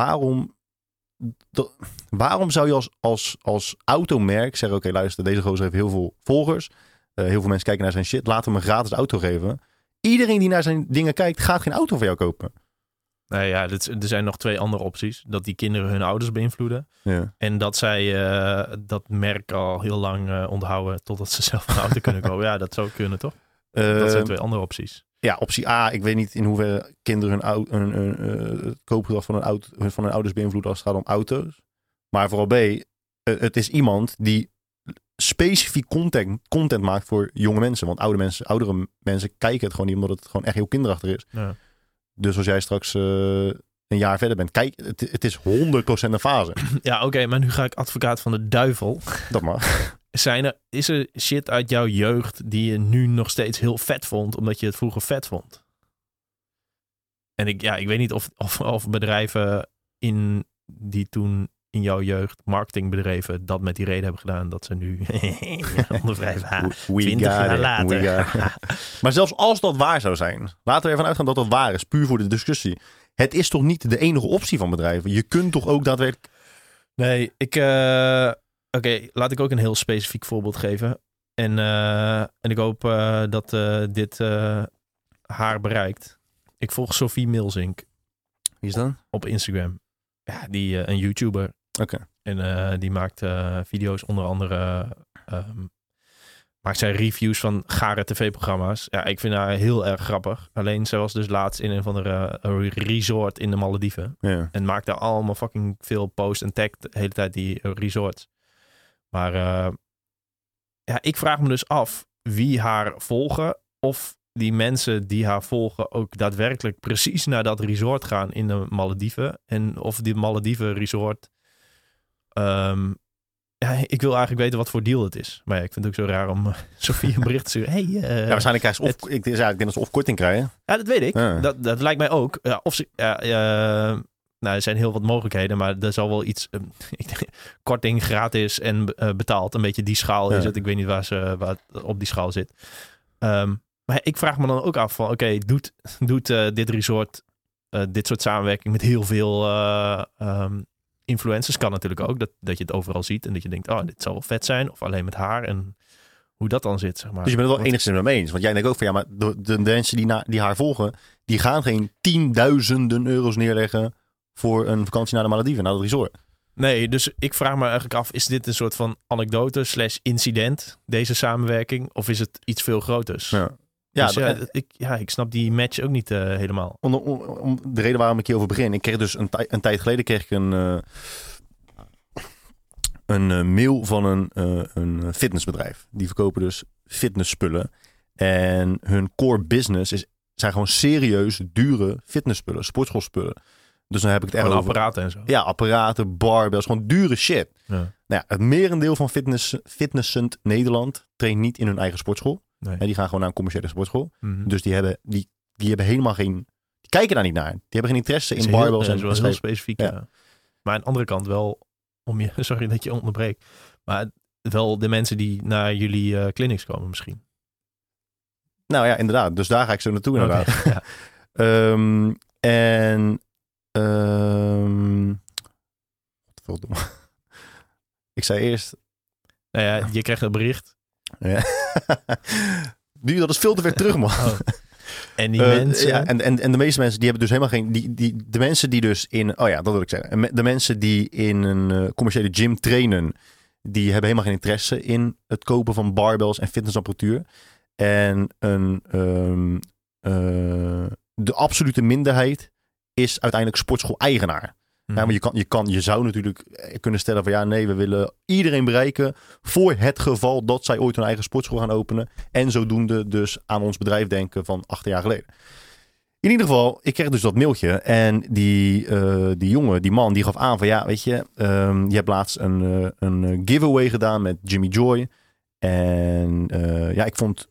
waarom zou je als automerk zeggen, oké, luister, deze gozer heeft heel veel volgers. Heel veel mensen kijken naar zijn shit. Laten we hem een gratis auto geven. Iedereen die naar zijn dingen kijkt, gaat geen auto voor jou kopen. Nou ja, er zijn nog 2 andere opties. Dat die kinderen hun ouders beïnvloeden. Ja. En dat zij dat merk al heel lang onthouden totdat ze zelf een auto kunnen kopen. Ja, dat zou kunnen, toch? Dat zijn 2 andere opties. Ja, optie A. Ik weet niet in hoeverre kinderen het koopgedrag van hun ouders beïnvloeden als het gaat om auto's. Maar vooral B. Het is iemand die specifiek content maakt voor jonge mensen. Want oudere mensen kijken het gewoon niet, omdat het gewoon echt heel kinderachtig is. Ja. Dus als jij straks een jaar verder bent, kijk, het is 100% een fase. Ja, oké, maar nu ga ik advocaat van de duivel. Dat mag. Is er shit uit jouw jeugd die je nu nog steeds heel vet vond, omdat je het vroeger vet vond? En ik weet niet of bedrijven die toen in jouw jeugd marketingbedrijven dat met die reden hebben gedaan dat ze nu onder 20 jaar later. Maar zelfs als dat waar zou zijn, laten we ervan uitgaan dat dat waar is, puur voor de discussie. Het is toch niet de enige optie van bedrijven? Je kunt toch ook daadwerkelijk... Nee, Oké, laat ik ook een heel specifiek voorbeeld geven. En ik hoop dat dit haar bereikt. Ik volg Sophie Milzink Wie is dat? op Instagram. Ja, een YouTuber. Oké. En die maakt video's, onder andere maakt zij reviews van gare tv-programma's. Ja, ik vind haar heel erg grappig. Alleen zij was dus laatst in een van de resort in de Malediven. Ja. En maakte allemaal fucking veel post en tag de hele tijd die resorts. Maar ja, ik vraag me dus af wie haar volgen. Of die mensen die haar volgen ook daadwerkelijk precies naar dat resort gaan in de Malediven. En of die Malediven resort... ja, ik wil eigenlijk weten wat voor deal het is. Maar ja, ik vind het ook zo raar om Sophie een bericht te sturen. Hey, Ja, waarschijnlijk krijgen ze ik denk dat ze of korting krijgen. Ja, dat weet ik. Ja. Dat lijkt mij ook. Ja, of ze... nou, er zijn heel wat mogelijkheden, maar er zal wel iets... ik denk, korting, gratis en betaald. Een beetje die schaal is het. Ik weet niet waar het op die schaal zit. Maar ik vraag me dan ook af van... Oké, doet dit resort dit soort samenwerking met heel veel influencers? Kan natuurlijk ook. Dat je het overal ziet en dat je denkt... Oh, dit zal wel vet zijn. Of alleen met haar en hoe dat dan zit, zeg maar. Dus je bent het wel enigszins met me eens. Want jij denkt ook van ja, maar de mensen die haar volgen... die gaan geen tienduizenden euro's neerleggen... voor een vakantie naar de Malediven, naar het resort. Nee, dus ik vraag me eigenlijk af... is dit een soort van anekdote / incident, deze samenwerking? Of is het iets veel groters? Ja. Dus ik snap die match ook niet helemaal. Om de reden waarom ik hierover begin. Ik kreeg dus een tijd geleden een mail van een fitnessbedrijf. Die verkopen dus fitnessspullen. En hun core business zijn gewoon serieus dure fitnessspullen, sportschoolspullen. Dus dan heb ik het echt over apparaten en zo. Ja, apparaten, barbells, gewoon dure shit. Ja. Nou ja, het merendeel van fitnessend Nederland traint niet in hun eigen sportschool. Nee. Die gaan gewoon naar een commerciële sportschool. Mm-hmm. Dus die hebben helemaal geen... Die kijken daar niet naar. Die hebben geen interesse in barbells. Dat is wel heel specifiek, ja. Ja. Maar aan de andere kant wel... Sorry dat je onderbreekt. Maar wel de mensen die naar jullie clinics komen misschien. Nou ja, inderdaad. Dus daar ga ik zo naartoe inderdaad. Okay, ja. Verdomme. Ik zei eerst... Nou ja, je krijgt een bericht. Ja. Nu, dat is veel te ver terug, man. Oh. En die mensen... Ja, en de meeste mensen die hebben dus helemaal geen... De mensen die dus in... Oh ja, dat wil ik zeggen. De mensen die in een commerciële gym trainen... die hebben helemaal geen interesse in het kopen van barbells en fitnessapparatuur. En de absolute minderheid is uiteindelijk sportschool-eigenaar. Ja, maar je zou natuurlijk kunnen stellen van ja, nee, we willen iedereen bereiken voor het geval dat zij ooit hun eigen sportschool gaan openen. En zodoende dus aan ons bedrijf denken van 8 jaar geleden. In ieder geval, ik kreeg dus dat mailtje en die man, die gaf aan van ja, weet je, je hebt laatst een giveaway gedaan met Jimmy Joy. En ja, ik vond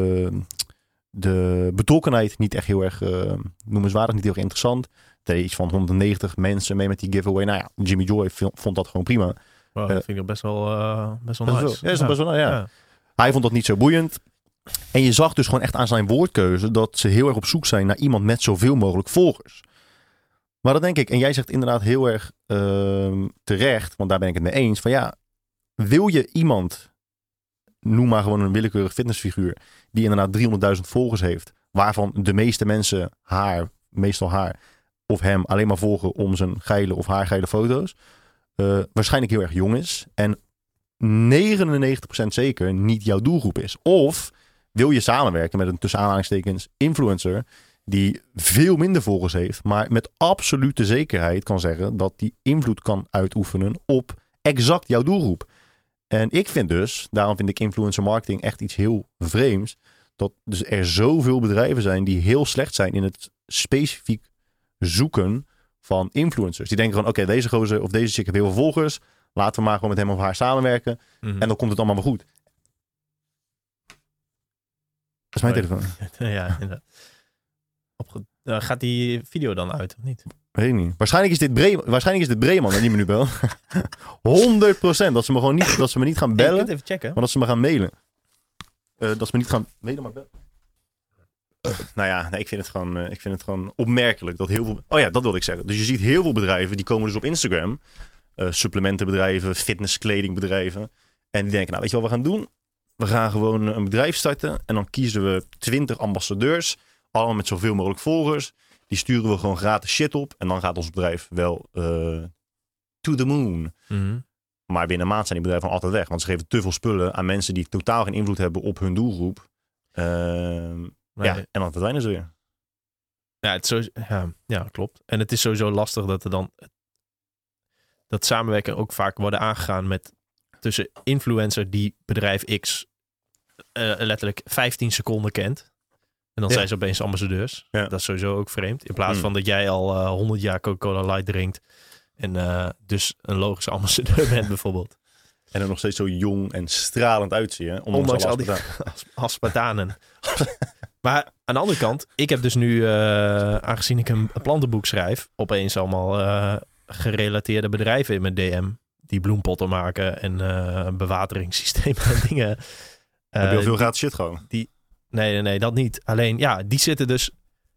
de betrokkenheid niet echt heel erg noemenswaardig, niet heel erg interessant. Er iets van 190 mensen mee met die giveaway. Nou ja, Jimmy Joy vond dat gewoon prima. Wow, dat vind ik best wel nice. Ja, is best wel, ja. Hij vond dat niet zo boeiend. En je zag dus gewoon echt aan zijn woordkeuze dat ze heel erg op zoek zijn naar iemand met zoveel mogelijk volgers. Maar dat denk ik, en jij zegt inderdaad heel erg terecht, want daar ben ik het mee eens, van ja, wil je iemand, noem maar gewoon een willekeurig fitnessfiguur, die inderdaad 300.000 volgers heeft, waarvan de meeste mensen meestal haar of hem alleen maar volgen om zijn geile of haar geile foto's, waarschijnlijk heel erg jong is en 99% zeker niet jouw doelgroep is. Of wil je samenwerken met een tussen aanhalingstekens influencer die veel minder volgers heeft, maar met absolute zekerheid kan zeggen dat die invloed kan uitoefenen op exact jouw doelgroep. En ik vind dus, daarom vind ik influencer marketing echt iets heel vreemds, dat dus er zoveel bedrijven zijn die heel slecht zijn in het specifiek zoeken van influencers. Die denken van oké, deze gozer of deze chick heeft heel veel volgers, laten we maar gewoon met hem of haar samenwerken. Mm-hmm. En dan komt het allemaal wel goed. Dat is mijn telefoon. Ja, inderdaad. Gaat die video dan uit of niet? Weet ik niet. Waarschijnlijk is dit Breeman die me nu belt. 100% dat ze me gewoon niet, dat ze me niet gaan bellen. Je kunt even checken. Maar dat ze me gaan mailen. Dat ze me niet gaan mailen, maar bellen. Nou ja, nee, ik vind het gewoon opmerkelijk dat heel veel... Oh ja, dat wilde ik zeggen. Dus je ziet heel veel bedrijven die komen dus op Instagram supplementenbedrijven, fitnesskledingbedrijven. En die denken, nou weet je wat we gaan doen? We gaan gewoon een bedrijf starten en dan kiezen we 20 ambassadeurs, allemaal met zoveel mogelijk volgers. Die sturen we gewoon gratis shit op en dan gaat ons bedrijf wel to the moon. Mm-hmm. Maar binnen een maand zijn die bedrijven altijd weg, want ze geven te veel spullen aan mensen die totaal geen invloed hebben op hun doelgroep. Ja, en dan verdwijnen ze weer. Ja, ja, klopt. En het is sowieso lastig dat er dan dat samenwerken ook vaak worden aangegaan met tussen influencer die bedrijf X letterlijk 15 seconden kent. En dan zijn ze opeens ambassadeurs. Ja. Dat is sowieso ook vreemd. In plaats van dat jij al 100 jaar Coca-Cola Light drinkt en dus een logische ambassadeur bent bijvoorbeeld. En er nog steeds zo jong en stralend uitzien. Hè? Ondanks al die aspartanen. Maar aan de andere kant, ik heb dus nu, aangezien ik een plantenboek schrijf, opeens allemaal gerelateerde bedrijven in mijn DM. Die bloempotten maken en bewateringssystemen en dingen. Heb je al veel gratis shit gewoon? Nee, dat niet. Alleen, ja, die zitten dus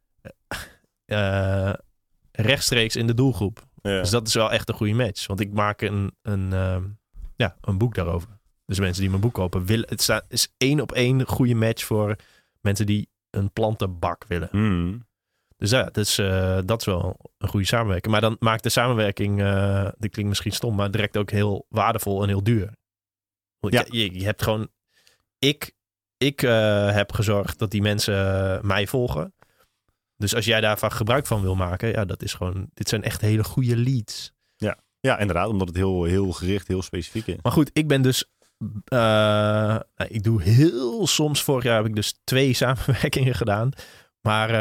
rechtstreeks in de doelgroep. Ja. Dus dat is wel echt een goede match. Want ik maak een boek daarover. Dus mensen die mijn boek kopen, het is 1 op 1 goede match voor mensen die een plantenbak willen. Mm. Dus ja, dat is wel een goede samenwerking. Maar dan maakt de samenwerking, dit klinkt misschien stom, maar direct ook heel waardevol en heel duur. Ja. Je hebt gewoon... Ik heb gezorgd dat die mensen mij volgen. Dus als jij daarvan gebruik van wil maken, ja, dat is gewoon... Dit zijn echt hele goede leads. Ja, inderdaad, omdat het heel, heel gericht, heel specifiek is. Maar goed, ik ben dus... ik doe heel soms... Vorig jaar heb ik dus 2 samenwerkingen gedaan. Maar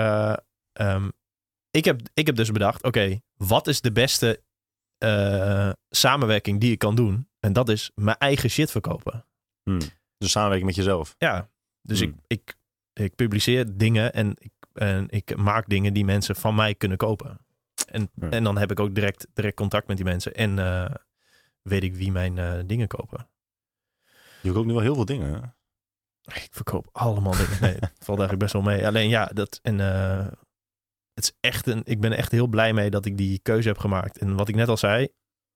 ik heb dus bedacht... Oké, wat is de beste samenwerking die ik kan doen? En dat is mijn eigen shit verkopen. Dus samenwerking met jezelf. Ja, dus ik publiceer dingen en ik maak dingen die mensen van mij kunnen kopen. En dan heb ik ook direct contact met die mensen. En weet ik wie mijn dingen kopen. Je verkoopt nu wel heel veel dingen, hè? Ik verkoop allemaal dingen. Nee, het valt eigenlijk best wel mee. Alleen ja, het is echt ik ben echt heel blij mee dat ik die keuze heb gemaakt. En wat ik net al zei,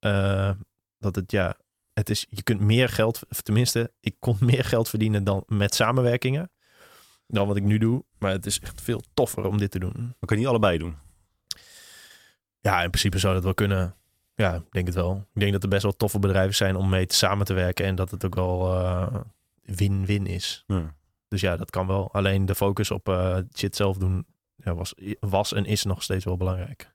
dat het is, je kunt meer geld, of tenminste, ik kon meer geld verdienen dan met samenwerkingen. Dan wat ik nu doe. Maar het is echt veel toffer om dit te doen. Maar kan je niet allebei doen? Ja, in principe zou dat wel kunnen. Ja, ik denk het wel. Ik denk dat er best wel toffe bedrijven zijn om mee samen te werken. En dat het ook wel win-win is. Ja. Dus ja, dat kan wel. Alleen de focus op shit zelf doen was en is nog steeds wel belangrijk.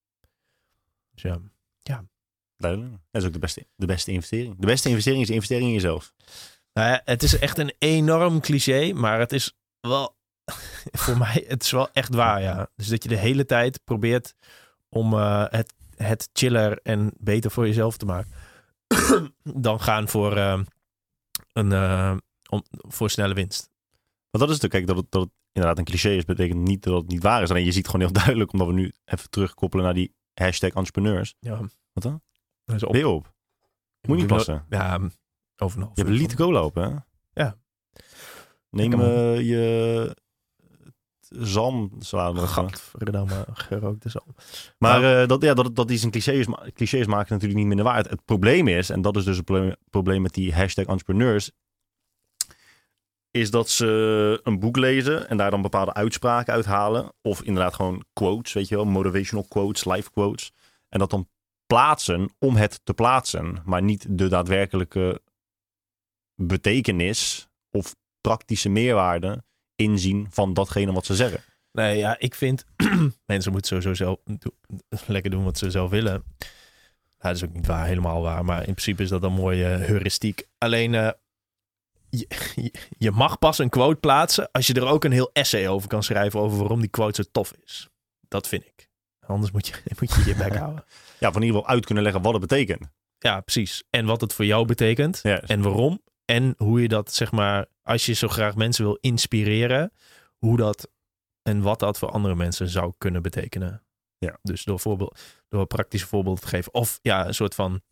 Dus ja. Duidelijk. Dat is ook de beste investering. De beste investering is de investering in jezelf. Nou ja, het is echt een enorm cliché, maar het is wel... voor mij, het is wel echt waar, ja. Dus dat je de hele tijd probeert om het chiller en beter voor jezelf te maken. Dan gaan voor voor snelle winst. Maar dat is natuurlijk, kijk, dat het inderdaad een cliché is, betekent niet dat het niet waar is. Alleen je ziet gewoon heel duidelijk, omdat we nu even terugkoppelen naar die #entrepreneurs. Ja. Wat dan? Ben je op? Moet niet passen. Ja, over een half. Je hebt een liter cola op, hè? Ja. Neem je zalmsalade. Gadverdamme, gerookte zalm. Maar dat is een cliché. Clichés maken natuurlijk niet minder waard. Het probleem is, en dat is dus het probleem met die #entrepreneurs, is dat ze een boek lezen en daar dan bepaalde uitspraken uithalen. Of inderdaad gewoon quotes, weet je wel, motivational quotes, life quotes. En dat dan plaatsen om het te plaatsen, maar niet de daadwerkelijke betekenis of praktische meerwaarde inzien van datgene wat ze zeggen. Nee, ja, ik vind mensen moeten sowieso zelf lekker doen wat ze zelf willen. Dat is ook niet waar, helemaal waar, maar in principe is dat een mooie heuristiek. Alleen je mag pas een quote plaatsen als je er ook een heel essay over kan schrijven over waarom die quote zo tof is. Dat vind ik. Anders moet je je bek houden. Ja, van in ieder geval uit kunnen leggen wat het betekent. Ja, precies. En wat het voor jou betekent. Yes. En waarom. En hoe je dat, zeg maar, als je zo graag mensen wil inspireren, hoe dat en wat dat voor andere mensen zou kunnen betekenen. Ja. Dus door praktische voorbeelden te geven. Of ja, een soort van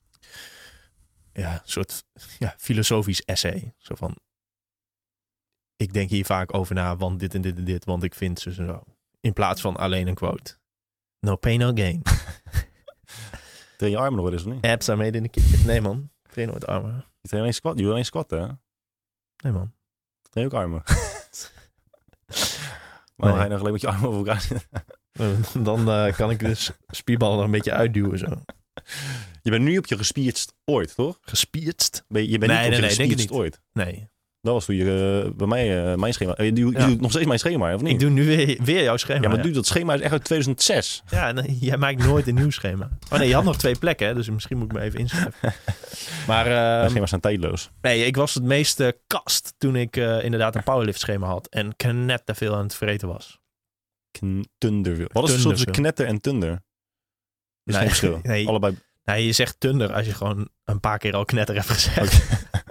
filosofisch essay. Zo van, ik denk hier vaak over na, want dit en dit en dit, want ik vind zo. In plaats van alleen een quote. No pain, no gain. Train je armen nog wel eens of niet? Abs are made in the kitchen. Nee, man. Ik train nooit armen. Je traint alleen squat. Je wil alleen squatten, hè? Nee, man. Train je ook armen. Maar dan ga je nog alleen met je armen over elkaar zitten. Dan kan ik dus spierballen er een beetje uitduwen zo. Je bent nu op je gespiertst ooit, toch? Gespiertst? Je bent niet op je denk ik gespiertst niet. ooit. Nee. Dat was toen je bij mij mijn schema... Je doet nog steeds mijn schema, of niet? Ik doe nu weer jouw schema. Ja, maar dat schema is echt uit 2006. Ja, nee, jij maakt nooit een nieuw schema. Oh nee, je had nog 2 plekken, hè, dus misschien moet ik me even inschrijven. Maar Mijn schema's zijn tijdloos. nee, ik was het meeste kast toen ik inderdaad een powerlift schema had. En knetter veel aan het vreten was. Tunder. Wat is het verschil tussen knetter en tunder? Is geen verschil. Nee, Allebei. nee, je zegt tunder als je gewoon een paar keer al knetter hebt gezegd.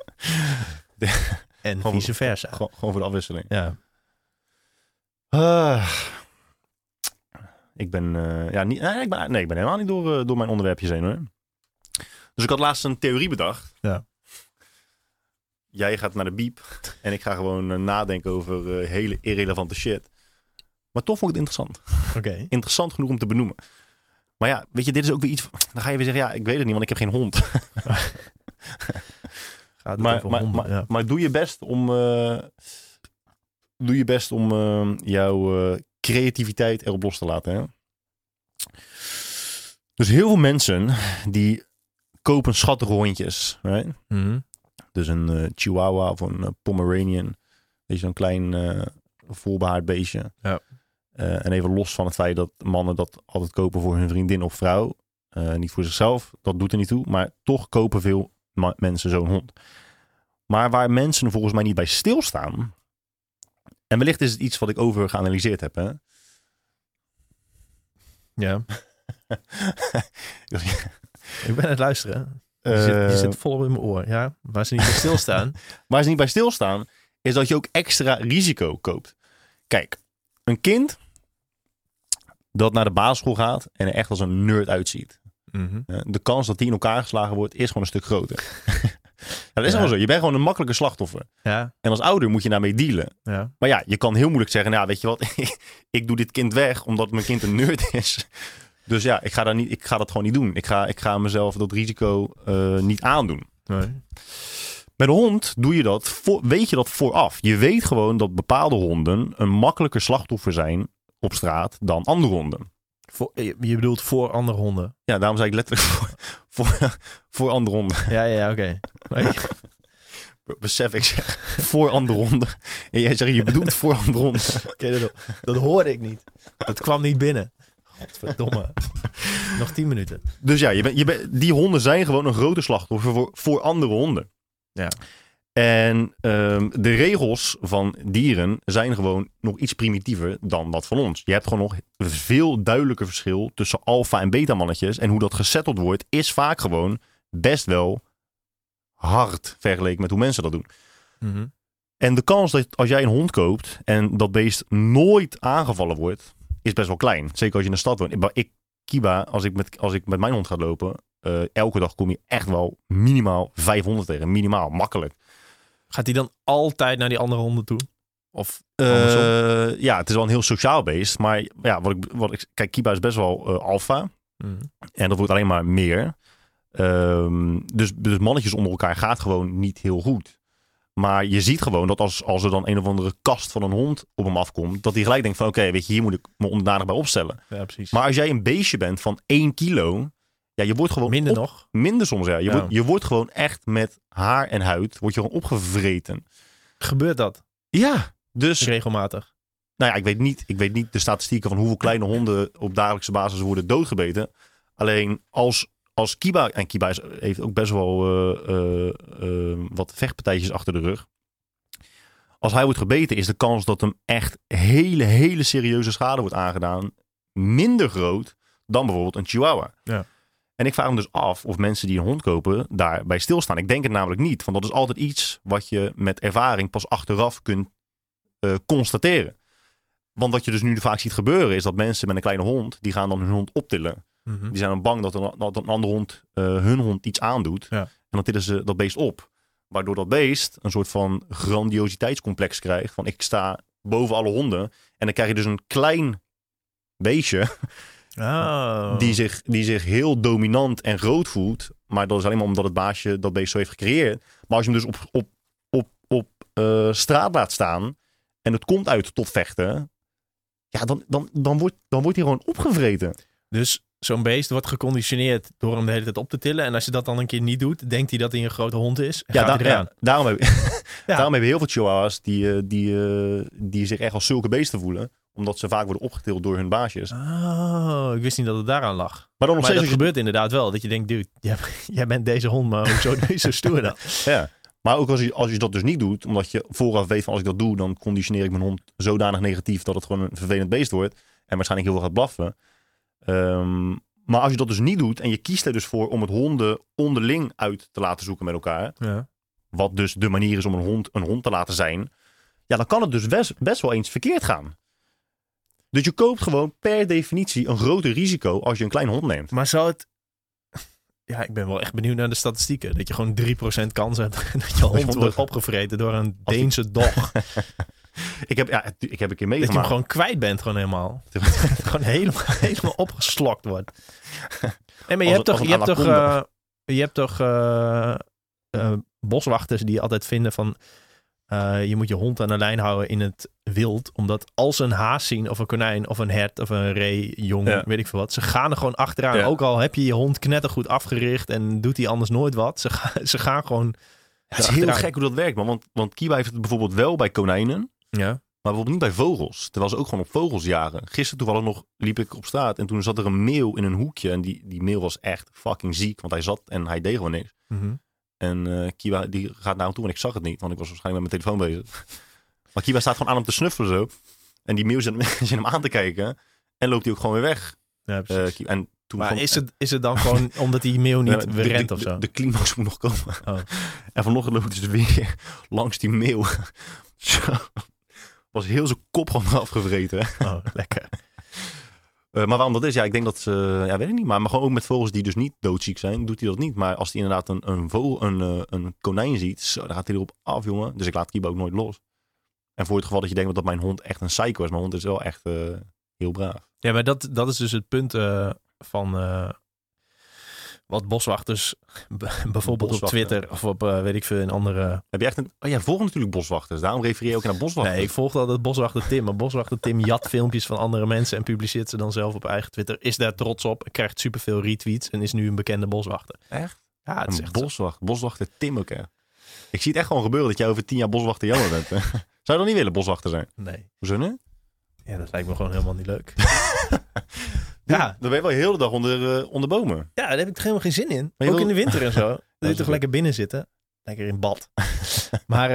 En vice versa. Gewoon voor de afwisseling. Ja. Ik ben ik ben helemaal niet door mijn onderwerpjes heen, hoor. Dus ik had laatst een theorie bedacht. Ja. Jij gaat naar de biep en ik ga gewoon nadenken over hele irrelevante shit. Maar toch vond ik het interessant. Oké. Interessant genoeg om te benoemen. Maar ja, weet je, dit is ook weer iets... Dan ga je weer zeggen, ja, ik weet het niet, want ik heb geen hond. Maar doe je best om jouw creativiteit erop los te laten. Hè? Dus heel veel mensen die kopen schattige hondjes. Right? Mm-hmm. Dus een Chihuahua of een Pomeranian. Weet je, zo'n klein voorbehaard beestje. Ja. En even los van het feit dat mannen dat altijd kopen voor hun vriendin of vrouw. Niet voor zichzelf, dat doet er niet toe. Maar toch kopen veel mensen zo'n hond. Maar waar mensen volgens mij niet bij stilstaan. En wellicht is het iets wat ik over geanalyseerd heb. Hè? Ja. Ik ben aan het luisteren. Je zit volop in mijn oor. Ja, waar ze niet bij stilstaan. Waar ze niet bij stilstaan is dat je ook extra risico koopt. Kijk, een kind dat naar de basisschool gaat en er echt als een nerd uitziet. Mm-hmm. De kans dat die in elkaar geslagen wordt is gewoon een stuk groter. Dat is gewoon zo. Je bent gewoon een makkelijke slachtoffer. Ja. En als ouder moet je daarmee dealen. Ja. Maar ja, je kan heel moeilijk zeggen, nou weet je wat, ik doe dit kind weg omdat mijn kind een nerd is. Dus ja, ik ga dat gewoon niet doen. Ik ga mezelf dat risico niet aandoen. Nee. Met een hond doe je dat, weet je dat vooraf. Je weet gewoon dat bepaalde honden een makkelijker slachtoffer zijn op straat dan andere honden. Je bedoelt voor andere honden? Ja, daarom zei ik letterlijk voor andere honden. Ja, oké. Besef, ik zeg voor andere honden. En jij zegt, je bedoelt voor andere honden. Okay, dat hoorde ik niet. Dat kwam niet binnen. Godverdomme. Nog 10 minuten. Dus ja, die honden zijn gewoon een grote slachtoffer voor andere honden. Ja. En de regels van dieren zijn gewoon nog iets primitiever dan dat van ons. Je hebt gewoon nog een veel duidelijker verschil tussen alfa- en beta-mannetjes. En hoe dat gesetteld wordt, is vaak gewoon best wel hard vergeleken met hoe mensen dat doen. Mm-hmm. En de kans dat als jij een hond koopt en dat beest nooit aangevallen wordt, is best wel klein. Zeker als je in de stad woont. Kiba, als ik met mijn hond ga lopen, elke dag kom je echt wel minimaal 500 tegen. Minimaal, makkelijk. Gaat hij dan altijd naar die andere honden toe? Of ja, het is wel een heel sociaal beest. Maar ja, kijk, Kiba is best wel alfa. Mm. En dat wordt alleen maar meer. Dus mannetjes onder elkaar gaat gewoon niet heel goed. Maar je ziet gewoon dat als er dan een of andere kast van een hond op hem afkomt, dat hij gelijk denkt van oké, weet je, hier moet ik me onderdanig bij opstellen. Ja, precies. Maar als jij een beestje bent van 1 kilo, ja, je wordt gewoon minder soms, ja. Je wordt gewoon echt met haar en huid, word je gewoon opgevreten. Gebeurt dat? Ja, dus regelmatig. Nou ja, ik weet niet de statistieken van hoeveel kleine honden op dagelijkse basis worden doodgebeten. Alleen als Kiba, en Kiba heeft ook best wel wat vechtpartijtjes achter de rug. Als hij wordt gebeten is de kans dat hem echt hele serieuze schade wordt aangedaan minder groot dan bijvoorbeeld een Chihuahua. Ja. En ik vraag me dus af of mensen die een hond kopen daarbij stilstaan. Ik denk het namelijk niet, want dat is altijd iets wat je met ervaring pas achteraf kunt constateren. Want wat je dus nu vaak ziet gebeuren is dat mensen met een kleine hond, die gaan dan hun hond optillen. Mm-hmm. Die zijn dan bang dat een andere hond hun hond iets aandoet. Ja. En dan tillen ze dat beest op. Waardoor dat beest een soort van grandiositeitscomplex krijgt. Van ik sta boven alle honden. En dan krijg je dus een klein beestje Oh. Die zich heel dominant en groot voelt. Maar dat is alleen maar omdat het baasje dat beest zo heeft gecreëerd. Maar als je hem dus op straat laat staan en het komt uit tot vechten, ja, dan wordt hij gewoon opgevreten. Dus zo'n beest wordt geconditioneerd door hem de hele tijd op te tillen. En als je dat dan een keer niet doet, denkt hij dat hij een grote hond is. En gaat hij eraan. Daarom hebben heel veel chihuahuas die zich echt als zulke beesten voelen. Omdat ze vaak worden opgetild door hun baasjes. Oh, ik wist niet dat het daaraan lag. Maar dan nog steeds dat gebeurt inderdaad wel. Dat je denkt, dude, jij bent deze hond, maar hoezo doe je zo stoer dan? Ja. Maar ook als je dat dus niet doet, omdat je vooraf weet van als ik dat doe, dan conditioneer ik mijn hond zodanig negatief dat het gewoon een vervelend beest wordt. En waarschijnlijk heel veel gaat blaffen. Maar als je dat dus niet doet en je kiest er dus voor om het honden onderling uit te laten zoeken met elkaar. Ja. Wat dus de manier is om een hond te laten zijn. Ja, dan kan het dus best wel eens verkeerd gaan. Dus je koopt gewoon per definitie een groter risico als je een klein hond neemt. Maar zou het... Ja, ik ben wel echt benieuwd naar de statistieken. Dat je gewoon 3% kans hebt dat je hond wordt opgevreten door een Deense dog. Ik heb een keer Dat je meegemaakt. hem gewoon kwijt bent, gewoon helemaal. Gewoon helemaal opgeslokt wordt. Nee, maar je hebt toch boswachters die altijd vinden van... je moet je hond aan de lijn houden in het wild. Omdat als ze een haas zien of een konijn of een hert of een ree, jong, weet ik veel wat. Ze gaan er gewoon achteraan. Ja. Ook al heb je je hond knettergoed afgericht en doet hij anders nooit wat. Ze gaan gewoon... Ja, het is heel gek hoe dat werkt, man. Want Kiba heeft het bijvoorbeeld wel bij konijnen. Ja. Maar bijvoorbeeld niet bij vogels. Terwijl ze ook gewoon op vogels jagen. Gisteren toevallig nog liep ik op straat en toen zat er een meeuw in een hoekje. En die meeuw was echt fucking ziek, want hij zat en hij deed gewoon niks. Mm-hmm. En Kiba die gaat naar hem toe en ik zag het niet, want ik was waarschijnlijk met mijn telefoon bezig. Maar Kiba staat gewoon aan hem te snuffelen zo. En die meeuw zit hem aan te kijken en loopt hij ook gewoon weer weg. Ja, precies. En toen maar is het dan gewoon omdat die meeuw niet weer rent of zo? De climax moet nog komen. Oh. En vanochtend loopt ze weer langs die meeuw. Was heel zijn kop gewoon afgevreten. Oh, lekker. Maar waarom dat is? Ja, ik denk dat ze... Ja, weet ik niet. Maar gewoon ook met vogels die dus niet doodziek zijn, doet hij dat niet. Maar als hij inderdaad een konijn ziet, zo, dan gaat hij erop af, jongen. Dus ik laat Kiba ook nooit los. En voor het geval dat je denkt dat mijn hond echt een psycho is. Mijn hond is wel echt heel braaf. Ja, maar dat is dus het punt van... wat boswachters bijvoorbeeld op Twitter of op weet ik veel in andere... Heb je echt een... Oh ja, volg natuurlijk boswachters. Daarom refereer je ook naar boswachters. Nee, ik volg altijd boswachter Tim. Maar boswachter Tim jat filmpjes van andere mensen en publiceert ze dan zelf op eigen Twitter. Is daar trots op, krijgt superveel retweets en is nu een bekende boswachter. Echt? Ja, het is echt boswachter Tim ook, hè? Ik zie het echt gewoon gebeuren dat jij over 10 jaar boswachter Jammer bent. Zou je dan niet willen boswachter zijn? Nee. Hoezo niet? Ja, dat lijkt me gewoon helemaal niet leuk. Ja, dan ben je wel heel de dag onder bomen. Ja, daar heb ik helemaal geen zin in. Ook in de winter en zo. Dan je toch lekker binnen zitten. Lekker in bad. Maar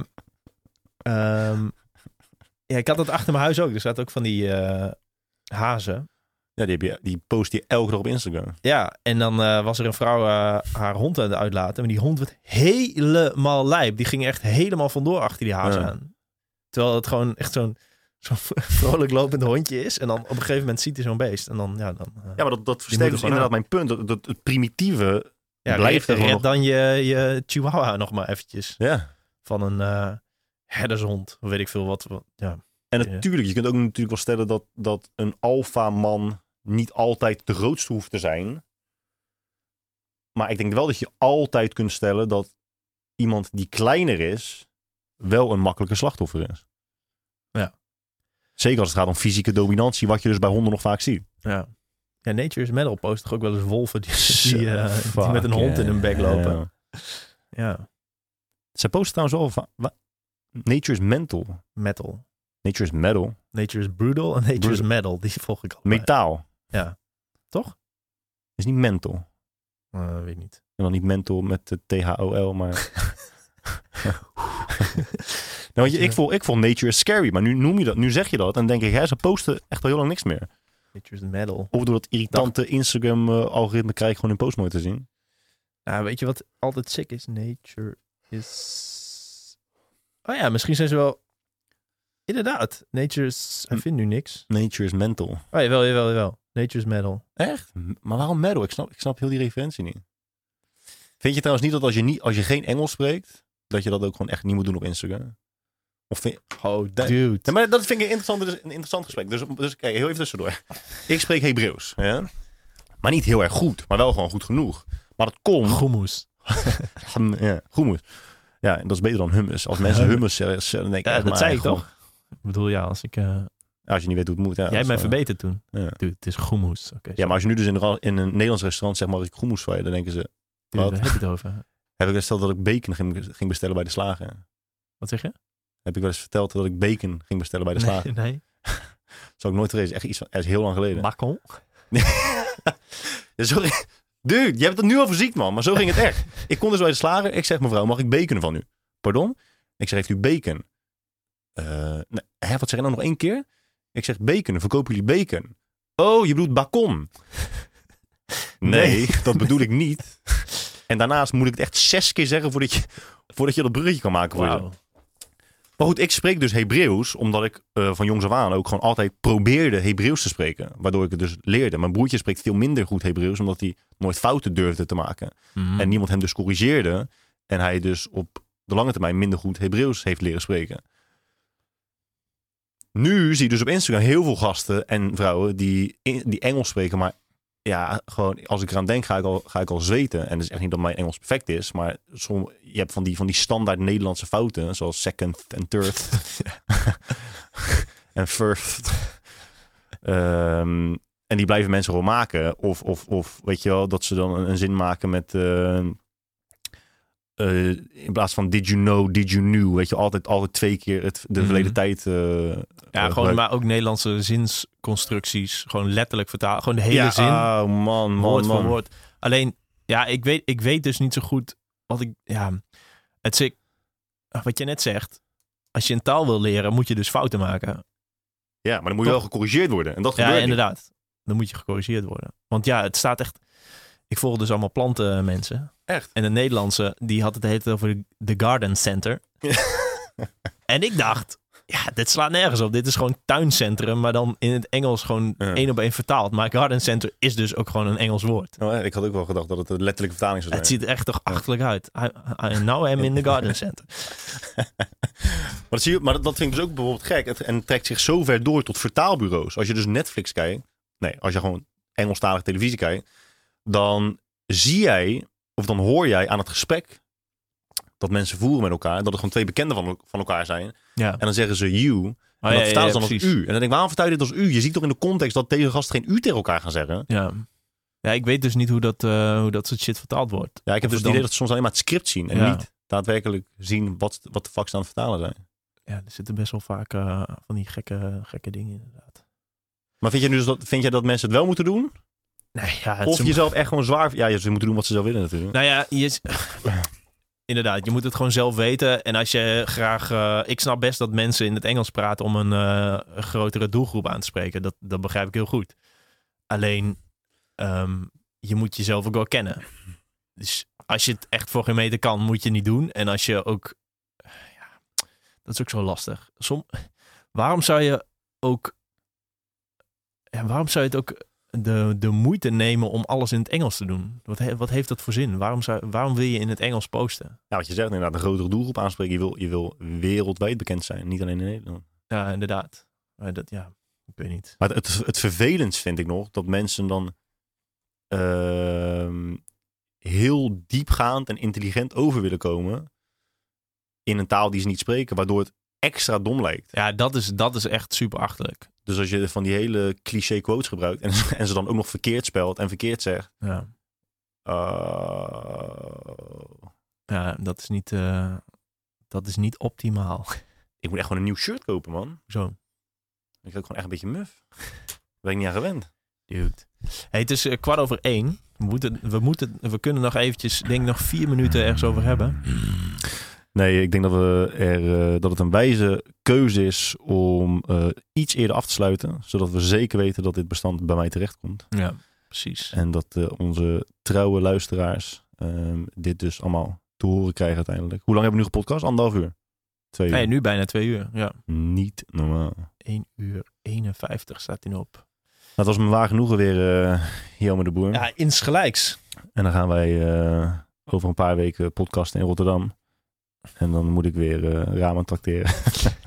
ja, ik had het achter mijn huis ook. Er zaten ook van die hazen. Ja, die post je elke dag op Instagram. Ja, en dan was er een vrouw haar hond aan het uitlaten. Maar die hond werd helemaal lijp. Die ging echt helemaal vandoor achter die hazen aan. Terwijl het gewoon echt zo'n vrolijk lopend hondje is. En dan op een gegeven moment ziet hij zo'n beest. En dan, ja, maar dat versterkt dus inderdaad mijn punt. Dat het primitieve blijft er red dan je chihuahua nog maar eventjes. Ja. Van een herdershond. Of weet ik veel wat. Ja. En natuurlijk, je kunt ook natuurlijk wel stellen dat een alfaman niet altijd de grootste hoeft te zijn. Maar ik denk wel dat je altijd kunt stellen dat iemand die kleiner is wel een makkelijke slachtoffer is. Ja. Zeker als het gaat om fysieke dominantie, wat je dus bij honden nog vaak ziet. Ja. Ja, Nature is Metal post toch ook wel eens wolven die met een hond in hun bek lopen. Ja. Zij posten trouwens wel Nature is mental. Metal. Nature is metal. Nature is brutal en Nature is metal. Die volg ik al. Metaal. Ja. Toch? Is niet mental. Weet niet. En dan niet mental met de THOL, maar... Nou, ik vond Nature is scary, maar nu zeg je dat en denk ik, ze posten echt al heel lang niks meer. Nature is metal. Of door dat irritante Instagram-algoritme krijg ik gewoon hun post nooit te zien. Nou, weet je wat altijd sick is? Nature is... Oh ja, misschien zijn ze wel... Inderdaad. Nature is... Ik vind nu niks. Nature is mental. Oh, jawel. Nature is metal. Echt? Maar waarom metal? Ik snap heel die referentie niet. Vind je trouwens niet dat als je geen Engels spreekt, dat je dat ook gewoon echt niet moet doen op Instagram? Of vind je... Oh, dude. Ja, maar dat vind ik een interessant gesprek. Dus kijk, heel even tussendoor. Ik spreek Hebreeuws. Ja? Maar niet heel erg goed. Maar wel gewoon goed genoeg. Maar dat komt... Hummus. Ja, hummus. Ja, en dat is beter dan hummus. Als mensen hummus zeggen, dan denk ik... Ja, dat zei ik gewoon... toch? Ik bedoel, ja, als ik... Als je niet weet hoe het moet. Ja, jij hebt mij verbeterd toen. Ja. Dude, het is hummus. Okay, ja, maar als je nu dus in een Nederlands restaurant zegt, mag ik hummus van je? Dan denken ze... dude, wat? waar heb je het over? Heb ik gesteld dat ik bacon ging bestellen bij de slager? Wat zeg je? Heb ik wel eens verteld dat ik bacon ging bestellen bij de slager? Nee. Zou ik nooit vergeten. Echt iets van... Het is heel lang geleden. Bacon? Ja, sorry. Dude, je hebt het nu al verziekt, man. Maar zo ging het echt. Ik kom dus bij de slager. Ik zeg, mevrouw, mag ik bacon van u? Pardon? Ik zeg, heeft u bacon? Nee, wat zeg je nou nog 1 keer? Ik zeg, bacon. Verkopen jullie bacon? Oh, je bedoelt bacon? Nee, dat bedoel ik niet. En daarnaast moet ik het echt 6 keer zeggen voordat je dat bruggetje kan maken. Voor je. Maar goed, ik spreek dus Hebreeuws, omdat ik van jongs af aan ook gewoon altijd probeerde Hebreeuws te spreken. Waardoor ik het dus leerde. Mijn broertje spreekt veel minder goed Hebreeuws, omdat hij nooit fouten durfde te maken. Mm-hmm. En niemand hem dus corrigeerde. En hij dus op de lange termijn minder goed Hebreeuws heeft leren spreken. Nu zie je dus op Instagram heel veel gasten en vrouwen die Engels spreken. Maar ja, gewoon als ik eraan denk, ga ik al zweten. En het is echt niet dat mijn Engels perfect is. Maar je hebt van die standaard Nederlandse fouten. Zoals second en third. En first. En die blijven mensen gewoon maken. Of weet je wel, dat ze dan een zin maken met... in plaats van did you know, did you knew. Weet je, altijd 2 keer de verleden tijd. Ja, gewoon, maar ook Nederlandse zinsconstructies. Gewoon letterlijk vertalen. Gewoon de hele zin. Oh man, woord voor woord. Alleen, ja, ik weet dus niet zo goed wat ik... Ja, wat je net zegt. Als je een taal wil leren, moet je dus fouten maken. Ja, maar dan moet je wel gecorrigeerd worden. En dat gebeurt inderdaad. Niet. Dan moet je gecorrigeerd worden. Want ja, het staat echt... Ik volg dus allemaal plantenmensen. Echt? En de Nederlandse, die had het de hele tijd over de Garden Center. En ik dacht, ja, dit slaat nergens op. Dit is gewoon tuincentrum, maar dan in het Engels gewoon 1 op 1 vertaald. Maar Garden Center is dus ook gewoon een Engels woord. Oh, ik had ook wel gedacht dat het een letterlijke vertaling zou zijn. Het ziet er echt toch achterlijk uit. Now I'm in the Garden Center. Maar dat vind ik dus ook bijvoorbeeld gek. En trekt zich zo ver door tot vertaalbureaus. Als je dus Netflix kijkt, als je gewoon Engelstalige televisie kijkt, dan zie jij, of dan hoor jij aan het gesprek dat mensen voeren met elkaar, dat het gewoon 2 bekenden van elkaar zijn. Ja. En dan zeggen ze you. En dan vertalen ze dan als u. En dan denk ik, waarom vertaal je dit als u? Je ziet toch in de context dat deze gasten geen u tegen elkaar gaan zeggen? Ja, ik weet dus niet hoe dat soort shit vertaald wordt. Ja, ik heb dus het idee dat ze soms alleen maar het script zien en niet daadwerkelijk zien wat de fuck ze aan het vertalen zijn. Ja, er zitten best wel vaak van die gekke dingen inderdaad. Maar vind jij dat mensen het wel moeten doen? Nee, ja, of jezelf echt gewoon zwaar... Ja, ze moeten doen wat ze zelf willen natuurlijk. Nou ja, inderdaad, je moet het gewoon zelf weten. En als je graag... ik snap best dat mensen in het Engels praten om een grotere doelgroep aan te spreken. Dat begrijp ik heel goed. Alleen, je moet jezelf ook wel kennen. Dus als je het echt voor geen meter kan, moet je het niet doen. En als je ook... dat is ook zo lastig. Waarom zou je ook... waarom zou je het ook... De moeite nemen om alles in het Engels te doen. Wat heeft dat voor zin? Waarom wil je in het Engels posten? Ja, wat je zegt, inderdaad, een grotere doelgroep aanspreken. Je wil wereldwijd bekend zijn, niet alleen in Nederland. Ja, inderdaad. Maar ik weet niet. Maar het vervelendst vind ik nog dat mensen dan heel diepgaand en intelligent over willen komen in een taal die ze niet spreken, waardoor het extra dom lijkt. Ja, dat is echt super achterlijk. Dus als je van die hele cliché quotes gebruikt en ze dan ook nog verkeerd spelt en verkeerd zegt. Ja. Ja, dat is niet optimaal. Ik moet echt gewoon een nieuw shirt kopen, man. Zo. Ik ben ook gewoon echt een beetje muf. Daar ben ik niet aan gewend. Dude. Hey, het is 1:15. We kunnen nog eventjes, denk ik, nog 4 minuten ergens over hebben. Nee, ik denk dat het een wijze keuze is om iets eerder af te sluiten. Zodat we zeker weten dat dit bestand bij mij terechtkomt. Ja, precies. En dat onze trouwe luisteraars dit dus allemaal te horen krijgen uiteindelijk. Hoe lang hebben we nu gepodcast? 1,5 uur? 2 uur? Nee, nu bijna 2 uur. Ja. Niet normaal. 1:51 staat hij op. Dat was me waar genoegen weer, Jelmer de Boer. Ja, insgelijks. En dan gaan wij over een paar weken podcasten in Rotterdam. En dan moet ik weer ramen tracteren.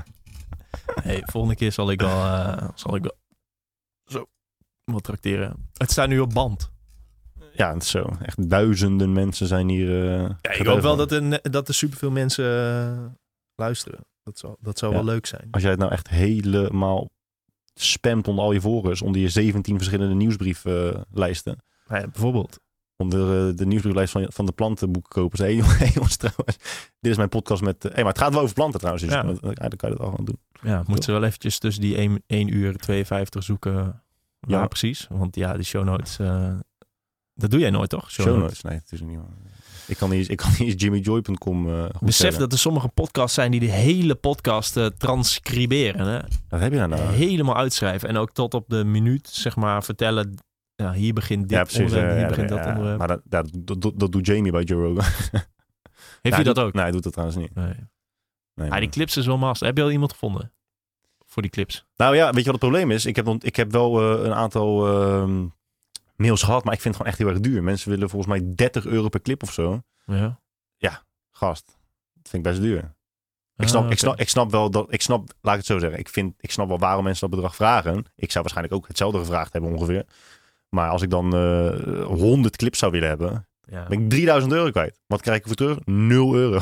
Hey, volgende keer zal ik wel zo wat trakteren. Het staat nu op band. Ja, het is zo. Echt duizenden mensen zijn hier... Ja, ik hoop wel dat er superveel mensen luisteren. Dat zou wel leuk zijn. Als jij het nou echt helemaal spamt onder al je volgers, onder je 17 verschillende nieuwsbrieflijsten. Ja, bijvoorbeeld. Onder de nieuwsbrieflijst van de plantenboekkopers. Hey jongens, trouwens, dit is mijn podcast met... maar het gaat wel over planten trouwens. Dus dan kan je dat al gewoon doen. Ja, moeten ze wel eventjes tussen die 1 uur 52 zoeken. Ja, precies. Want ja, die show notes... dat doe jij nooit, toch? Show notes? Nee, het is niet. Ik kan niet eens jimmyjoy.com besef dat er sommige podcasts zijn die de hele podcast transcriberen. Hè? Wat heb je nou? Helemaal uitschrijven. En ook tot op de minuut, zeg maar, vertellen... Ja, hier begint dit onderwerp, hier begint dat onderwerp. Maar dat doet Jamie bij Joe Rogan. Heeft hij dat ook? Nee, hij doet dat trouwens niet. Nee, die clips is wel mast. Heb je al iemand gevonden voor die clips? Nou ja, weet je wat het probleem is? Ik heb wel een aantal mails gehad, maar ik vind het gewoon echt heel erg duur. Mensen willen volgens mij €30 per clip of zo. Ja, gast. Dat vind ik best duur. Ik snap wel dat... laat ik het zo zeggen. Ik snap wel waarom mensen dat bedrag vragen. Ik zou waarschijnlijk ook hetzelfde gevraagd hebben ongeveer. Maar als ik dan 100 clips zou willen hebben, ben ik €3000 kwijt. Wat krijg ik voor terug? €0.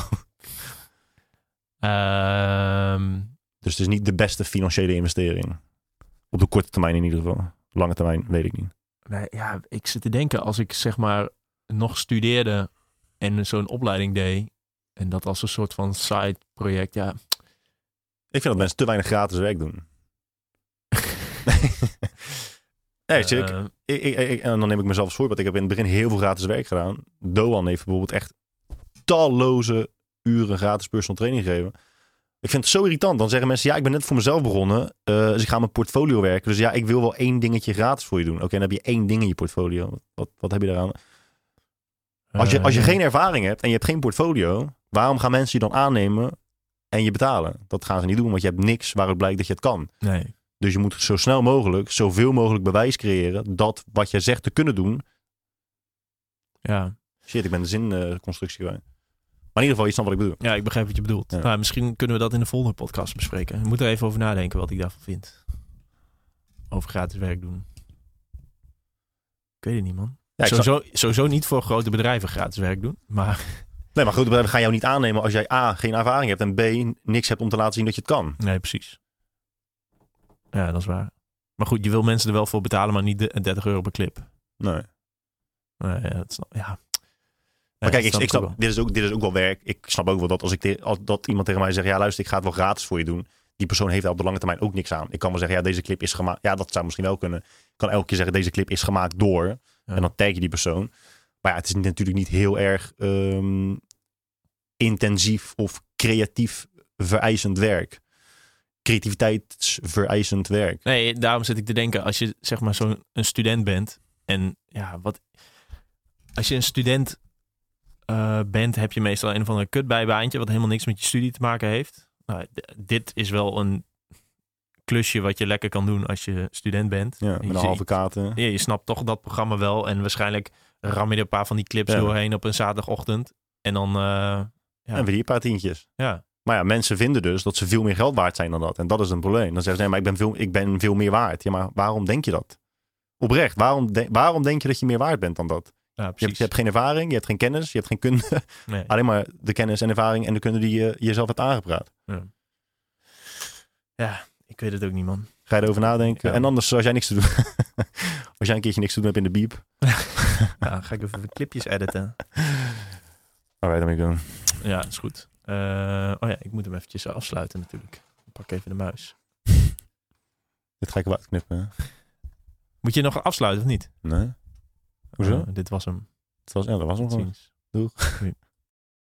Dus het is niet de beste financiële investering. Op de korte termijn in ieder geval. Lange termijn weet ik niet. Nee, ja, ik zit te denken, als ik zeg maar nog studeerde en zo'n opleiding deed, en dat als een soort van side project, ja. Ik vind dat mensen te weinig gratis werk doen. En dan neem ik mezelf als voorbeeld. Ik heb in het begin heel veel gratis werk gedaan. Doan heeft bijvoorbeeld echt talloze uren gratis personal training gegeven. Ik vind het zo irritant. Dan zeggen mensen, ja, ik ben net voor mezelf begonnen. Dus ik ga mijn portfolio werken. Dus ja, ik wil wel 1 dingetje gratis voor je doen. Oké, dan heb je 1 ding in je portfolio. Wat heb je daaraan? Als je geen ervaring hebt en je hebt geen portfolio, waarom gaan mensen je dan aannemen en je betalen? Dat gaan ze niet doen, want je hebt niks waaruit blijkt dat je het kan. Nee. Dus je moet zo snel mogelijk, zoveel mogelijk bewijs creëren dat wat je zegt te kunnen doen. Ja. Shit, ik ben de zinconstructie kwijt. Maar in ieder geval, je snapt wat ik bedoel. Ja, ik begrijp wat je bedoelt. Ja. Nou, misschien kunnen we dat in de volgende podcast bespreken. Ik moet er even over nadenken wat ik daarvan vind. Over gratis werk doen. Ik weet het niet, man. Ja, sowieso niet voor grote bedrijven gratis werk doen. Maar... Nee, maar grote bedrijven gaan jou niet aannemen als jij A, geen ervaring hebt en B, niks hebt om te laten zien dat je het kan. Nee, precies. Ja, dat is waar. Maar goed, je wil mensen er wel voor betalen, maar niet €30 per clip. Nee. Ja. Maar kijk, ik snap, dit is ook wel werk. Ik snap ook wel dat als dat iemand tegen mij zegt, ja luister, ik ga het wel gratis voor je doen. Die persoon heeft daar op de lange termijn ook niks aan. Ik kan wel zeggen, ja, deze clip is gemaakt. Ja, dat zou misschien wel kunnen. Ik kan elke keer zeggen, deze clip is gemaakt door. Ja. En dan tag je die persoon. Maar ja, het is natuurlijk niet heel erg intensief of creatief vereisend werk. Creativiteitsvereisend werk. Nee, daarom zit ik te denken, als je zeg maar zo'n student bent. En ja, als je een student bent, heb je meestal een of andere kutbijbaantje wat helemaal niks met je studie te maken heeft. Nou, dit is wel een klusje wat je lekker kan doen als je student bent. Ja, met een halve kaarten. Ja, je snapt toch dat programma wel. En waarschijnlijk ram je er een paar van die clips doorheen op een zaterdagochtend. En dan... En weer een paar tientjes. Ja. Maar ja, mensen vinden dus dat ze veel meer geld waard zijn dan dat. En dat is een probleem. Dan zeggen ze, nee, maar ik ben veel meer waard. Ja, maar waarom denk je dat? Oprecht, waarom denk je dat je meer waard bent dan dat? Ja, je hebt geen ervaring, je hebt geen kennis, je hebt geen kunde. Nee. Alleen maar de kennis en ervaring en de kunde die je jezelf hebt aangepraat. Ja, ik weet het ook niet, man. Ga je erover nadenken? Ja. En anders, als jij niks te doen... als jij een keertje niks te doen hebt in de biep... Ja, ga ik even clipjes editen. Alright, dan ben ik doen. Ja, dat is goed. Ik moet hem eventjes afsluiten natuurlijk. Ik pak even de muis. Dit ga ik wel uitknippen. Hè? Moet je nog afsluiten of niet? Nee. Hoezo? Dit was hem. Dat was hem. Doeg.